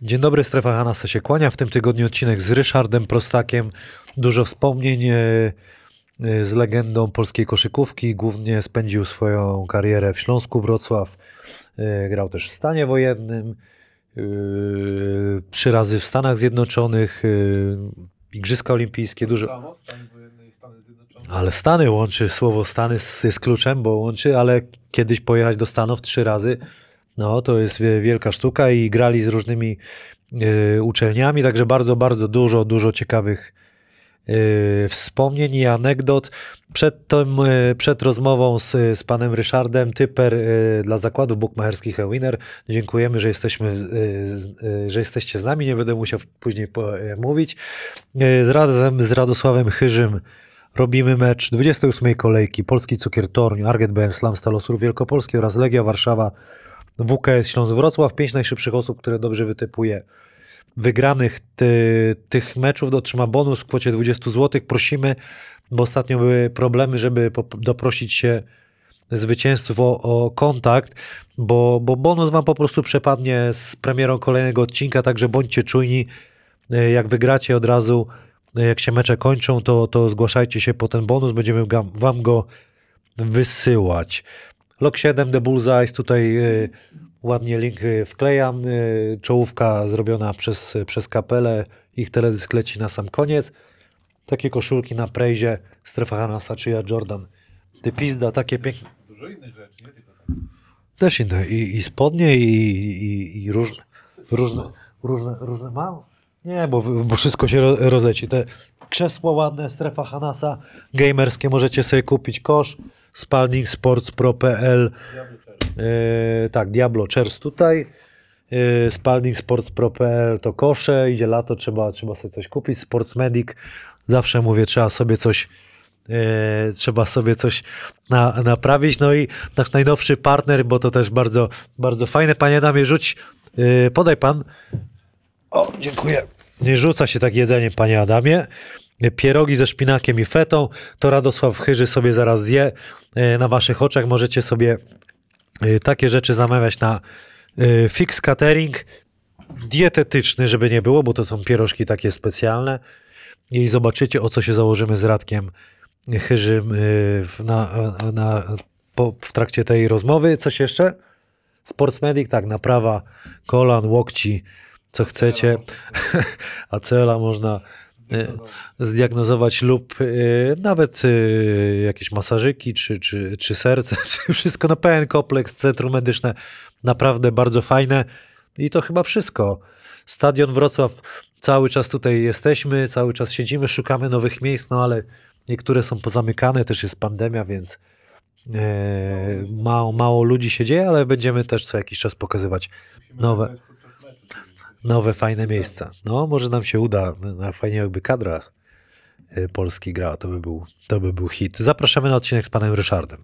Dzień dobry, Strefa Hanasa się kłania. W tym tygodniu odcinek z Ryszardem Prostakiem. Dużo wspomnień z legendą polskiej koszykówki. Głównie spędził swoją karierę w Śląsku Wrocław. Grał też w stanie wojennym. 3 razy w Stanach Zjednoczonych. Igrzyska olimpijskie. Dużo. Stany wojenne i Stany Zjednoczone. Ale Stany łączy. Słowo Stany jest kluczem, bo łączy, ale kiedyś pojechać do Stanów 3 razy. No, to jest wielka sztuka i grali z różnymi uczelniami, także bardzo, bardzo dużo ciekawych wspomnień i anegdot. Przed rozmową z panem Ryszardem, typer dla zakładów bukmacherskich eWinner. Dziękujemy, że jesteście z nami, nie będę musiał później mówić. Razem z Radosławem Chyżym robimy mecz 28. kolejki Polski Cukier Toruń, Arget BM Slam Stal Ostrów Wielkopolski oraz Legia Warszawa WKS Śląsk Wrocław. 5 najszybszych osób, które dobrze wytypuje wygranych tych meczów, otrzyma bonus w kwocie 20 zł. Prosimy, bo ostatnio były problemy, żeby doprosić się zwycięzców o kontakt, bo bonus wam po prostu przepadnie z premierą kolejnego odcinka, także bądźcie czujni. Jak wygracie od razu, jak się mecze kończą, to zgłaszajcie się po ten bonus, będziemy wam go wysyłać. Lok 7 The Bullseyes, tutaj ładnie link wklejam, czołówka zrobiona przez kapelę, ich teledysk leci na sam koniec. Takie koszulki na Prejzie, Strefa Hanasa czy ja Jordan. Ty pizda, takie piękne. Dużo innych rzeczy, nie tylko tak. Też inne, i spodnie, i różne mam? Nie, bo wszystko się rozleci. Te krzesło ładne, Strefa Hanasa, gamerskie, możecie sobie kupić kosz. spaldingsports.pro.pl tak, Diablo Chairs tutaj. spaldingsports.pro.pl to kosze, idzie lato, trzeba sobie coś kupić. Sports Medic, zawsze mówię, trzeba sobie coś naprawić. No i nasz najnowszy partner, bo to też bardzo, bardzo fajne. Panie Adamie, podaj pan. O, dziękuję. Nie rzuca się tak jedzeniem, panie Adamie. Pierogi ze szpinakiem i fetą, to Radosław Chyży sobie zaraz zje. Na waszych oczach możecie sobie takie rzeczy zamawiać na Fix Catering. Dietetyczny, żeby nie było, bo to są pierożki takie specjalne. I zobaczycie, o co się założymy z Radkiem Chyżym w trakcie tej rozmowy. Coś jeszcze? Sports Medic, tak, naprawa kolan, łokci, co chcecie. Acela można zdiagnozować lub nawet jakieś masażyki, czy serce, czy wszystko na pełen kompleks, centrum medyczne, naprawdę bardzo fajne i to chyba wszystko. Stadion Wrocław, cały czas tutaj jesteśmy, cały czas siedzimy, szukamy nowych miejsc, no ale niektóre są pozamykane, też jest pandemia, więc mało ludzi się dzieje, ale będziemy też co jakiś czas pokazywać nowe, fajne miejsca. No, może nam się uda. Fajnie jakby kadra Polski grała. To by był hit. Zapraszamy na odcinek z panem Ryszardem.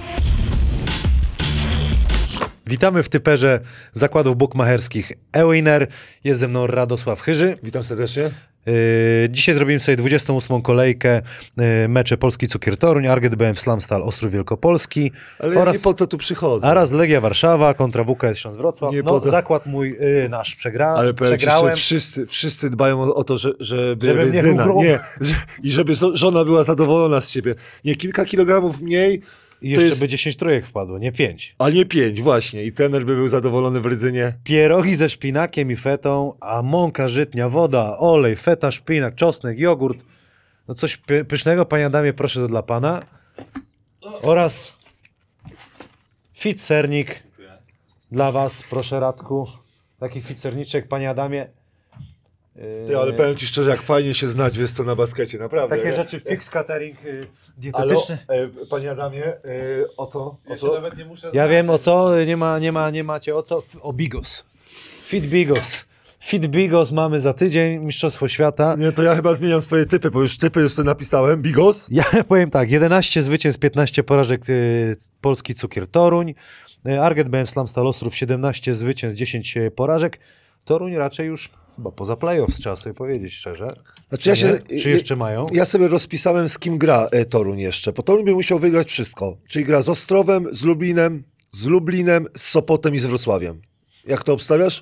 Witamy w typerze zakładów bukmacherskich eWinner. Jest ze mną Radosław Chyży. Witam serdecznie. Dzisiaj zrobimy sobie 28. kolejkę mecze Polski Cukier Toruń, Arget BM Slam Stal Ostrów Wielkopolski. Ale ja nie po to tu przychodzę. Oraz Legia Warszawa kontra WKS Śląsk Wrocław. Zakład mój nasz przegrałem. Ale powiem ci, że wszyscy dbają o to, żeby benzyna. I żeby żona była zadowolona z ciebie. Nie, kilka kilogramów mniej. I jeszcze by 10 trójek wpadło, nie 5. A nie 5, właśnie. I trener by był zadowolony w Rydzynie. Pierogi ze szpinakiem i fetą, a mąka żytnia, woda, olej, feta, szpinak, czosnek, jogurt. No coś pysznego, panie Adamie, proszę, to dla pana. Oraz fit sernik dla was, proszę Radku. Taki fit serniczek, panie Adamie. Ale powiem ci szczerze, jak fajnie się znać, wiesz co, na baskecie, naprawdę. Takie rzeczy, fix catering dietetyczny. Panie Adamie, o co? Nawet nie muszę Ja wiem o co, nie macie o co. O Bigos. Fit Bigos. Fit Bigos mamy za tydzień, Mistrzostwo Świata. Nie, to ja chyba zmieniam swoje typy, bo już typy sobie napisałem. Bigos? Ja powiem tak, 11 zwycięstw, 15 porażek Polski Cukier Toruń. Arget BM Slam Stal Ostrów, 17 zwycięstw, 10 porażek. Toruń raczej już chyba poza playoffs, trzeba sobie powiedzieć szczerze. Znaczy Czy jeszcze mają? Ja sobie rozpisałem, z kim gra Toruń jeszcze, bo Toruń by musiał wygrać wszystko. Czyli gra z Ostrowem, z Lublinem, z Sopotem i z Wrocławiem. Jak to obstawiasz?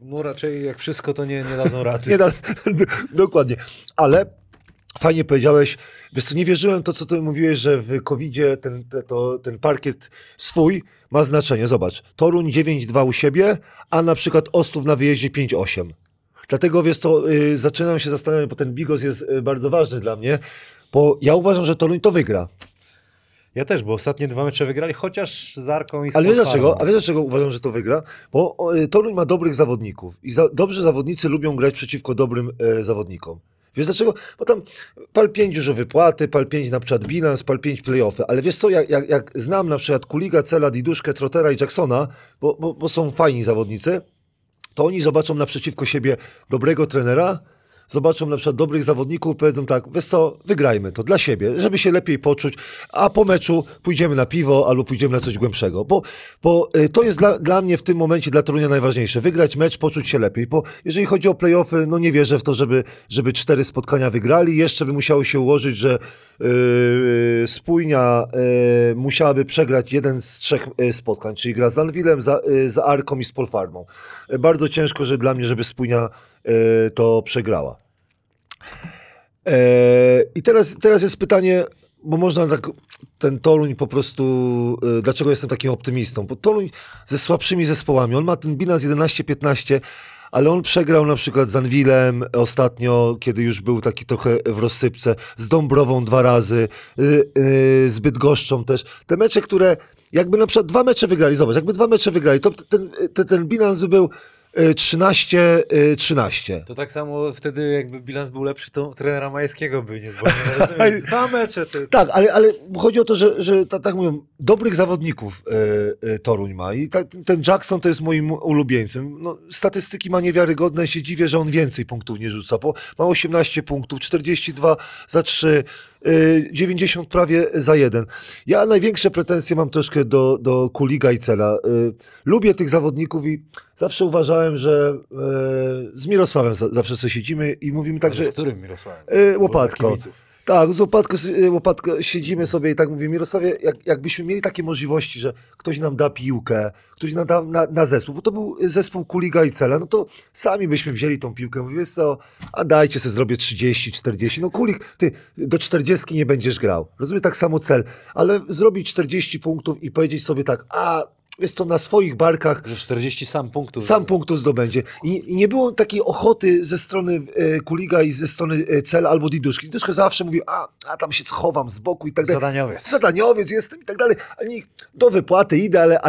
No raczej jak wszystko, to nie dadzą rady. Nie da, dokładnie. Ale fajnie powiedziałeś, wiesz co, nie wierzyłem to, co ty mówiłeś, że w COVID-zie ten parkiet swój ma znaczenie. Zobacz, Toruń 9-2 u siebie, a na przykład Ostrów na wyjeździe 5-8. Dlatego, wiesz co, zaczynam się zastanawiać, bo ten bigos jest bardzo ważny dla mnie, bo ja uważam, że Toruń to wygra. Ja też, bo ostatnie 2 mecze wygrali, chociaż z Arką i z Ale wiesz Polfarmą. dlaczego? A wiesz dlaczego uważam, że to wygra? Bo Toruń ma dobrych zawodników i dobrzy zawodnicy lubią grać przeciwko dobrym zawodnikom. Wiesz dlaczego? Bo tam PAL 5 dużo wypłaty, PAL 5 na przykład bilans, PAL 5 playoffy, ale wiesz co, jak znam na przykład Kuliga, Cela, Diduszkę, Trottera i Jacksona, bo są fajni zawodnicy, to oni zobaczą naprzeciwko siebie dobrego trenera, zobaczą na przykład dobrych zawodników, powiedzą tak, wiesz co, wygrajmy to dla siebie, żeby się lepiej poczuć, a po meczu pójdziemy na piwo albo pójdziemy na coś głębszego, bo to jest dla mnie w tym momencie, dla Torunia najważniejsze, wygrać mecz, poczuć się lepiej, bo jeżeli chodzi o play-offy, no nie wierzę w to, żeby 4 spotkania wygrali, jeszcze by musiało się ułożyć, że Spójnia musiałaby przegrać 1 z 3 spotkań, czyli gra z Anwilem, za Arką i z Polfarmą. Bardzo ciężko, że dla mnie, żeby Spójnia to przegrała. I teraz jest pytanie, bo można tak, ten Toruń po prostu, dlaczego jestem takim optymistą? Bo Toruń ze słabszymi zespołami, on ma ten bilans 11-15, ale on przegrał na przykład z Anwilem ostatnio, kiedy już był taki trochę w rozsypce, z Dąbrową 2 razy, z Bydgoszczą też. Te mecze, które jakby na przykład 2 mecze wygrali, zobacz, jakby 2 mecze wygrali, to ten bilans by był 13-13. To tak samo wtedy jakby bilans był lepszy, to trenera Majewskiego by nie zwolnił. 2 mecze. Tak, ale chodzi o to, że tak mówią, dobrych zawodników Toruń ma i ten Jackson to jest moim ulubieńcem. No, statystyki ma niewiarygodne, się dziwię, że on więcej punktów nie rzuca, bo ma 18 punktów, 42 za 3, 90 prawie za 1. Ja największe pretensje mam troszkę do Kuliga i Cela. Lubię tych zawodników i zawsze uważałem, że z Mirosławem zawsze sobie siedzimy i mówimy tak, że... Z którym Mirosławem? Łopatko. Tak, z Łopatko siedzimy sobie i tak mówię, Mirosławie, jakbyśmy mieli takie możliwości, że ktoś nam da piłkę, ktoś nam da na zespół, bo to był zespół Kuliga i Cela, no to sami byśmy wzięli tą piłkę, mówię, wiesz co, a dajcie sobie, zrobię 30, 40, no Kulik, ty do 40 nie będziesz grał, rozumiem, tak samo Cel, ale zrobić 40 punktów i powiedzieć sobie tak, wiesz co, na swoich barkach że 40 punktów zdobędzie. I nie było takiej ochoty ze strony Kuliga i ze strony Cel albo Diduszki. Diduszka zawsze mówił, a tam się schowam z boku i tak dalej. Zadaniowiec jestem i tak dalej. Ani do wypłaty idę,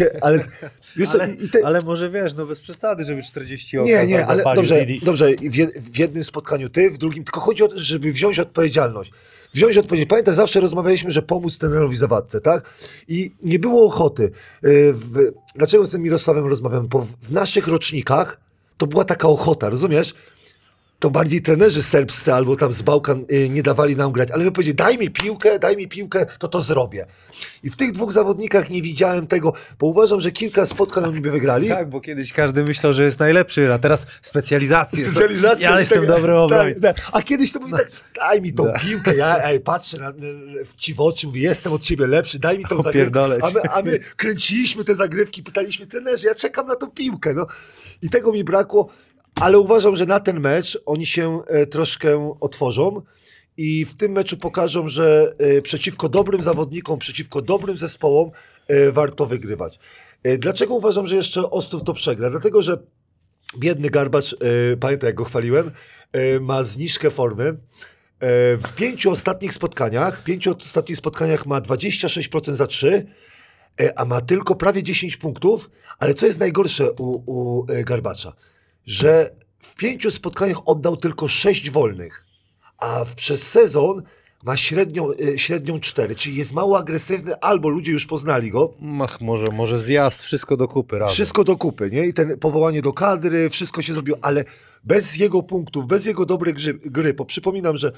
ale może wiesz, no bez przesady, żeby 40 Nie, ale dobrze, w jednym spotkaniu ty, w drugim, tylko chodzi o to, żeby wziąć odpowiedzialność. Pamiętam, zawsze rozmawialiśmy, że pomóc trenerowi Zawadce, tak? I nie było ochoty. Dlaczego z tym Mirosławem rozmawiam? Bo w naszych rocznikach to była taka ochota, rozumiesz? To bardziej trenerzy serbscy albo tam z Bałkan nie dawali nam grać, ale my powiedzieli, daj mi piłkę, to zrobię. I w tych 2 zawodnikach nie widziałem tego, bo uważam, że kilka spotkań oni by wygrali. Tak, bo kiedyś każdy myślał, że jest najlepszy, a teraz specjalizację. Ja jestem tak, dobrym obrońcą. Tak. A kiedyś to mówi tak, daj mi tą piłkę, ja patrzę w ci w oczy, mówię, jestem od ciebie lepszy, daj mi tą zagrywkę. A my kręciliśmy te zagrywki, pytaliśmy trenerzy, ja czekam na tą piłkę. No. I tego mi brakło. Ale uważam, że na ten mecz oni się troszkę otworzą i w tym meczu pokażą, że przeciwko dobrym zawodnikom, przeciwko dobrym zespołom warto wygrywać. Dlaczego uważam, że jeszcze Ostrów to przegra? Dlatego, że biedny Garbacz, pamiętaj jak go chwaliłem, ma zniżkę formy. W 5 ostatnich spotkaniach ma 26% za 3, a ma tylko prawie 10 punktów, ale co jest najgorsze u Garbacza? Że w 5 spotkaniach oddał tylko 6 wolnych, a przez sezon ma średnią 4, czyli jest mało agresywny, albo ludzie już poznali go. Może zjazd, wszystko do kupy razem. Wszystko do kupy, nie? I ten powołanie do kadry, wszystko się zrobiło, ale bez jego punktów, bez jego dobrej gry, bo przypominam, że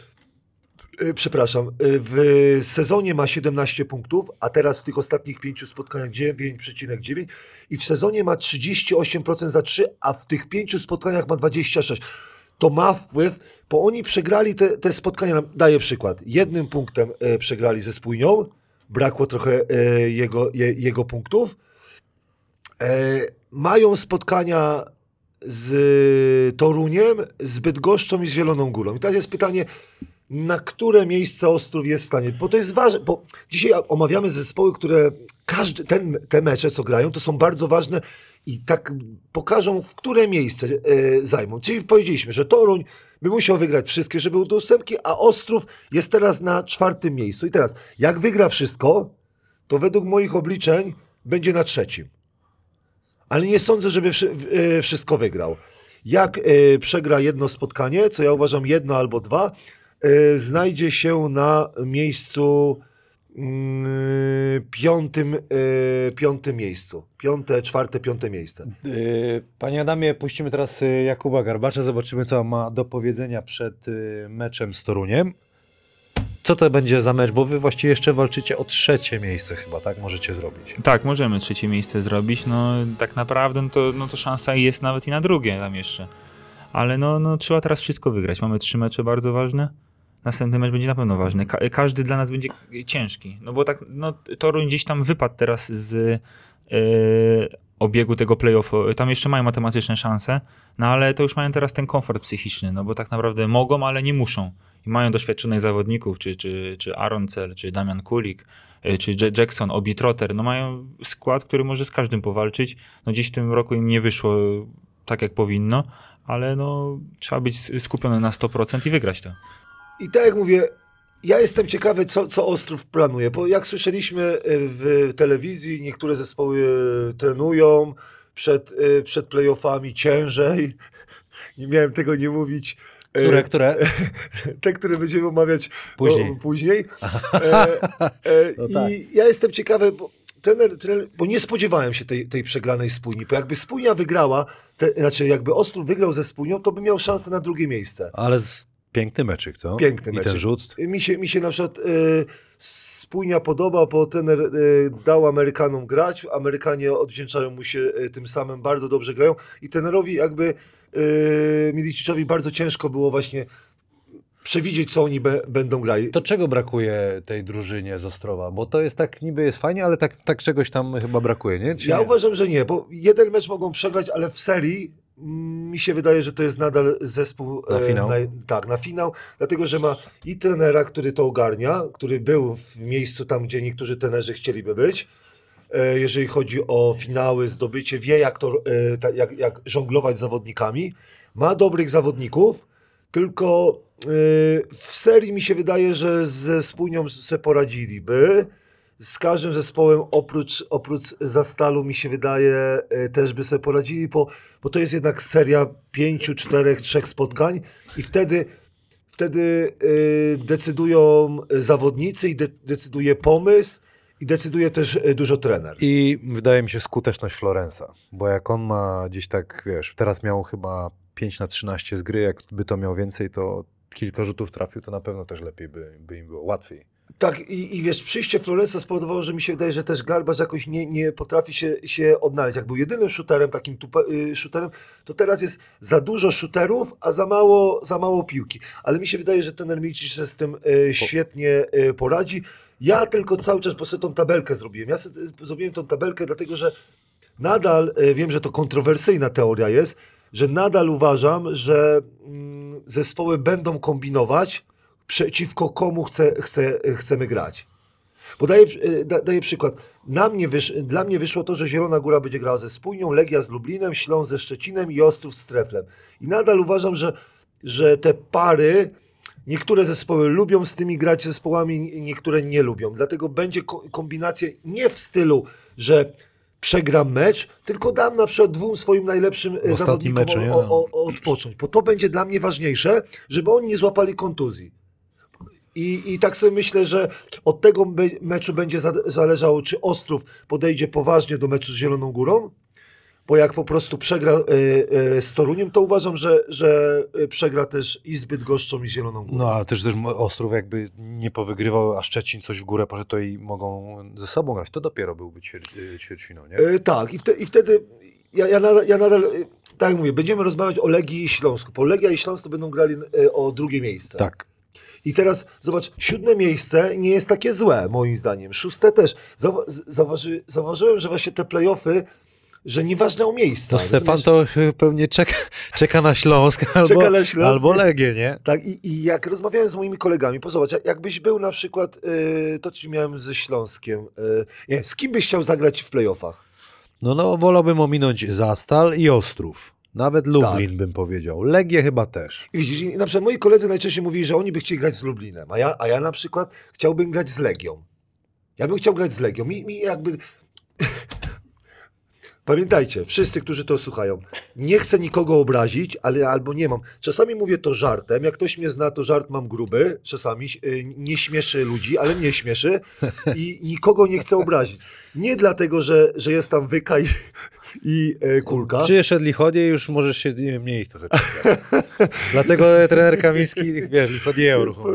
w sezonie ma 17 punktów, a teraz w tych ostatnich 5 spotkaniach 9,9 i w sezonie ma 38% za 3, a w tych 5 spotkaniach ma 26%. To ma wpływ, bo oni przegrali te spotkania, daję przykład, 1 punktem przegrali ze Spójnią, brakło trochę jego punktów, mają spotkania z Toruniem, z Bydgoszczą i z Zieloną Górą. I teraz jest pytanie, na które miejsce Ostrów jest w stanie, bo to jest ważne, bo dzisiaj omawiamy zespoły, które te mecze, co grają, to są bardzo ważne i tak pokażą, w które miejsce zajmą. Czyli powiedzieliśmy, że Toruń by musiał wygrać wszystkie, żeby był do ósemki, a Ostrów jest teraz na 4. miejscu. I teraz, jak wygra wszystko, to według moich obliczeń będzie na 3. Ale nie sądzę, żeby wszystko wygrał. Jak przegra jedno spotkanie, co ja uważam 1 albo 2, znajdzie się na miejscu 5. miejscu. 5., 4., 5. miejsce. Panie Adamie, puścimy teraz Jakuba Garbacza, zobaczymy, co ma do powiedzenia przed meczem z Toruniem. Co to będzie za mecz? Bo wy właściwie jeszcze walczycie o 3. miejsce chyba, tak? Możecie zrobić. Tak, możemy 3. miejsce zrobić. No tak naprawdę to szansa jest nawet i na 2. tam jeszcze. Ale no trzeba teraz wszystko wygrać. Mamy 3 mecze bardzo ważne. Następny mecz będzie na pewno ważny. Każdy dla nas będzie ciężki. No bo tak, Toruń gdzieś tam wypadł teraz z obiegu tego play-offu. Tam jeszcze mają matematyczne szanse, no ale to już mają teraz ten komfort psychiczny, no bo tak naprawdę mogą, ale nie muszą. I mają doświadczonych zawodników, czy Aaron Cell, czy Damian Kulik, czy Jackson, Obi Trotter. No mają skład, który może z każdym powalczyć. No gdzieś w tym roku im nie wyszło tak, jak powinno, ale no trzeba być skupiony na 100% i wygrać to. I tak jak mówię, ja jestem ciekawy, co Ostrów planuje, bo jak słyszeliśmy w telewizji, niektóre zespoły trenują przed play-offami ciężej. Nie miałem tego nie mówić. Które? Te, które będziemy omawiać później. No tak. I ja jestem ciekawy, bo trener, bo nie spodziewałem się tej przegranej Spójni, bo jakby Spójnia wygrała, znaczy jakby Ostrów wygrał ze Spójnią, to by miał szansę na 2. miejsce. Ale piękny meczyk, co? Piękny I meczyk. ten rzut. Mi się na przykład Spójnia podoba, bo trener dał Amerykanom grać, Amerykanie odwdzięczają mu się tym samym, bardzo dobrze grają i trenerowi jakby Miliciczowi bardzo ciężko było właśnie przewidzieć, co oni będą grali. To czego brakuje tej drużynie z Ostrowa? Bo to jest tak, niby jest fajnie, ale tak czegoś tam chyba brakuje, nie? Czy ja nie? uważam, że nie, bo jeden mecz mogą przegrać, ale w serii mi się wydaje, że to jest nadal zespół Na finał? Na finał, dlatego, że ma i trenera, który to ogarnia, który był w miejscu tam, gdzie niektórzy trenerzy chcieliby być, jeżeli chodzi o finały, zdobycie, wie jak żonglować zawodnikami, ma dobrych zawodników, tylko w serii mi się wydaje, że ze Spójnią sobie poradziliby. Z każdym zespołem oprócz Zastalu mi się wydaje też by sobie poradzili, bo to jest jednak seria 5, 4, 3 spotkań i wtedy decydują zawodnicy i decyduje pomysł i decyduje też dużo trener. I wydaje mi się skuteczność Florensa, bo jak on ma gdzieś tak, wiesz, teraz miał chyba 5/13 z gry, jakby to miał więcej, to kilka rzutów trafił, to na pewno też lepiej by im było, łatwiej. Tak, i wiesz, przyjście Florensa spowodowało, że mi się wydaje, że też Garbacz jakoś nie potrafi się odnaleźć. Jak był jedynym shooterem, takim shooterem, to teraz jest za dużo shooterów, a za mało piłki. Ale mi się wydaje, że ten Milicic się z tym świetnie poradzi. Ja tylko cały czas po sobie tą tabelkę zrobiłem. Ja sobie zrobiłem tą tabelkę dlatego, że nadal, wiem, że to kontrowersyjna teoria jest, że nadal uważam, że zespoły będą kombinować, przeciwko komu chcemy grać. Bo daję przykład. Dla mnie wyszło to, że Zielona Góra będzie grała ze Spójnią, Legia z Lublinem, Śląsk ze Szczecinem i Ostrów z Treflem. I nadal uważam, że te pary, niektóre zespoły lubią z tymi grać zespołami, niektóre nie lubią. Dlatego będzie kombinacja nie w stylu, że przegram mecz, tylko dam na przykład 2 swoim najlepszym zawodnikom meczu, odpocząć. Bo to będzie dla mnie ważniejsze, żeby oni nie złapali kontuzji. I tak sobie myślę, że od tego meczu będzie zależało, czy Ostrów podejdzie poważnie do meczu z Zieloną Górą, bo jak po prostu przegra z Toruniem, to uważam, że przegra też i z Bydgoszczą, i z Zieloną Górą. No, a też Ostrów jakby nie powygrywał, a Szczecin coś w górę poszedł, to i mogą ze sobą grać. To dopiero byłby ćwierćfinał, nie? Tak, i wtedy ja nadal, tak jak mówię, będziemy rozmawiać o Legii i Śląsku, bo Legia i Śląsk to będą grali o 2. miejsce. Tak. I teraz zobacz, 7. miejsce nie jest takie złe, moim zdaniem. 6. też. Zauważyłem, że właśnie te play-offy że nieważne o miejsca. To Stefan to pewnie czeka na Śląsk albo Legię, nie? Tak, i jak rozmawiałem z moimi kolegami, zobacz, jakbyś był na przykład, to ci miałem ze Śląskiem, nie, z kim byś chciał zagrać w playoffach? No, wolałbym ominąć Zastal i Ostrów. Nawet Lublin bym powiedział. Legię chyba też. I widzisz, na przykład moi koledzy najczęściej mówili, że oni by chcieli grać z Lublinem, a ja na przykład chciałbym grać z Legią. Ja bym chciał grać z Legią. Mi jakby... Pamiętajcie, wszyscy, którzy to słuchają, nie chcę nikogo obrazić, ale albo nie mam. Czasami mówię to żartem, jak ktoś mnie zna, to żart mam gruby, czasami nie śmieszy ludzi, ale mnie śmieszy i nikogo nie chcę obrazić. Nie dlatego, że jest tam Wyka i Kulka. Przyszedł Lichodzie, już możesz się mniej trochę czekać. Dlatego trener Kamiński, wiesz, Lichodzie uruchomił.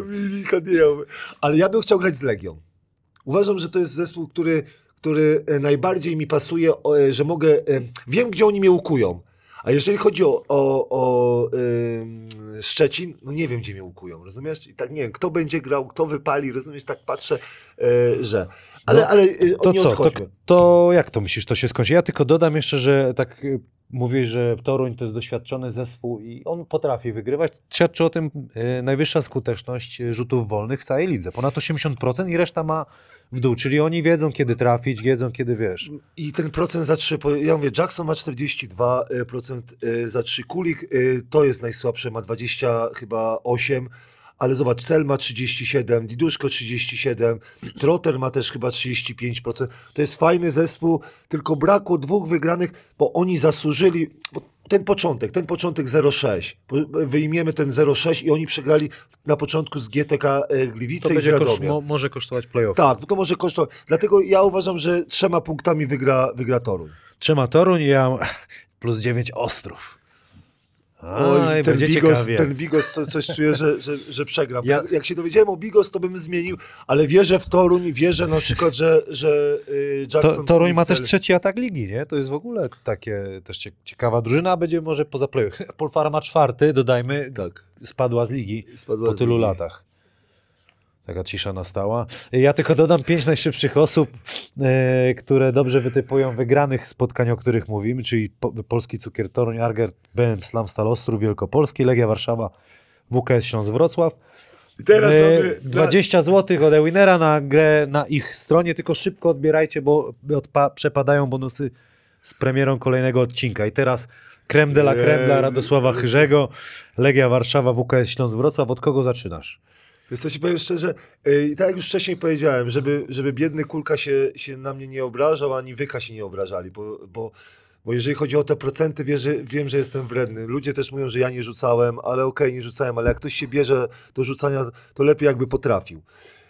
Ale ja bym chciał grać z Legią. Uważam, że to jest zespół, który najbardziej mi pasuje, że mogę... Wiem, gdzie oni mnie ukują. A jeżeli chodzi o Szczecin, no nie wiem, gdzie mnie ukują, rozumiesz? I tak nie wiem, kto będzie grał, kto wypali, rozumiesz? Tak patrzę, że... Ale to nie co? odchodźmy. To jak to myślisz, to się skończy? Ja tylko dodam jeszcze, że tak mówisz, że Toruń to jest doświadczony zespół i on potrafi wygrywać. Świadczy o tym najwyższa skuteczność rzutów wolnych w całej lidze. Ponad 80% i reszta ma w dół, czyli oni wiedzą, kiedy trafić, wiedzą, kiedy wiesz. I ten procent za 3, ja mówię, Jackson ma 42% za 3, Kulik to jest najsłabsze, ma 20 chyba 8, ale zobacz, Cel ma 37, Diduszko 37, Trotter ma też chyba 35%. To jest fajny zespół, tylko brakło 2 wygranych, bo oni zasłużyli, bo ten początek 0,6, wyjmiemy ten 0,6 i oni przegrali na początku z GTK Gliwice i z Radomia. Może kosztować play-off. Tak, to może kosztować. Dlatego ja uważam, że 3 punktami wygra Toruń. 3 Toruń i ja plus 9 Ostrów. Oj, ten Bigos coś czuję, że przegram. Jak się dowiedziałem o Bigos, to bym zmienił, ale wierzę w Toruń, wierzę na przykład, że Jackson... Toruń ma też 3. atak ligi, nie? To jest w ogóle takie też ciekawa drużyna, a będzie może poza play-off. Polfara ma 4, dodajmy, spadła z ligi po tylu latach. Taka cisza nastała. Ja tylko dodam 5 najszybszych osób, które dobrze wytypują wygranych spotkań, o których mówimy, czyli Polski Cukier Toruń, Arger, BM Slam Stal Ostrów, Wielkopolski, Legia Warszawa, WKS Śląsk Wrocław. I teraz mamy 20 zł od Ewinera na grę na ich stronie, tylko szybko odbierajcie, bo przepadają bonusy z premierą kolejnego odcinka. I teraz creme de la creme dla Radosława Chyrzego, Legia Warszawa, WKS Śląsk Wrocław. Od kogo zaczynasz? Wiesz co, ci powiem szczerze, tak jak już wcześniej powiedziałem, żeby biedny Kulka się na mnie nie obrażał, ani Wyka się nie obrażali, bo jeżeli chodzi o te procenty, wiem, że jestem wredny. Ludzie też mówią, że ja nie rzucałem, ale okej, nie rzucałem, ale jak ktoś się bierze do rzucania, to lepiej jakby potrafił.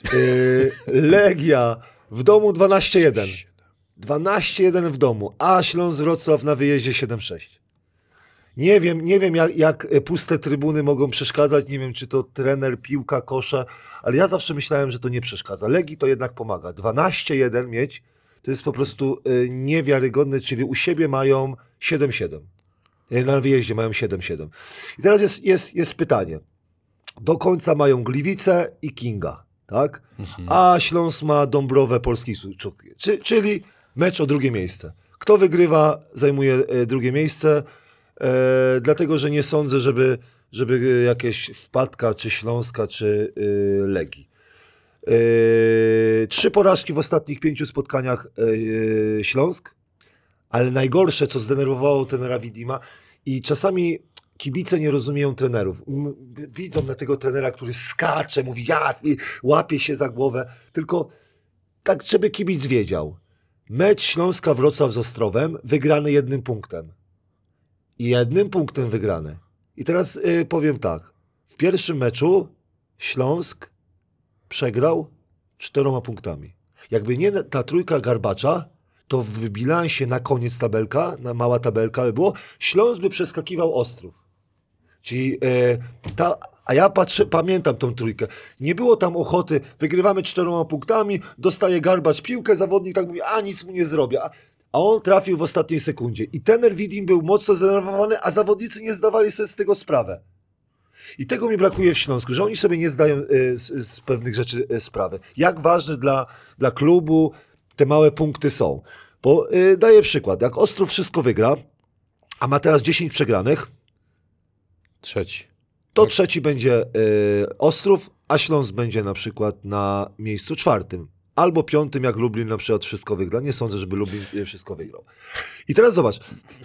Legia w domu 12-1. 12-1 w domu, a Śląsk Wrocław na wyjeździe 7-6. Nie wiem jak puste trybuny mogą przeszkadzać, nie wiem czy to trener, piłka, kosze, ale ja zawsze myślałem, że to nie przeszkadza. Legii to jednak pomaga. 12-1 mieć, to jest po prostu niewiarygodne, czyli u siebie mają 7-7. Na wyjeździe mają 7-7. I teraz jest pytanie. Do końca mają Gliwice i Kinga, tak? A Śląsk ma Dąbrowę, Polski Cukier. Czyli mecz o drugie miejsce. Kto wygrywa, zajmuje drugie miejsce. Dlatego, że nie sądzę, żeby jakieś wpadka, czy Śląska, czy Legii. 3 porażki w ostatnich 5 spotkaniach Śląsk, ale najgorsze, co zdenerwowało trenera Widima i czasami kibice nie rozumieją trenerów. Widzą na tego trenera, który skacze, mówi łapie się za głowę, tylko tak, żeby kibic wiedział. Mecz Śląska Wrocław z Ostrowem wygrany 1 punktem. I 1 punktem wygrany. I teraz powiem tak. W pierwszym meczu Śląsk przegrał 4 punktami. Jakby nie ta trójka Garbacza, to w bilansie na koniec tabelka, na mała tabelka by było, Śląsk by przeskakiwał Ostrów. Czyli a ja pamiętam tą trójkę. Nie było tam ochoty, wygrywamy 4 punktami, dostaje Garbacz piłkę, zawodnik tak mówi, a nic mu nie zrobię. A on trafił w ostatniej sekundzie. I trener Widim był mocno zdenerwowany, a zawodnicy nie zdawali sobie z tego sprawę. I tego mi brakuje w Śląsku, że oni sobie nie zdają z pewnych rzeczy sprawy. Jak ważne dla klubu te małe punkty są. Bo daję przykład, jak Ostrów wszystko wygra, a ma teraz 10 przegranych, Trzeci. to trzeci będzie Ostrów, a Śląsk będzie na przykład na miejscu 4. Albo 5, jak Lublin na przykład wszystko wygra. Nie sądzę, żeby Lublin wszystko wygrał. I teraz zobacz.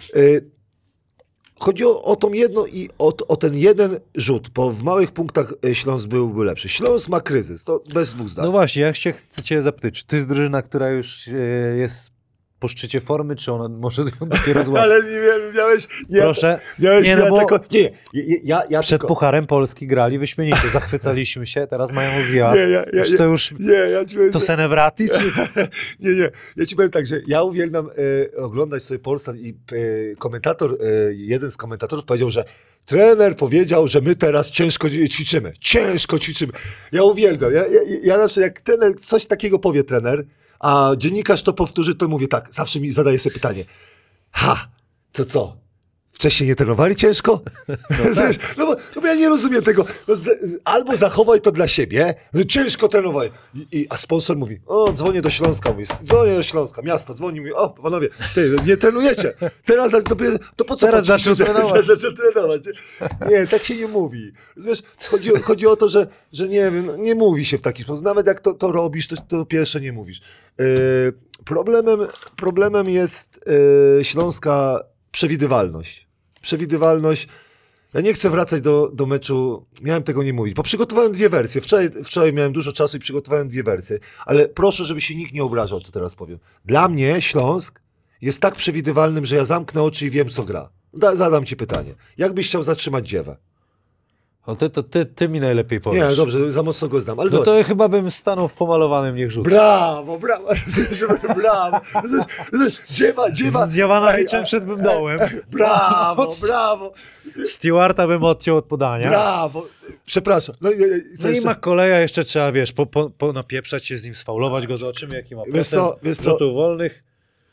Chodzi o tą jedno i o ten jeden rzut, bo w małych punktach Śląsk byłby lepszy. Śląsk ma kryzys, to bez dwóch zdań. No właśnie, ja chcę cię zapytać, czy to jest drużyna, która już jest po szczycie formy, czy ona może ją dopiero złapać? Ale nie miałeś... Nie, Proszę. Miałeś Nie, no bo ja przed tylko... Pucharem Polski grali wyśmienicie, zachwycaliśmy się, teraz mają zjazd. Czy to już ja ci powiem, to że- Senevrati, czy... Nie. Ja ci powiem tak, że ja uwielbiam oglądać sobie Polsat i jeden z komentatorów powiedział, że trener powiedział, że my teraz ciężko ćwiczymy. Ciężko ćwiczymy. Ja uwielbiam. Ja na przykład jak trener, coś takiego powie trener, a dziennikarz to powtórzy, to mówię tak, zawsze mi zadaje sobie pytanie. To co? Wcześniej nie trenowali ciężko? No bo ja nie rozumiem tego. No albo zachowaj to dla siebie, no ciężko trenowali. A sponsor mówi, dzwonię do Śląska, dzwonię do Śląska, miasto dzwoni, mówi, panowie, nie trenujecie. Teraz to po co? Teraz zaczął trenować. Zaczął trenować. Nie, tak się nie mówi. Wiesz, chodzi o to, że nie wiem, nie mówi się w taki sposób. Nawet jak to robisz, to pierwsze nie mówisz. Problemem jest śląska przewidywalność. Ja nie chcę wracać do meczu, miałem tego nie mówić, bo przygotowałem 2 wersje. Wczoraj miałem dużo czasu i przygotowałem 2 wersje, ale proszę, żeby się nikt nie obrażał, co teraz powiem. Dla mnie Śląsk jest tak przewidywalnym, że ja zamknę oczy i wiem, co gra. Zadam ci pytanie. Jak byś chciał zatrzymać Dziewę? O, ty mi najlepiej powiesz. Nie, dobrze, za mocno go znam. Ale No to chyba bym stanął w pomalowanym, niech rzuca. Brawo. Brawo. Dziewa. Z Jovanoviczem szedłbym dołem. Brawo. Stewarta bym odciął od podania. Brawo. Przepraszam. No i McColeya jeszcze trzeba, wiesz, napieprzać się z nim, sfaulować go, zobaczymy jaki ma procent Wiesz co? rzutów wolnych.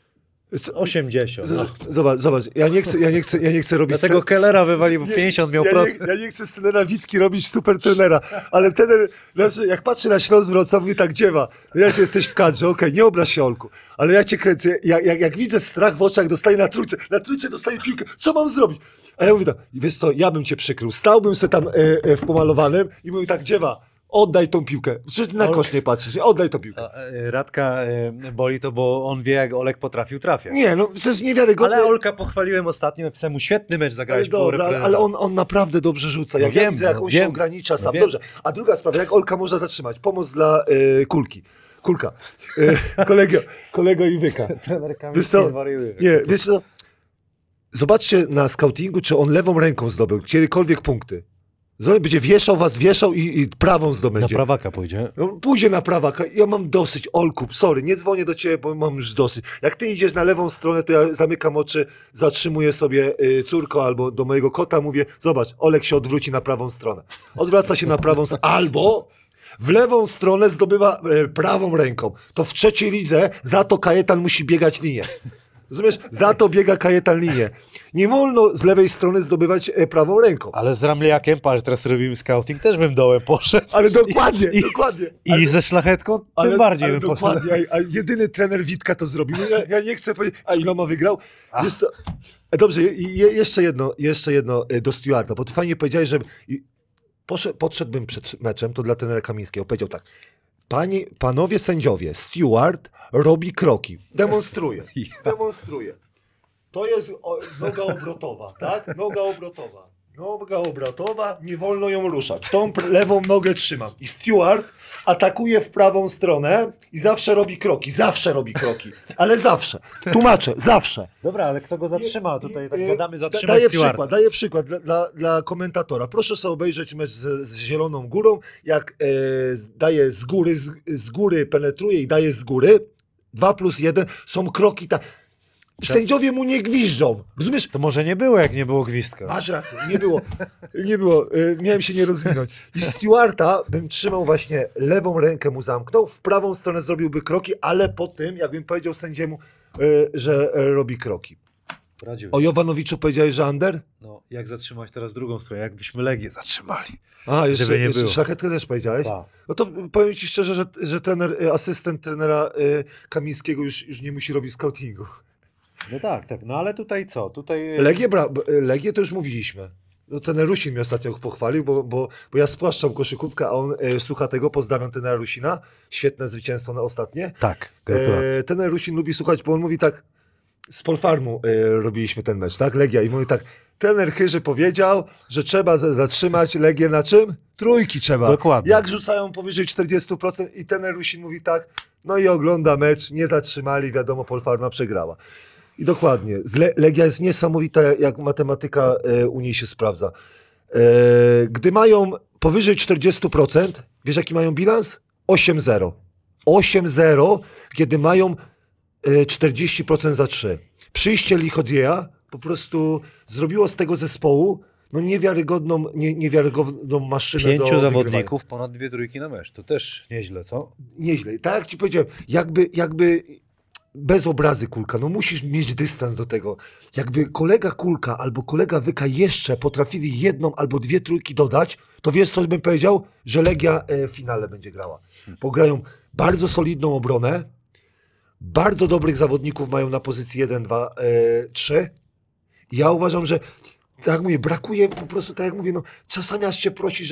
80. No. Zobacz, ja nie chcę robić... Dlatego Kellera wywali, bo 50 miał procent. Ja nie chcę z trenera Witki robić super trenera, ale trener, jak patrzy na Śląsk Wrocław, mówi tak, Dziewa, ja się jesteś w kadrze, okej, nie obraź się, Olku, ale ja cię kręcę, jak widzę strach w oczach, dostaję na trójce dostaję piłkę, co mam zrobić? A ja mówię tak, wiesz co, ja bym cię przykrył, stałbym sobie tam w pomalowanym i mówię tak, Dziewa, oddaj tą piłkę. Przecież na kosz nie patrzysz. Oddaj tą piłkę. Radka boli to, bo on wie, jak Olek potrafił trafiać. Nie, no to jest niewiarygodne. Ale Olka pochwaliłem ostatnio, napisałem mu świetny mecz, zagrałeś po reprezentacji. Ale on naprawdę dobrze rzuca. Jak ja widzę, jak on się ogranicza sam. Dobrze. A druga sprawa, jak Olka można zatrzymać? Pomoc dla Kulka. Kolego Iwyka. Trener Kamiński wariuje. Nie, wiesz co? Zobaczcie na scoutingu, czy on lewą ręką zdobył kiedykolwiek punkty. Będzie wieszał i prawą zdobędzie. Na prawaka pójdzie. No, pójdzie na prawaka. Ja mam dosyć, Olku, sorry, nie dzwonię do ciebie, bo mam już dosyć. Jak ty idziesz na lewą stronę, to ja zamykam oczy, zatrzymuję sobie córko albo do mojego kota, mówię, zobacz, Olek się odwróci na prawą stronę. Odwraca się na prawą stronę. Albo w lewą stronę zdobywa prawą ręką. To w trzeciej lidze za to Kajetan musi biegać linię. Rozumiesz? Za to biega Kajetan linię. Nie wolno z lewej strony zdobywać prawą ręką. Ale z Ramliakiem, patrz, teraz robimy scouting, też bym dołem poszedł. Ale dokładnie. I ze Szlachetką tym bardziej bym dokładnie. poszedł. A jedyny trener Witka to zrobił. Ja nie chcę powiedzieć, a iloma wygrał? Jest to... Dobrze, jeszcze jedno do Stewarta, bo ty fajnie powiedziałeś, że podszedłbym przed meczem, to dla trenera Kamińskiego, powiedział tak, panowie sędziowie, Stewart robi kroki, demonstruje. To jest noga obrotowa, tak? Noga obrotowa, nie wolno ją ruszać. Tą lewą nogę trzymam. I Stewart atakuje w prawą stronę i zawsze robi kroki. Ale zawsze. Tłumaczę, zawsze. Dobra, ale kto go zatrzyma tutaj? Tak gadamy, zatrzymać Stewarta. Daję przykład dla komentatora. Proszę sobie obejrzeć mecz z Zieloną Górą, jak daje z góry penetruje i daje z góry. 2+1 są kroki. Sędziowie mu nie gwiżdżą. Rozumiesz? To może nie było, jak nie było gwizdka. Masz rację, nie było. Miałem się nie rozwinąć. I Stewarta bym trzymał właśnie, lewą rękę mu zamknął, w prawą stronę zrobiłby kroki, ale po tym, jakbym powiedział sędziemu, że robi kroki. Radziłeś. O Jovanowiczu powiedziałeś, że under? No, jak zatrzymać teraz drugą stronę? Jakbyśmy Legię zatrzymali. A, Żeby nie jeszcze było. Szlachetkę też powiedziałeś? Tak. No to powiem ci szczerze, że asystent trenera Kamińskiego już nie musi robić scoutingu. No tak. No ale tutaj co? Tutaj... Legię to już mówiliśmy. No, trener Rusin mnie ostatnio pochwalił, bo ja spłaszczam koszykówkę, a on słucha tego. Pozdrawiam trenera Rusina. Świetne zwycięstwo na ostatnie. Tak, gratulacje. Trener Rusin lubi słuchać, bo on mówi tak, z Polfarmu robiliśmy ten mecz, tak? Legia. I mówi tak, trener Chyży powiedział, że trzeba zatrzymać Legię na czym? Trójki trzeba. Dokładnie. Jak rzucają powyżej 40% i trener Rusin mówi tak, no i ogląda mecz, nie zatrzymali, wiadomo, Polfarma przegrała. I dokładnie. Legia jest niesamowita, jak matematyka u niej się sprawdza. Gdy mają powyżej 40%, wiesz jaki mają bilans? 8-0. 8-0, kiedy mają 40% za 3. Przyjście Lichodzieja po prostu zrobiło z tego zespołu niewiarygodną maszynę 5 do wygrywania. zawodników, ponad 2 trójki na mecz. To też nieźle, co? Nieźle. Tak jak ci powiedziałem, jakby bez obrazy Kulka, no musisz mieć dystans do tego. Jakby kolega Kulka albo kolega Wyka jeszcze potrafili 1 albo 2 trójki dodać, to wiesz co bym powiedział? Że Legia w finale będzie grała. Bo grają bardzo solidną obronę, bardzo dobrych zawodników mają na pozycji 1, 2, 3. Ja uważam, że tak jak mówię, brakuje po prostu, tak jak mówię, no czasami aż cię prosi,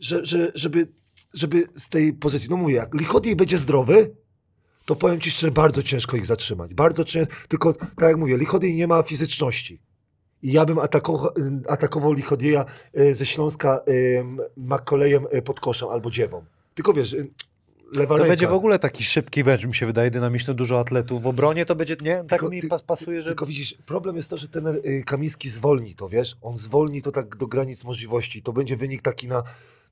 żeby z tej pozycji, no mówię, jak Lichodziej będzie zdrowy, to powiem ci szczerze, bardzo ciężko ich zatrzymać. Bardzo ciężko, tylko tak jak mówię, Lichodziej nie ma fizyczności. I ja bym atakował Lichodzieja ze Śląska Makolejem pod koszem albo Dziewą. Tylko wiesz, lewa To ręka. będzie w ogóle taki szybki mecz, mi się wydaje, dynamiczny, dużo atletów. W obronie to będzie, nie? Tak mi pasuje, że... Tylko widzisz, problem jest to, że ten Kamiński zwolni to, wiesz? On zwolni to tak do granic możliwości. To będzie wynik taki na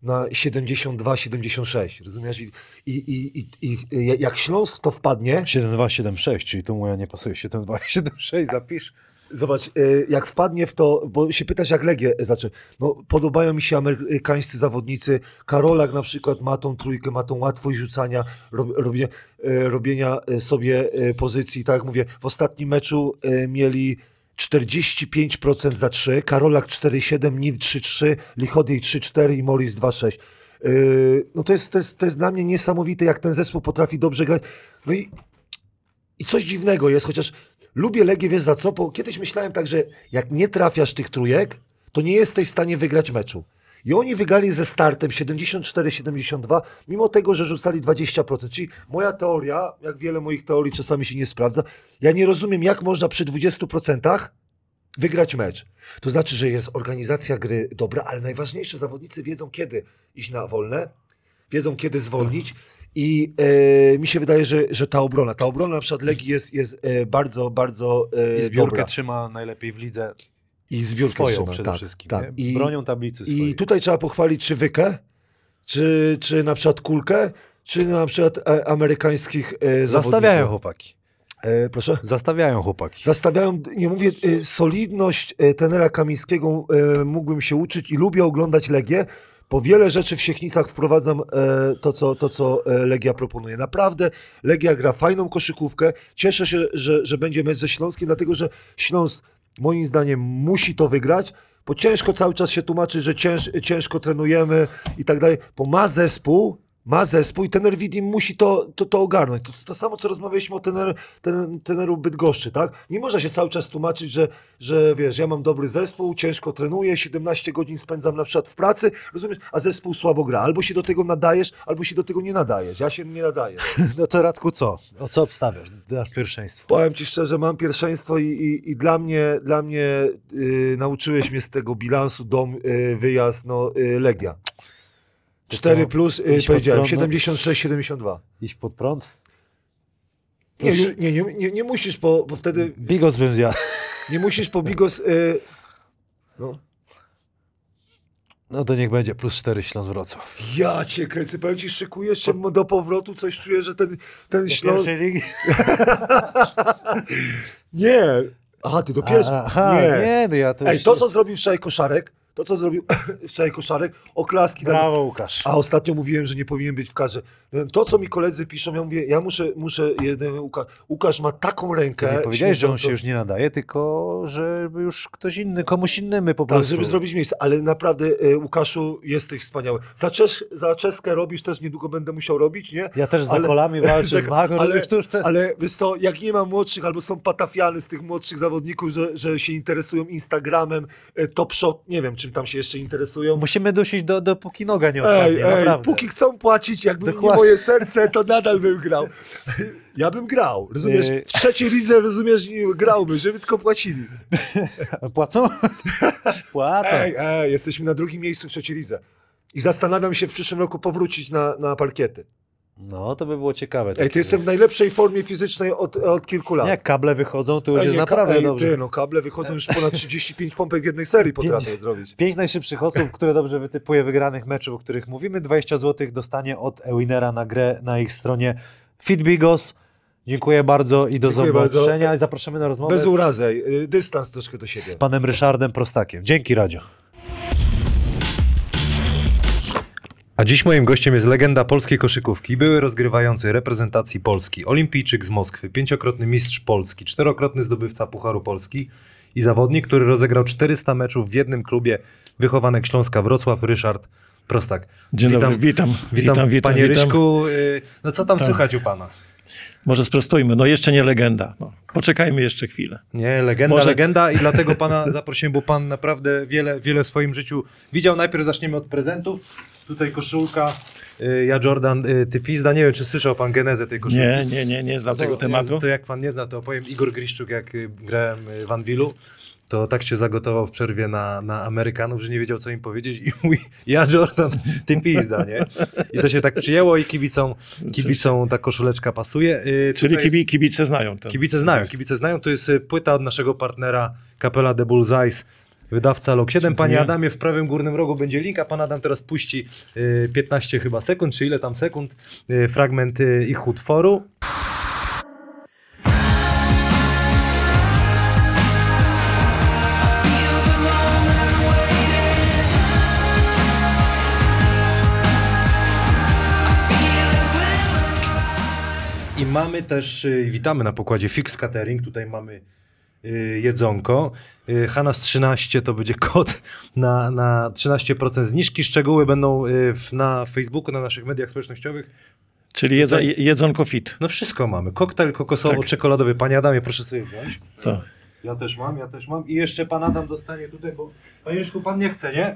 72-76, rozumiesz? I jak Śląsk to wpadnie... 7-2-7-6, czyli tu moja nie pasuje. 7-2-7-6, zapisz. Zobacz, jak wpadnie w to, bo się pytasz jak Legię zacznie. No, podobają mi się amerykańscy zawodnicy. Karolak na przykład ma tą trójkę, ma tą łatwość rzucania, robienia sobie pozycji. Tak jak mówię, w ostatnim meczu mieli 45% za 3, Karolak 4,7, Nil 3,3, Lichodziej 3,4 i Morris 2,6. No to jest dla mnie niesamowite, jak ten zespół potrafi dobrze grać. No i coś dziwnego jest, chociaż lubię Legię, wiesz za co? Bo kiedyś myślałem tak, że jak nie trafiasz tych trójek, to nie jesteś w stanie wygrać meczu. I oni wygrali ze startem 74-72, mimo tego, że rzucali 20%. Czyli moja teoria, jak wiele moich teorii czasami się nie sprawdza, ja nie rozumiem, jak można przy 20% wygrać mecz. To znaczy, że jest organizacja gry dobra, ale najważniejsze, zawodnicy wiedzą, kiedy iść na wolne, wiedzą, kiedy zwolnić. I mi się wydaje, że ta obrona na przykład Legii jest bardzo, bardzo I zbiórkę dobra. trzyma najlepiej w lidze. I zbiórkę swoją trzyma, przede tak, wszystkim. tak. Nie? Bronią tablicy swojej. I tutaj trzeba pochwalić czy Wykę, czy na przykład Kulkę, czy na przykład amerykańskich Zastawiają zawodników. chłopaki. Proszę? Zastawiają chłopaki. Zastawiają, nie mówię, solidność trenera Kamińskiego mógłbym się uczyć i lubię oglądać Legię, bo wiele rzeczy w Siechnicach wprowadzam to, co Legia proponuje. Naprawdę Legia gra fajną koszykówkę. Cieszę się, że będzie mecz ze Śląskiem, dlatego że Śląsk moim zdaniem musi to wygrać, bo ciężko cały czas się tłumaczyć, że ciężko trenujemy i tak dalej, bo ma zespół i trener Widim musi to ogarnąć. To samo, co rozmawialiśmy o treneru Bydgoszczy, tak? Nie można się cały czas tłumaczyć, że wiesz, ja mam dobry zespół, ciężko trenuję, 17 godzin spędzam na przykład w pracy, rozumiesz, a zespół słabo gra. Albo się do tego nadajesz, albo się do tego nie nadajesz. Ja się nie nadaję. No to Radku co? O co obstawiasz? Dasz pierwszeństwo. Powiem ci szczerze, mam pierwszeństwo i dla mnie nauczyłeś mnie z tego bilansu dom, wyjazd, Legia. 4 plus, powiedziałem, 76-72. Iść pod prąd? Nie musisz, bo wtedy... Bigos bym zjadł. Nie musisz po Bigos... No to niech będzie plus 4 Śląsk Wrocław. Ja cię kręcę, powiem ci, szykujesz się do powrotu, coś czuję, że ten Śląsk... ligi? Nie! Aha, ty do pierwszej... Aha, nie, no ja to Ej, już... to co zrobił wczoraj Koszarek, To, co zrobił wczoraj Koszarek, oklaski. Brawo, Łukasz. A ostatnio mówiłem, że nie powinien być w kadrze. To, co mi koledzy piszą, ja mówię, ja muszę jeden Łukasz ma taką rękę. Nie powiedziałeś, że on śmierdzącą. się już nie nadaje, tylko żeby już ktoś inny, komuś innemu po Tak, prostu. żeby zrobić miejsce, ale naprawdę, Łukaszu, jesteś wspaniały. Za Czeskę robisz, też niedługo będę musiał robić, nie? Ja też za kolami walczę z Magą, ale, sztuczce. ale wiesz co, jak nie ma młodszych, albo są patafiany z tych młodszych zawodników, że się interesują Instagramem, Top Shot, nie wiem, czym tam się jeszcze interesują. Musimy dusić dopóki noga nie odpadnie, naprawdę. Póki chcą płacić, jakby nie Dokładnie. moje serce, to nadal bym grał. Ja bym grał, rozumiesz? W trzeciej lidze, rozumiesz, grałby, żeby tylko płacili. Płacą? Płacą. Jesteśmy na drugim miejscu w trzeciej lidze. I zastanawiam się w przyszłym roku powrócić na parkiety. No, to by było ciekawe. To jestem w najlepszej formie fizycznej od kilku lat. Jak kable wychodzą, to już jest naprawdę dobrze. Kable wychodzą już ponad 35 pompek w jednej serii potrafię zrobić. 5 najszybszych osób, które dobrze wytypuje wygranych meczów, o których mówimy. 20 zł dostanie od Ewinera na grę na ich stronie Fitbigos. Dziękuję bardzo i do Dziękuję zobaczenia. bardzo. I zapraszamy na rozmowę Bez urazy, dystans troszkę do siebie. z panem Ryszardem Prostakiem. Dzięki, Radzio. A dziś moim gościem jest legenda polskiej koszykówki, były rozgrywający reprezentacji Polski, olimpijczyk z Moskwy, 5-krotny mistrz Polski, 4-krotny zdobywca Pucharu Polski i zawodnik, który rozegrał 400 meczów w jednym klubie, wychowanek Śląska Wrocław, Ryszard Prostak. Dzień dobry, witam. Panie Ryszku. No co tam słychać u pana? Może sprostujmy, no jeszcze nie legenda. No, poczekajmy jeszcze chwilę. Nie, legenda i dlatego pana zaprosiłem, bo pan naprawdę wiele w swoim życiu widział. Najpierw zaczniemy od prezentów. Tutaj koszulka, ja Jordan, ty pizda. Nie wiem, czy słyszał pan genezę tej koszulki. Nie znam tego tematu. To jak pan nie zna, to opowiem. Igor Griszczuk, jak grałem w Anwilu, to tak się zagotował w przerwie na Amerykanów, że nie wiedział, co im powiedzieć i mówi, ja Jordan, ty pizda, nie? I to się tak przyjęło i kibicom ta koszuleczka pasuje. Czyli kibice znają to. Kibice znają. To jest płyta od naszego partnera Kapela The Bullseyes, wydawca Lok 7. Panie Adamie, w prawym górnym rogu będzie link, a pan Adam teraz puści 15 chyba sekund, czy ile tam sekund, fragment ich utworu. I mamy też, witamy na pokładzie Fix Catering, tutaj mamy jedzonko. Hanas 13 to będzie kod na 13% zniżki. Szczegóły będą na Facebooku, na naszych mediach społecznościowych. Czyli jedzonko fit. No wszystko mamy. Koktajl kokosowo-czekoladowy. Panie Adamie, proszę sobie wziąć. Co? Ja też mam. I jeszcze pan Adam dostanie tutaj, bo panie Ryszku, pan nie chce, nie?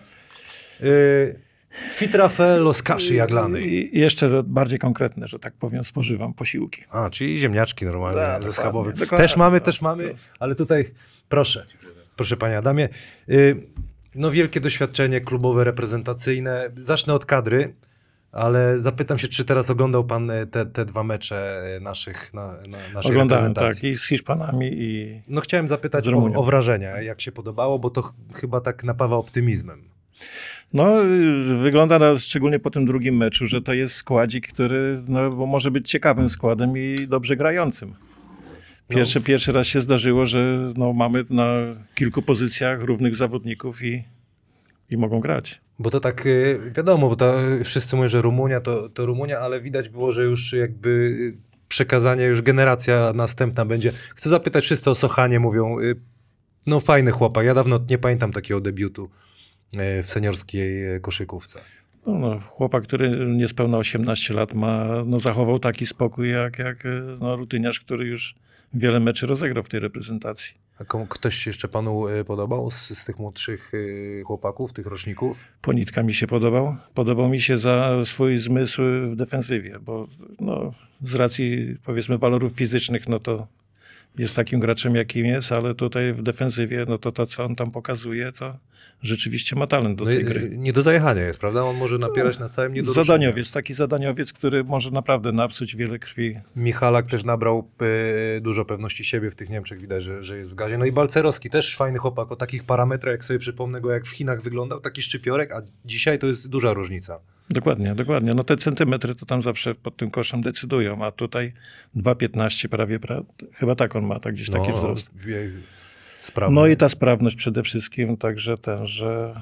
Fitrafel z kaszy jaglanej. I jeszcze bardziej konkretne, że tak powiem, spożywam posiłki. A, czyli ziemniaczki normalnie ze schabowych. Dokładnie. Też mamy, ale tutaj proszę panie Adamie. No wielkie doświadczenie klubowe, reprezentacyjne. Zacznę od kadry, ale zapytam się, czy teraz oglądał pan te dwa mecze naszej Oglądałem, reprezentacji? tak, i z Hiszpanami i No chciałem zapytać z Rumunią. o wrażenia, jak się podobało, bo to chyba tak napawa optymizmem. no, wygląda szczególnie po tym drugim meczu, że to jest składzik, który bo może być ciekawym składem i dobrze grającym. Pierwszy raz się zdarzyło, że mamy na kilku pozycjach równych zawodników i mogą grać. Bo to tak wiadomo, bo wszyscy mówią, że Rumunia to Rumunia, ale widać było, że już jakby przekazanie, już generacja następna będzie. Chcę zapytać, wszyscy o Sochanie mówią, no fajny chłopak, ja dawno nie pamiętam takiego debiutu w seniorskiej koszykówce. Chłopak, który niespełna 18 lat zachował taki spokój jak rutyniarz, który już wiele meczy rozegrał w tej reprezentacji. A ktoś się jeszcze panu podobał z tych młodszych chłopaków, tych roczników? Ponitka mi się podobał. Podobał mi się za swój zmysł w defensywie, bo z racji powiedzmy walorów fizycznych, to jest takim graczem, jakim jest, ale tutaj w defensywie, to co on tam pokazuje, to rzeczywiście ma talent do tej gry. Nie do zajechania jest, prawda? On może napierać na całym, nie do ruszenia. Taki zadaniowiec, który może naprawdę napsuć wiele krwi. Michalak też nabrał dużo pewności siebie w tych Niemczech, widać, że jest w gazie. No i Balcerowski też fajny chłopak, o takich parametrach, jak sobie przypomnę go, jak w Chinach wyglądał, taki szczypiorek, a dzisiaj to jest duża różnica. Dokładnie. Te centymetry to tam zawsze pod tym koszem decydują, a tutaj 2,15 prawie, chyba tak on ma, gdzieś taki wzrost. Sprawny. I ta sprawność przede wszystkim, także że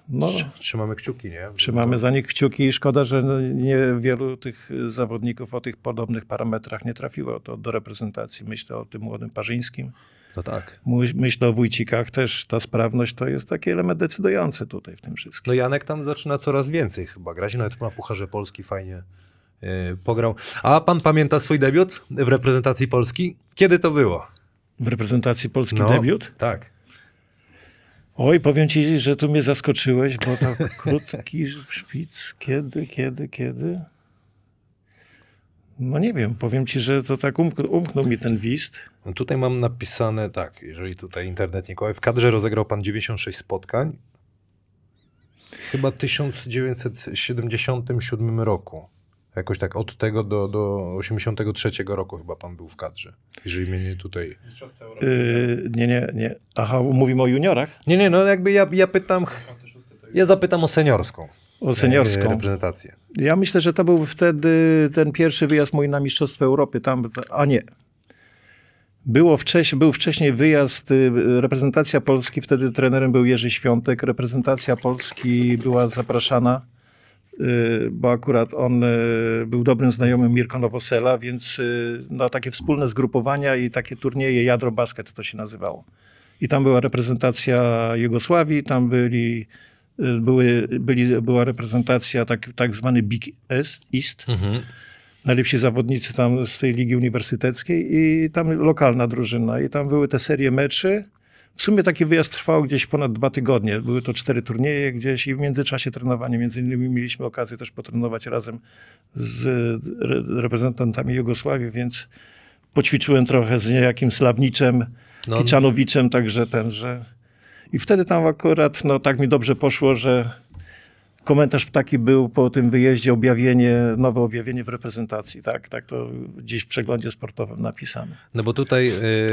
No, Trzymamy kciuki, nie? trzymamy za nich kciuki i szkoda, że niewielu tych zawodników o tych podobnych parametrach nie trafiło do reprezentacji. Myślę o tym młodym Parzyńskim. No tak. Myślę o Wójcikach też. Ta sprawność to jest taki element decydujący tutaj w tym wszystkim. No Janek tam zaczyna coraz więcej chyba grać, nawet na Pucharze Polski fajnie pograł. A pan pamięta swój debiut w reprezentacji Polski? Kiedy to było? W reprezentacji Polski debiut? Tak. Oj, powiem ci, że tu mnie zaskoczyłeś, bo to krótki szpic. Kiedy? No nie wiem, powiem ci, że to tak umknął mi ten gwizd. No tutaj mam napisane tak, jeżeli tutaj internet nie kłamie. W kadrze rozegrał pan 96 spotkań. Chyba w 1977 roku. Jakoś tak od tego do 83 roku chyba pan był w kadrze. Jeżeli mnie nie tutaj... Mistrzostwa Europy. Nie. Aha, mówimy o juniorach? Nie, no jakby ja pytam... Ja zapytam o seniorską. O seniorską. Reprezentację. Ja myślę, że to był wtedy ten pierwszy wyjazd mój na Mistrzostwa Europy. Był wcześniej wyjazd, reprezentacja Polski, wtedy trenerem był Jerzy Świątek. Reprezentacja Polski była zapraszana, bo akurat on był dobrym znajomym Mirka Nowosela, więc no, takie wspólne zgrupowania i takie turnieje Jadro Basket to się nazywało. I tam była reprezentacja Jugosławii, tam była reprezentacja tak zwany Big East. Najlepsi zawodnicy tam z tej ligi uniwersyteckiej i tam lokalna drużyna. I tam były te serie meczy. W sumie taki wyjazd trwał gdzieś ponad 2 tygodnie. Były to 4 turnieje gdzieś i w międzyczasie trenowanie. Między innymi mieliśmy okazję też potrenować razem z reprezentantami Jugosławii, więc poćwiczyłem trochę z niejakim Slawniczem, Kiczanowiczem, także tenże. I wtedy tam akurat, no tak mi dobrze poszło, że komentarz taki był po tym wyjeździe, nowe objawienie w reprezentacji. Tak to gdzieś w przeglądzie sportowym napisane. No bo tutaj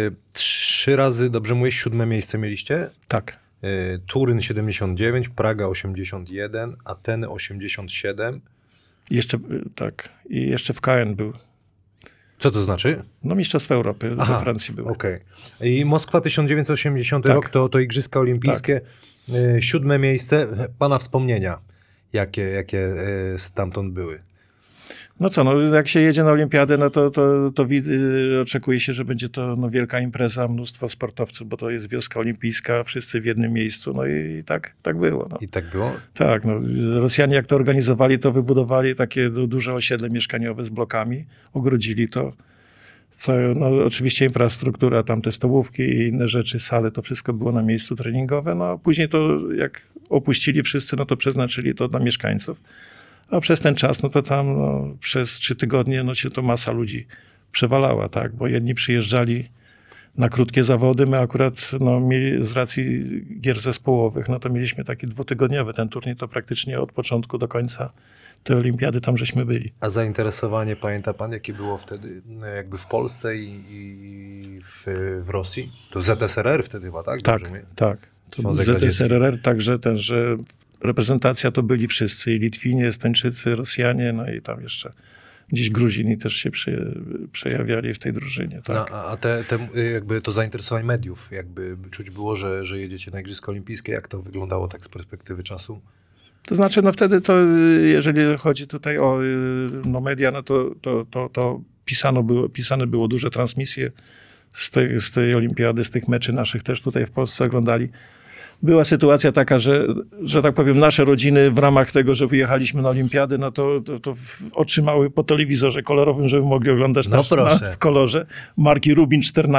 3 razy, dobrze mówię, 7 miejsce mieliście? Tak. Turyn 79, Praga 81, Ateny 87. Jeszcze, tak. I jeszcze w KN był. Co to znaczy? No Mistrzostwa Europy we Francji były. Okej. I Moskwa 1980 Tak. rok, to Igrzyska Olimpijskie. 7 miejsce. Pana wspomnienia, jakie stamtąd były? No co, no jak się jedzie na olimpiadę, no to oczekuje się, że będzie to no, wielka impreza, mnóstwo sportowców, bo to jest wioska olimpijska, wszyscy w jednym miejscu, no i tak było. No. I tak było? Tak, no, Rosjanie jak to organizowali, to wybudowali takie duże osiedle mieszkaniowe z blokami, ogrodzili to. No, oczywiście infrastruktura, tam te stołówki i inne rzeczy, sale, to wszystko było na miejscu treningowe, no a później to jak opuścili wszyscy, no to przeznaczyli to dla mieszkańców. A przez ten czas, no to tam przez 3 tygodnie no się to masa ludzi przewalała, tak, bo jedni przyjeżdżali na krótkie zawody, my akurat mieli z racji gier zespołowych, no to mieliśmy taki 2-tygodniowy ten turniej, to praktycznie od początku do końca tej olimpiady tam żeśmy byli. A zainteresowanie, pamięta pan, jakie było wtedy jakby w Polsce i w Rosji? To ZSRR wtedy chyba, tak? Tak. To Związek ZSRR, także że reprezentacja to byli wszyscy, i Litwini, Estończycy, Rosjanie, no i tam jeszcze gdzieś Gruzini też się przejawiali w tej drużynie. Tak. No, a jakby to zainteresowanie mediów, jakby czuć było, że jedziecie na Igrzyska Olimpijskie, jak to wyglądało tak z perspektywy czasu? To znaczy, no wtedy to, jeżeli chodzi tutaj o media, no to pisane było duże transmisje z tej olimpiady, z tych meczy naszych też tutaj w Polsce oglądali. Była sytuacja taka, że tak powiem, nasze rodziny w ramach tego, że wyjechaliśmy na olimpiady, no to otrzymały po telewizorze kolorowym, żeby mogli oglądać w kolorze marki Rubin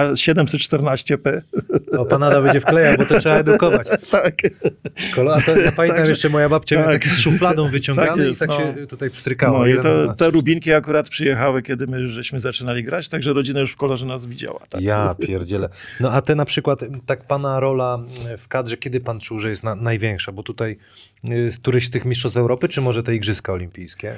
714p. O, pan Ada będzie wklejał, bo to trzeba edukować. Tak. Ja pamiętam jeszcze, moja babcia miała takie z szufladą wyciągane i tak no. się tutaj pstrykało. No i te Rubinki akurat przyjechały, kiedy my już żeśmy zaczynali grać, także rodzina już w kolorze nas widziała. Tak. Ja pierdzielę. No a te na przykład, tak pana rola w kadrze, kiedy pan czuł, że jest największa? Bo tutaj któryś z tych mistrzostw Europy, czy może te Igrzyska Olimpijskie?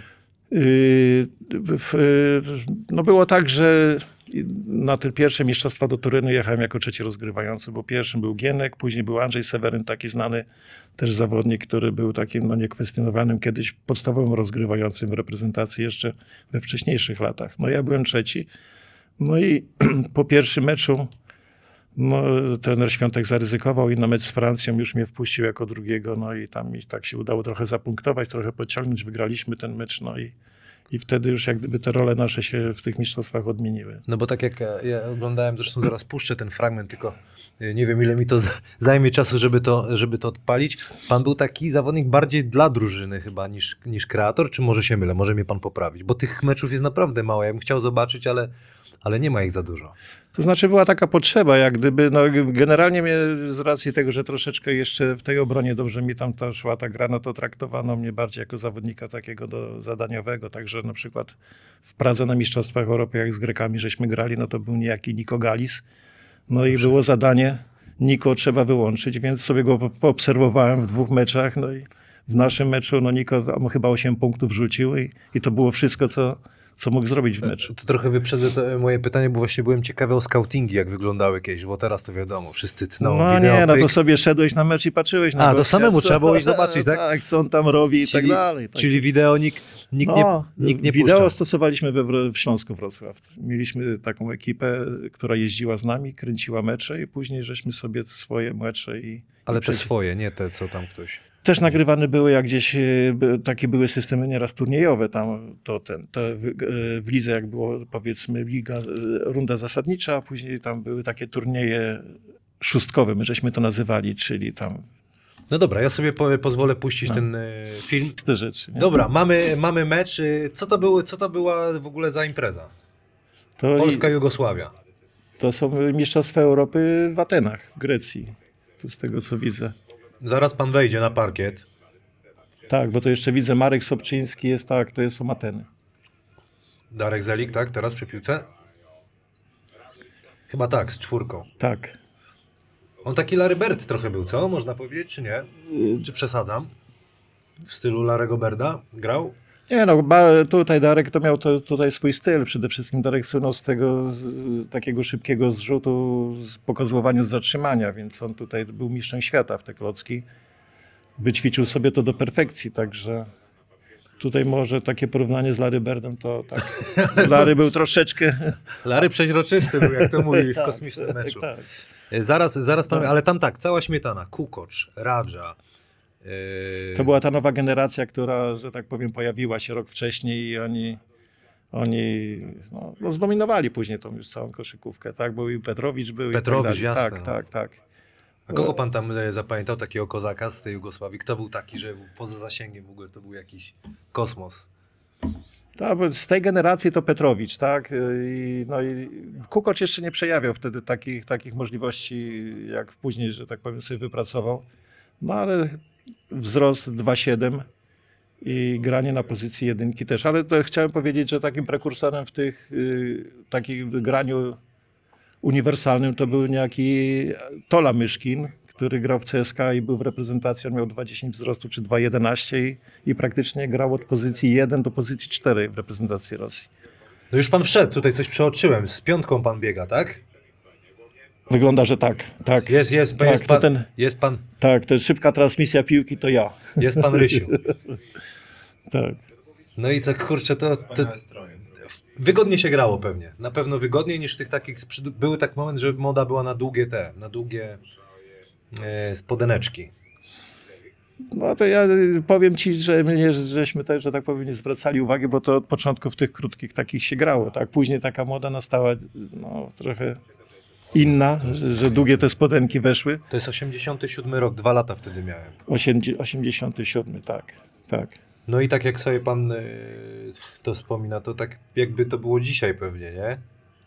No było tak, że na te pierwsze mistrzostwa do Turynu jechałem jako 3. rozgrywający, bo pierwszym był Gienek, później był Andrzej Seweryn, taki znany też zawodnik, który był takim niekwestionowanym kiedyś podstawowym rozgrywającym w reprezentacji jeszcze we wcześniejszych latach. No ja byłem 3. No i po pierwszym meczu No, trener Świątek zaryzykował i na mecz z Francją już mnie wpuścił jako drugiego, no i tam mi tak się udało trochę zapunktować, trochę podciągnąć, wygraliśmy ten mecz, no i wtedy już jak gdyby te role nasze się w tych mistrzostwach odmieniły. No bo tak jak ja oglądałem, zresztą zaraz puszczę ten fragment, tylko nie wiem ile mi to zajmie czasu, żeby to odpalić. Pan był taki zawodnik bardziej dla drużyny chyba niż kreator, czy może się mylę, może mnie pan poprawić, bo tych meczów jest naprawdę mało, ja bym chciał zobaczyć, ale nie ma ich za dużo. To znaczy była taka potrzeba, jak gdyby, no generalnie mnie z racji tego, że troszeczkę jeszcze w tej obronie dobrze mi tam ta szła ta gra, no to traktowano mnie bardziej jako zawodnika takiego zadaniowego, także na przykład w Pradze na Mistrzostwach Europy, jak z Grekami żeśmy grali, no to był niejaki Niko Galis, no i było zadanie, Niko trzeba wyłączyć, więc sobie go poobserwowałem w 2 meczach, no i w naszym meczu, no Niko tam chyba 8 punktów rzucił i to było wszystko, co mógł zrobić w meczu. To trochę wyprzedzę to moje pytanie, bo właśnie byłem ciekawy o scoutingi, jak wyglądały kiedyś, bo teraz to wiadomo, wszyscy tną No wideo, nie, no to pyk. sobie szedłeś na mecz i patrzyłeś na To gościa, samemu co- trzeba było iść zobaczyć, tak? Tak, co on tam robi i tak dalej. Tak. Czyli wideo nikt nie wideo puszczał. stosowaliśmy w Śląsku Wrocław. Mieliśmy taką ekipę, która jeździła z nami, kręciła mecze i później żeśmy sobie swoje mecze Ale te swoje, nie te, co tam ktoś... Też nagrywane były, jak gdzieś takie były systemy nieraz turniejowe, tam w lidze jak było powiedzmy runda zasadnicza, a później tam były takie turnieje szóstkowe, my żeśmy to nazywali, czyli tam No dobra, ja sobie pozwolę puścić ten film. te rzeczy. Nie? Dobra, mamy mecz. Co to była w ogóle za impreza? To, Polska-Jugosławia. to są Mistrzostwa Europy w Atenach, w Grecji, tu z tego co widzę. Zaraz pan wejdzie na parkiet. Tak, bo to jeszcze widzę Marek Sobczyński jest, tak, to są Ateny. Darek Zelik, tak? Teraz przy piłce? Chyba tak, z 4. Tak. On taki Larry Bird trochę był, co? Można powiedzieć, czy nie? Czy przesadzam? W stylu Larry'ego Birda grał? Nie no, tutaj Darek to miał tutaj swój styl. Przede wszystkim Darek słynął z tego takiego szybkiego zrzutu po kozłowaniu z zatrzymania, więc on tutaj był mistrzem świata w te klocki. Wyćwiczył sobie to do perfekcji, także tutaj może takie porównanie z Larry Birdem to tak. Larry był troszeczkę... Larry przeźroczysty był, jak to mówi w kosmicznym meczu. Tak. Zaraz pan, ale tam tak, cała śmietana, Kukoc, Radża. To była ta nowa generacja, która, że tak powiem, pojawiła się rok wcześniej i oni zdominowali później tą już całą koszykówkę, tak? Był i Petrowicz był. Petrowicz, i tak dalej. jasne. Tak. A kogo pan tam zapamiętał, takiego kozaka z tej Jugosławii? Kto był taki, że poza zasięgiem w ogóle to był jakiś kosmos? Tak, bo z tej generacji to Petrowicz, tak? I Kukoc jeszcze nie przejawiał wtedy takich możliwości, jak później, że tak powiem, sobie wypracował. No ale wzrost 2,7 i granie na pozycji jedynki też. Ale to chciałem powiedzieć, że takim prekursorem w takim graniu uniwersalnym to był niejaki Tola Myszkin, który grał w CSKA i był w reprezentacji, on miał 2,10 wzrostu czy 2,11 i praktycznie grał od pozycji 1 do pozycji 4 w reprezentacji Rosji. No już pan wszedł, tutaj coś przeoczyłem. Z 5 pan biega, tak? Wygląda, że tak. Jest pan Tak, to jest szybka transmisja piłki, to ja. Jest pan Rysiu. Tak. No i tak, kurczę, to Wspaniałe stroje. wygodnie się grało pewnie. Na pewno wygodniej niż w tych takich... Były tak moment, że moda była na długie spodeneczki. No to ja powiem ci, że my żeśmy też, że tak powiem, nie zwracali uwagi, bo to od początku w tych krótkich takich się grało, tak? Później taka moda nastała, no, trochę inna, że długie te spodenki weszły. To jest 87 rok, 2 lata wtedy miałem. 87, tak. No i tak jak sobie pan to wspomina, to tak jakby to było dzisiaj pewnie, nie?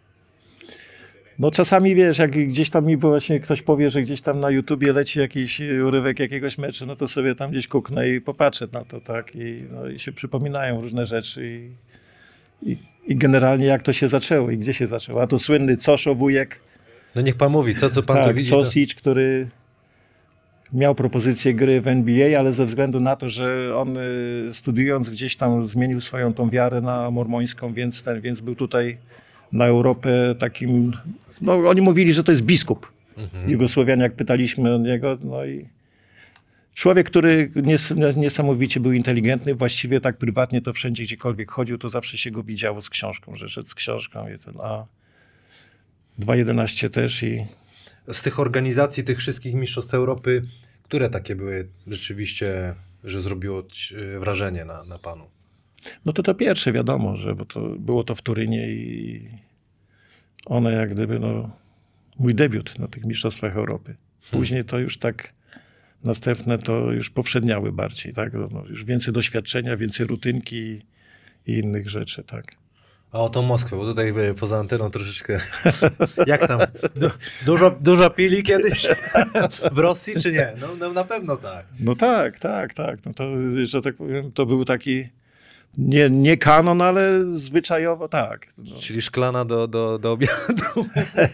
No czasami wiesz, jak gdzieś tam mi właśnie ktoś powie, że gdzieś tam na YouTubie leci jakiś urywek jakiegoś meczu, no to sobie tam gdzieś kuknę i popatrzę na to, tak? I się przypominają różne rzeczy i generalnie jak to się zaczęło i gdzie się zaczęło. A to słynny Coszo wujek. No niech pan mówi, co pan tu widzi? Sosic, który miał propozycję gry w NBA, ale ze względu na to, że on studiując gdzieś tam zmienił swoją tą wiarę na mormońską, więc był tutaj na Europę takim, no oni mówili, że to jest biskup. Jugosłowianie, jak pytaliśmy o niego, no i człowiek, który niesamowicie był inteligentny, właściwie tak prywatnie to wszędzie, gdziekolwiek chodził, to zawsze się go widziało z książką, że szedł z książką i 2,11 też i Z tych organizacji, tych wszystkich mistrzostw Europy, które takie były rzeczywiście, że zrobiło wrażenie na panu? No to pierwsze wiadomo, że bo to, było to w Turynie i one jak gdyby mój debiut na tych mistrzostwach Europy. Później to już tak następne to już powszedniały bardziej, tak? Już więcej doświadczenia, więcej rutynki i innych rzeczy, tak. A o tą Moskwę, bo tutaj poza anteną troszeczkę... Jak tam? Dużo pili kiedyś w Rosji, czy nie? No na pewno tak. No tak. No to, że tak powiem, to był taki nie kanon, ale zwyczajowo tak. No. Czyli szklana do obiadu.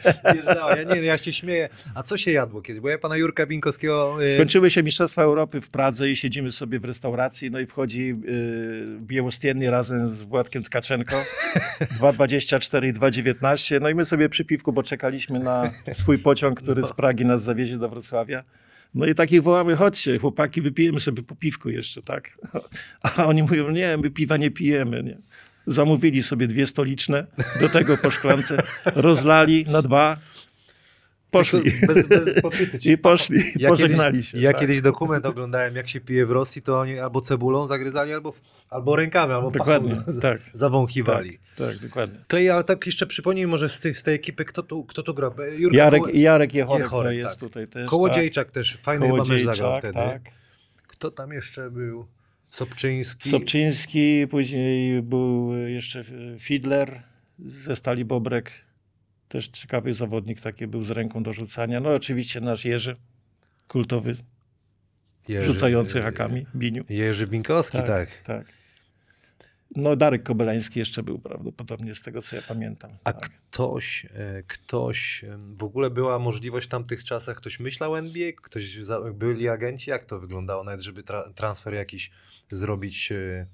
Ja się śmieję. A co się jadło kiedy? Bo ja pana Jurka Binkowskiego... Skończyły się Mistrzostwa Europy w Pradze i siedzimy sobie w restauracji, no i wchodzi Białostienny razem z Władkiem Tkaczenko, 2,24 i 2,19, no i my sobie przy piwku, bo czekaliśmy na swój pociąg, który z Pragi nas zawiezie do Wrocławia. No i takich wołamy, chodźcie, chłopaki, wypijemy sobie po piwku jeszcze, tak? A oni mówią, nie, my piwa nie pijemy, nie? Zamówili sobie 2 stoliczne, do tego po szklance, rozlali na 2, poszli. Bez popity. I poszli, pożegnali się. Ja tak. kiedyś dokument oglądałem, jak się pije w Rosji, to oni albo cebulą zagryzali, albo rękami, albo Dokładnie, pachą tak. zawąchiwali. Tak, dokładnie. Klej, ale tak jeszcze przypomnij może z tej ekipy, kto tu gra? Jurka Jarek Jechorek Jechorek, to jest tak. tutaj też. Kołodziejczak też, fajny chyba mecz zagrał Kołodziejczak, wtedy. tak. Kto tam jeszcze był? Sobczyński. Sobczyński, później był jeszcze Fidler ze Stali Bobrek. Też ciekawy zawodnik taki był z ręką do rzucania. No oczywiście nasz Jerzy, kultowy, rzucający hakami, Biniu. Jerzy Binkowski, tak. Tak. No Darek Kobelański jeszcze był prawdopodobnie z tego, co ja pamiętam. A tak. ktoś, w ogóle była możliwość w tamtych czasach, ktoś myślał o NBA? Byli agenci? Jak to wyglądało? Nawet żeby transfer jakiś zrobić...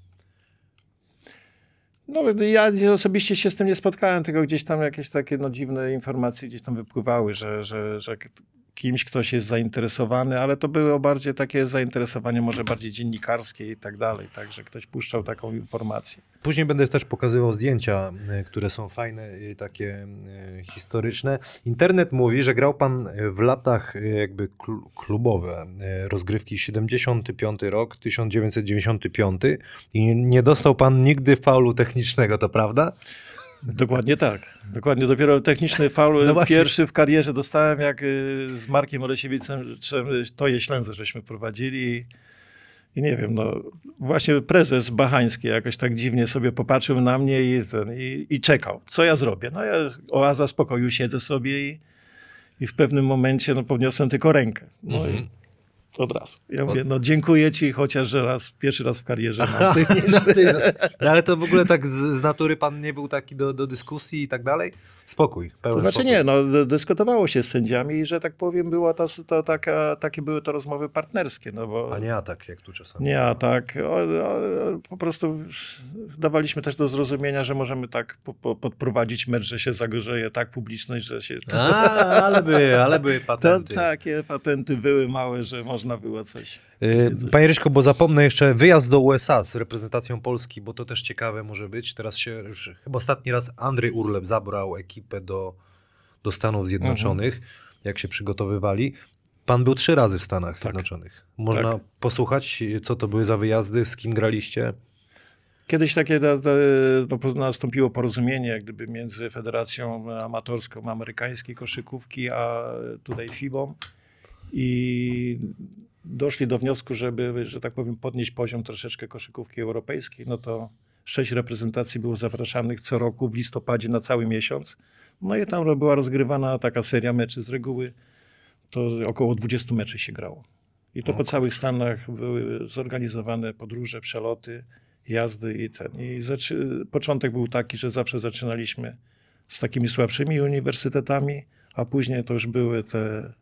No ja osobiście się z tym nie spotkałem, tylko gdzieś tam jakieś takie dziwne informacje gdzieś tam wypływały, że kimś ktoś jest zainteresowany, ale to było bardziej takie zainteresowanie może bardziej dziennikarskie i tak dalej, także ktoś puszczał taką informację. Później będę też pokazywał zdjęcia, które są fajne, takie historyczne. Internet mówi, że grał pan w latach jakby klubowe, rozgrywki 75 rok, 1995 i nie dostał pan nigdy faulu technicznego, to prawda? Dokładnie tak. Dokładnie. Dopiero techniczny faul pierwszy w karierze dostałem, jak z Markiem Olesiewiczem Toje Ślęzę żeśmy prowadzili i nie wiem, właśnie prezes Bachański jakoś tak dziwnie sobie popatrzył na mnie i czekał, co ja zrobię. No ja oaza spokoju siedzę sobie i w pewnym momencie podniosłem tylko rękę. No i od razu. Ja mówię, dziękuję ci, chociaż że pierwszy raz w karierze mam. Ale to w ogóle tak z natury pan nie był taki do dyskusji i tak dalej? Spokój. To znaczy spokój. nie, dyskutowało się z sędziami i że tak powiem była takie były to rozmowy partnerskie. Bo, a nie atak, jak tu czasami. Nie atak. Po prostu dawaliśmy też do zrozumienia, że możemy tak podprowadzić mecz, że się zagrzeje tak publiczność, że się... Ale były patenty. Takie patenty były małe, że można było coś. Panie Ryszko, bo zapomnę jeszcze wyjazd do USA z reprezentacją Polski, bo to też ciekawe może być. Teraz się już chyba ostatni raz Andrzej Urlep zabrał ekipę do Stanów Zjednoczonych, jak się przygotowywali. Pan był 3 razy w Stanach Zjednoczonych. Można posłuchać, co to były za wyjazdy, z kim graliście? Kiedyś takie nastąpiło porozumienie jak gdyby między Federacją Amatorską Amerykańskiej Koszykówki, a tutaj FIBą i doszli do wniosku, żeby, że tak powiem, podnieść poziom troszeczkę koszykówki europejskiej. No to 6 reprezentacji było zapraszanych co roku w listopadzie na cały miesiąc. No i tam była rozgrywana taka seria meczy. Z reguły to około 20 meczy się grało. I to po całych Stanach były zorganizowane podróże, przeloty, jazdy i początek był taki, że zawsze zaczynaliśmy z takimi słabszymi uniwersytetami, a później to już były te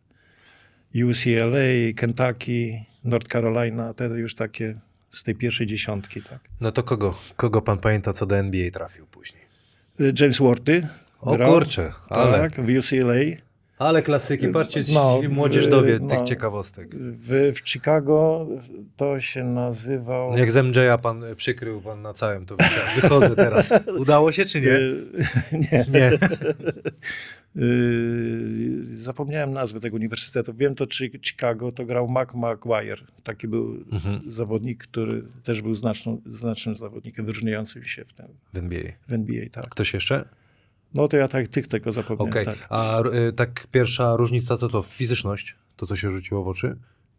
UCLA, Kentucky, North Carolina, te już takie z tej pierwszej dziesiątki. Tak. No to kogo pan pamięta, co do NBA trafił później? James Worthy. O kurczę, ale... Tak, w UCLA. Ale klasyki, patrzcie, młodzież dowie tych ciekawostek. W Chicago to się nazywał... Jak z MJ-a pan przykrył na całym, to wychodzę teraz. Udało się czy nie? Nie. Zapomniałem nazwy tego uniwersytetu. Wiem to Chicago, to grał Maguire. Taki był zawodnik, który też był znacznym zawodnikiem, wyróżniającym się W NBA. w NBA, tak. Ktoś jeszcze? No to ja tych tego zapomniałem. Okej. Tak. A tak pierwsza różnica co to? Fizyczność? To, co się rzuciło w oczy?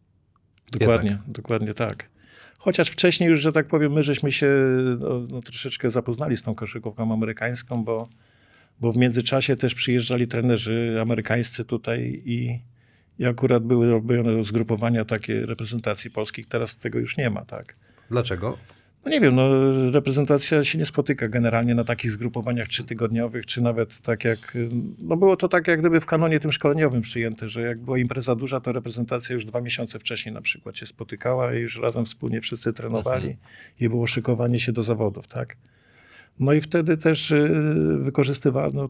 Dokładnie tak. Chociaż wcześniej już, że tak powiem, my żeśmy się troszeczkę zapoznali z tą koszykówką amerykańską, bo w międzyczasie też przyjeżdżali trenerzy amerykańscy tutaj i akurat były robione zgrupowania takie reprezentacji polskich. Teraz tego już nie ma, tak. Dlaczego? No nie wiem, reprezentacja się nie spotyka generalnie na takich zgrupowaniach 3-tygodniowych, czy nawet tak jak, było to tak jak gdyby w kanonie tym szkoleniowym przyjęte, że jak była impreza duża, to reprezentacja już 2 miesiące wcześniej na przykład się spotykała i już razem wspólnie wszyscy trenowali i było szykowanie się do zawodów, tak. No i wtedy też wykorzystywano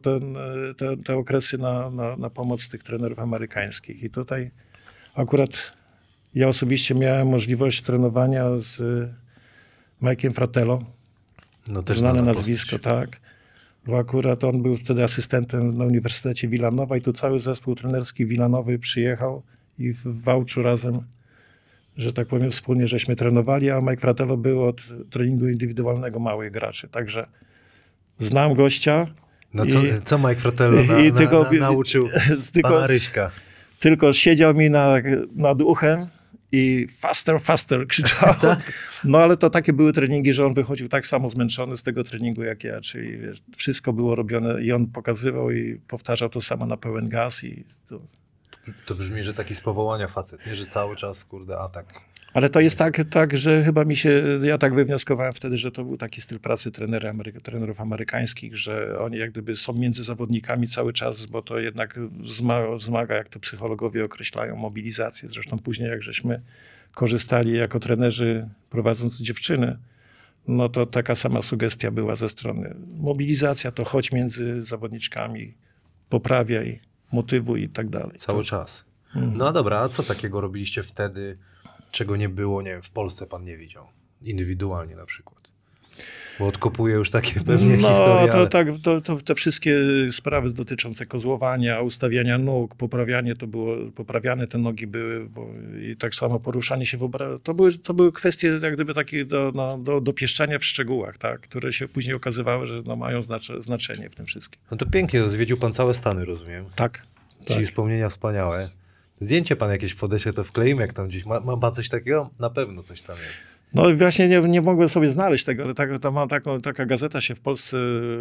te okresy na pomoc tych trenerów amerykańskich i tutaj akurat ja osobiście miałem możliwość trenowania z Mike'iem Fratello, No też znane znana nazwisko, postać. tak. Bo akurat on był wtedy asystentem na Uniwersytecie Villanowa i tu cały zespół trenerski Villanowy przyjechał i w Wałczu razem, że tak powiem, wspólnie żeśmy trenowali, a Mike Fratello był od treningu indywidualnego małych graczy. Także znam gościa. No co Mike Fratello nauczył pana Ryśka? Tylko siedział mi nad uchem i faster krzyczał. No ale to takie były treningi, że on wychodził tak samo zmęczony z tego treningu jak ja, czyli wiesz, wszystko było robione i on pokazywał i powtarzał to samo na pełen gaz i To brzmi, że taki z powołania facet, nie, że cały czas, kurde, atak. Ale to jest tak, że chyba ja tak wywnioskowałem wtedy, że to był taki styl pracy trenerów amerykańskich, że oni jak gdyby są między zawodnikami cały czas, bo to jednak wzmaga, jak to psychologowie określają, mobilizację. Zresztą później jak żeśmy korzystali jako trenerzy prowadząc dziewczyny, no to taka sama sugestia była ze strony. Mobilizacja to chodź między zawodniczkami, poprawiaj, motywuj i tak dalej. Cały czas. No dobra, a co takiego robiliście wtedy, czego nie było, nie wiem, w Polsce pan nie widział? Indywidualnie na przykład. Bo odkopuję już takie pewnie historie. No ale... tak, to te wszystkie sprawy dotyczące kozłowania, ustawiania nóg, poprawiane te nogi były i tak samo poruszanie się to były kwestie jak gdyby takie do pieszczania w szczegółach, tak, które się później okazywały, że mają znaczenie w tym wszystkim. No to pięknie, zwiedził pan całe Stany, rozumiem. Tak. Czyli wspomnienia wspaniałe. Zdjęcie pan jakieś podeśle, to wkleimy, jak tam gdzieś. Ma pan coś takiego? Na pewno coś tam jest. No właśnie nie mogłem sobie znaleźć tego, ale mam taka gazeta się w Polsce,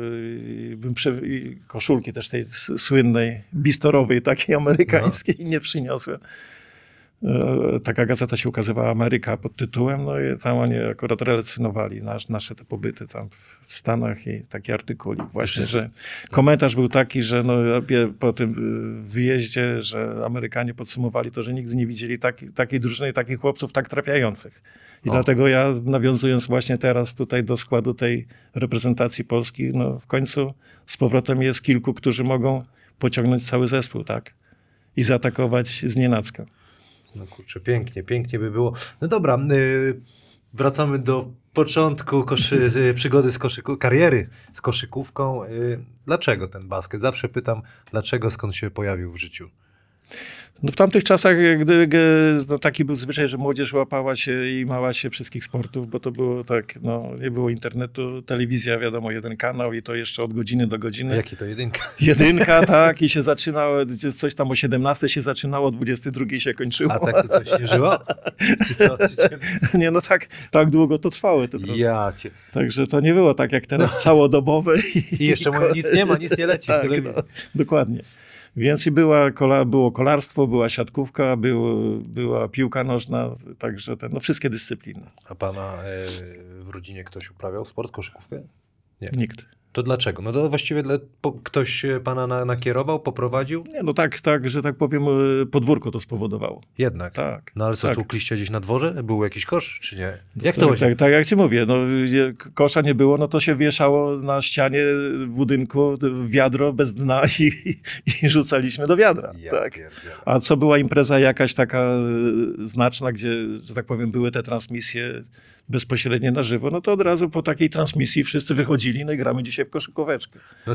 koszulki też tej słynnej, bistorowej, takiej amerykańskiej nie przyniosłem. Taka gazeta się ukazywała, Ameryka, pod tytułem, no i tam oni akurat relacjonowali nasze te pobyty tam w Stanach i taki artykulik właśnie, że komentarz był taki, że po tym wyjeździe, że Amerykanie podsumowali to, że nigdy nie widzieli takiej drużyny, takich chłopców tak trafiających. I dlatego ja, nawiązując właśnie teraz tutaj do składu tej reprezentacji Polski, w końcu z powrotem jest kilku, którzy mogą pociągnąć cały zespół, tak? I zaatakować znienacka. No kurczę, pięknie by było. No dobra, wracamy do początku przygody kariery z koszykówką. Dlaczego ten basket? Zawsze pytam, dlaczego, skąd się pojawił w życiu? No w tamtych czasach taki był zwyczaj, że młodzież łapała się i mała się wszystkich sportów, bo to było tak, nie było internetu, telewizja, wiadomo, jeden kanał i to jeszcze od godziny do godziny. A jaki to jedynka? Jedynka, tak, i się zaczynało, coś tam o 17 się zaczynało, o 22 się kończyło. A tak coś się żyło? Czy co? Nie, tak długo to trwało. Także to nie było tak jak teraz całodobowe. I jeszcze nic nie leci w telewizji. Dokładnie. Więc i było kolarstwo, była siatkówka, była piłka nożna, także wszystkie dyscypliny. A pana w rodzinie ktoś uprawiał sport, koszykówkę? Nie. Nikt. To dlaczego? No to właściwie ktoś pana nakierował, poprowadził? Nie, tak, że tak powiem, podwórko to spowodowało. Jednak? Tak. No ale co, tak. Tłukliście gdzieś na dworze? Był jakiś kosz, czy nie? Jak to właśnie? Tak jak ci mówię, kosza nie było, to się wieszało na ścianie w budynku wiadro bez dna i rzucaliśmy do wiadra. Tak. A co była impreza jakaś taka znaczna, gdzie, że tak powiem, były te transmisje, bezpośrednie na żywo, no to od razu po takiej transmisji wszyscy wychodzili, no i gramy dzisiaj w koszykóweczkę.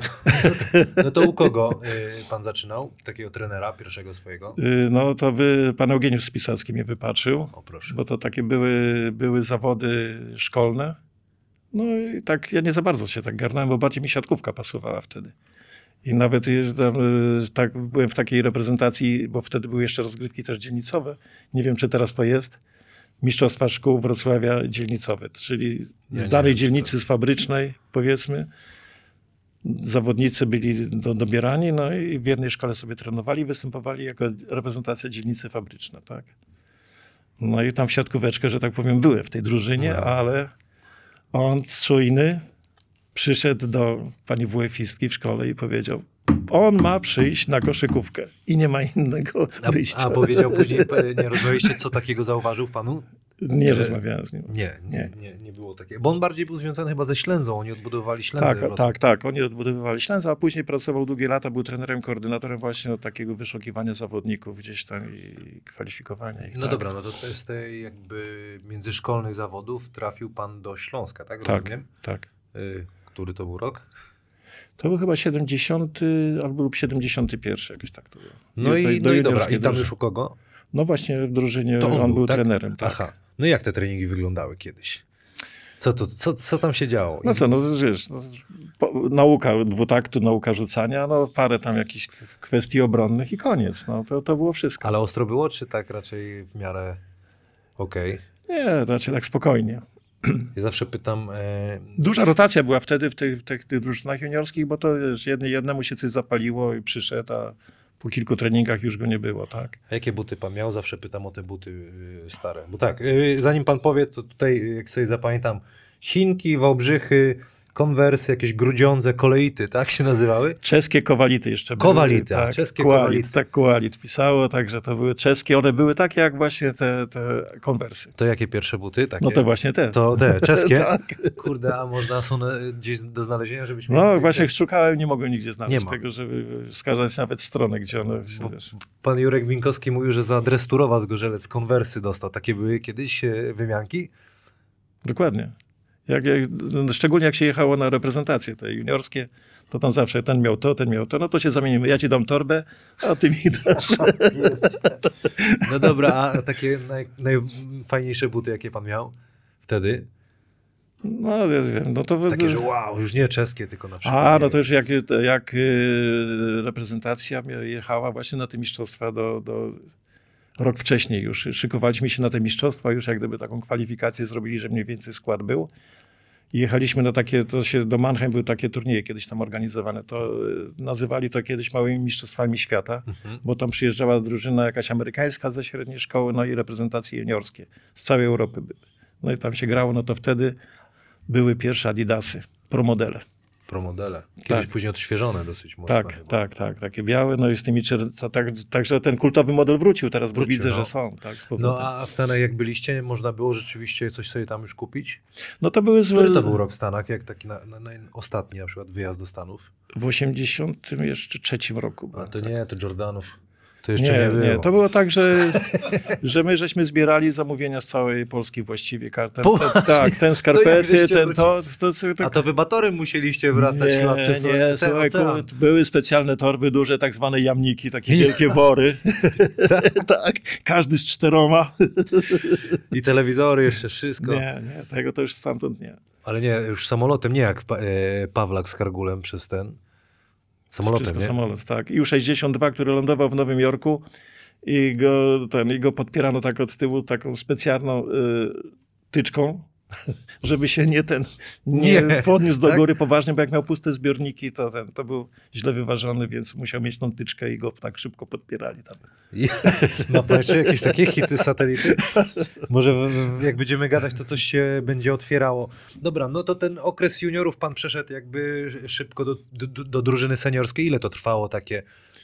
No to u kogo pan zaczynał? Takiego trenera pierwszego swojego? No to pan Eugeniusz Spisacki mnie wypatrzył, O proszę. bo to takie były zawody szkolne. No i tak ja nie za bardzo się tak garnąłem, bo bardziej mi siatkówka pasowała wtedy. I nawet tak, byłem w takiej reprezentacji, bo wtedy były jeszcze rozgrywki też dzielnicowe. Nie wiem, czy teraz to jest. Mistrzostwa Szkół Wrocławia dzielnicowe, czyli z danej dzielnicy, z fabrycznej, powiedzmy. Zawodnicy byli dobierani, no i w jednej szkole sobie trenowali, występowali jako reprezentacja dzielnicy fabryczna, tak. No i tam w siatkóweczkę, że tak powiem, byłem w tej drużynie, ale on czujny przyszedł do pani WF-istki w szkole i powiedział, on ma przyjść na koszykówkę i nie ma innego wyjścia. A powiedział później, nie rozmawialiście, co takiego zauważył panu? Nie rozmawiałem z nim. Nie było takiego. Bo on bardziej był związany chyba ze Ślęzą. Oni odbudowywali Ślęzę. Tak. Oni odbudowywali Ślęzę, a później pracował długie lata, był trenerem, koordynatorem właśnie od takiego wyszukiwania zawodników gdzieś tam i kwalifikowania ich. No dobra, no to z tej jakby międzyszkolnych zawodów trafił pan do Śląska, tak? Rozumiem? Tak. Który to był rok? To był chyba 70 albo lub 71, jakoś tak to było. No i dobra. I tam drużyny. już u kogo? No właśnie w drużynie To on był tak? trenerem. Tak. Aha. No i jak te treningi wyglądały kiedyś? Co tam się działo? No co, no wiesz, nauka dwutaktu, nauka rzucania, no parę tam jakichś kwestii obronnych i koniec. No to było wszystko. Ale ostro było, czy tak raczej w miarę okej? Nie, raczej tak spokojnie. Ja zawsze pytam... Duża rotacja była wtedy w tych drużynach juniorskich, bo to wiesz, jednemu się coś zapaliło i przyszedł, a po kilku treningach już go nie było, tak? A jakie buty pan miał? Zawsze pytam o te buty stare. Bo tak, zanim pan powie, to tutaj, jak sobie zapamiętam, Chinki, Wałbrzychy, Konwersy, jakieś Grudziądze, Koleity, tak się nazywały? Czeskie Kowality jeszcze były. Kowality, tak, czeskie Kowalit, Kowality. tak, Kowalit pisało, także to były czeskie, one były takie jak właśnie te Konwersy. To jakie pierwsze buty? Takie? No to właśnie te. To te, czeskie? Tak. Kurde, a można są gdzieś do znalezienia, żebyśmy... No właśnie szukałem, nie mogłem nigdzie znaleźć Nie ma. tego, żeby wskazać nawet stronę, gdzie one... Wiesz. Pan Jurek Winkowski mówił, że za Dresturowa z Gorzelec Konwersy dostał. Takie były kiedyś wymianki? Dokładnie. Szczególnie jak się jechało na reprezentacje te juniorskie, to tam zawsze ten miał to, no to się zamienimy. Ja ci dam torbę, a ty mi dasz. No dobra, a takie najfajniejsze buty, jakie pan miał wtedy? No ja wiem, no to... Takie, że wow, już nie czeskie, tylko na przykład... A, no to już jak reprezentacja jechała właśnie na te mistrzostwa rok wcześniej już. Szykowaliśmy się na te mistrzostwa, już jak gdyby taką kwalifikację zrobili, że mniej więcej skład był. I jechaliśmy na takie, do Mannheim były takie turnieje kiedyś tam organizowane. To nazywali to kiedyś małymi mistrzostwami świata, bo tam przyjeżdżała drużyna jakaś amerykańska ze średniej szkoły, no i reprezentacje juniorskie z całej Europy były. No i tam się grało, no to wtedy były pierwsze Adidasy, promodele. Promodele. Kiedyś później odświeżone dosyć mocno. Tak, takie białe, no i z tymi także ten kultowy model wrócił teraz, bo Wrócił, widzę, no. że są. Tak, No a w Stanach jak byliście, można było rzeczywiście coś sobie tam już kupić? No to były Który to był rok w Stanach, jak taki ostatni na przykład wyjazd do Stanów? w 83 roku. A to tak. nie, to Jordanów. To jeszcze nie było. Nie, to było tak, że my żeśmy zbierali zamówienia z całej Polski właściwie. Ten skarpety, A to wy batorem musieliście wracać w klatce nie, słuchaj, były specjalne torby, duże tak zwane jamniki, takie wielkie wory. Tak, każdy z 4. I telewizory jeszcze, wszystko. Nie, tego to już stamtąd nie. Ale nie, już samolotem, nie jak Pawlak z Kargulem przez ten. Samolotem, Wszystko nie? samolot, tak. I U-62, który lądował w Nowym Jorku i go podpierano tak od tyłu taką specjalną tyczką, żeby się nie podniósł do góry poważnie, bo jak miał puste zbiorniki, to był źle wyważony, więc musiał mieć tą tyczkę i go tak szybko podpierali tam. Ma pan jeszcze jakieś takie hity satelity? Może jak będziemy gadać, to coś się będzie otwierało. Dobra, no to ten okres juniorów pan przeszedł jakby szybko do drużyny seniorskiej. Ile to trwało takie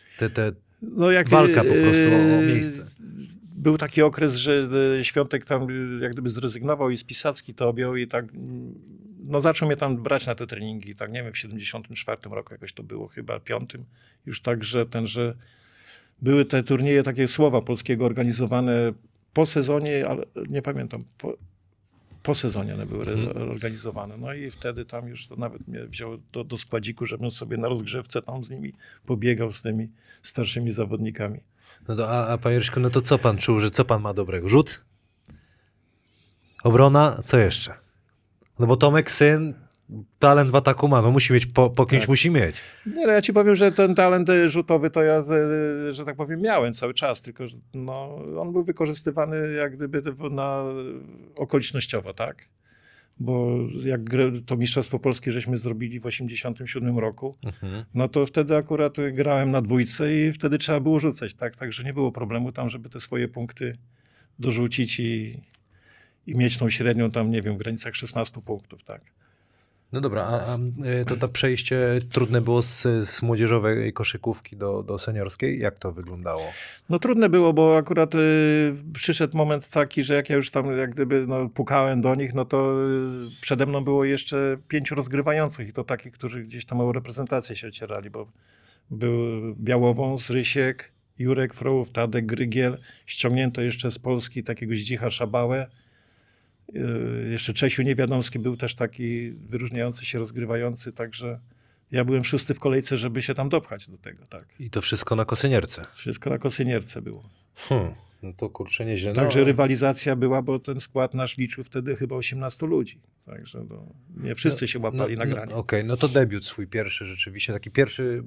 walka po prostu o miejsce? Był taki okres, że Świątek tam jak gdyby zrezygnował i Spisacki to objął i tak, no zaczął mnie tam brać na te treningi, tak nie wiem, w 74 roku jakoś to było, chyba 5. Już tak, że były te turnieje takie Słowa Polskiego organizowane po sezonie, ale nie pamiętam, Po sezonie one były organizowane. No i wtedy tam już to nawet mnie wziął do składziku, żebym sobie na rozgrzewce tam z nimi pobiegał, z tymi starszymi zawodnikami. No to, a panie Ryszku, no to co pan czuł, że co pan ma dobrego? Rzut? Obrona? Co jeszcze? No bo Tomek, syn, talent w ataku ma, no musi mieć, po kimś musi mieć. Nie, no ja ci powiem, że ten talent rzutowy to ja, że tak powiem, miałem cały czas, tylko że no, on był wykorzystywany jak gdyby okolicznościowo, tak? Bo jak to Mistrzostwo Polskie żeśmy zrobili w 1987 roku, no to wtedy akurat grałem na dwójce i wtedy trzeba było rzucać, tak? Także nie było problemu tam, żeby te swoje punkty dorzucić i mieć tą średnią tam, nie wiem, w granicach 16 punktów, tak? No dobra, to przejście trudne było z młodzieżowej koszykówki do seniorskiej? Jak to wyglądało? No trudne było, bo akurat przyszedł moment taki, że jak ja już tam jak gdyby pukałem do nich, no to przede mną było jeszcze 5 rozgrywających i to takich, którzy gdzieś tam o reprezentację się ocierali, bo był Białowąs, Rysiek, Jurek Frołów, Tadek Grygiel, ściągnięto jeszcze z Polski takiego Zdzicha Szabałę. Jeszcze Czesiu Niewiadomski był też taki wyróżniający się, rozgrywający, także ja byłem 6 w kolejce, żeby się tam dopchać do tego, tak. I to wszystko na Kosynierce? Wszystko na Kosynierce było. No to kurczę, nieźle. Także rywalizacja była, bo ten skład nasz liczył wtedy chyba 18 ludzi. Także nie wszyscy się łapali na granie. Okej, no to debiut swój pierwszy rzeczywiście, taki pierwszy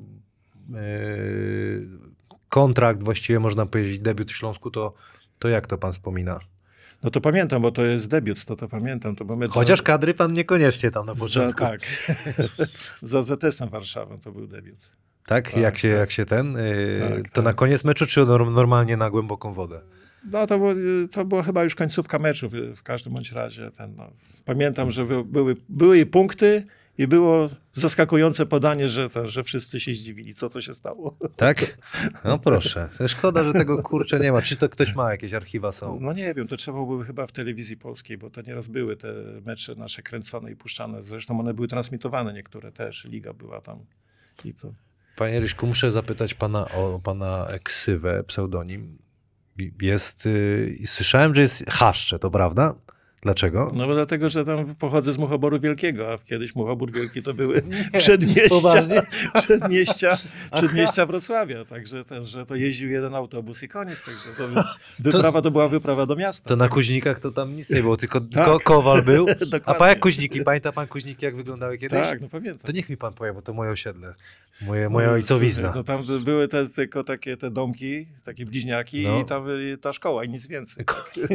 kontrakt, właściwie można powiedzieć, debiut w Śląsku, to jak to pan wspomina? No to pamiętam, bo to jest debiut, to pamiętam. To Chociaż kadry pan niekoniecznie tam na początku. Tak. Za ZS-em Warszawą to był debiut. Tak? Tak, Jak się ten? Tak, to tak. na koniec meczu, czy normalnie na głęboką wodę? No to było chyba już końcówka meczu w każdym bądź razie. Pamiętam, że były i punkty i było zaskakujące podanie, że wszyscy się zdziwili, co to się stało. Tak? No proszę. Szkoda, że tego kurczę nie ma. Czy to ktoś ma, jakieś archiwa są? No nie wiem, to trzeba byłoby chyba w telewizji polskiej, bo to nieraz były te mecze nasze kręcone i puszczane. Zresztą one były transmitowane niektóre też. Liga była tam i to... Panie Ryśku, muszę zapytać pana o pana ksywę, pseudonim. Jest, słyszałem, że jest Haszcze, to prawda? Dlaczego? No bo dlatego, że tam pochodzę z Muchoboru Wielkiego, a kiedyś Muchobór Wielki to były przedmieścia Wrocławia, także że to jeździł jeden autobus i koniec. Także wyprawa to była wyprawa do miasta. To na Kuźnikach to tam nic nie było, tylko Kowal był. A pan jak Kuźniki? Pamięta pan Kuźniki, jak wyglądały kiedyś? Tak, no pamiętam. To niech mi pan powie, bo to moje osiedle, moja ojcowizna. No tam były tylko takie te domki, takie bliźniaki i tam ta szkoła i nic więcej.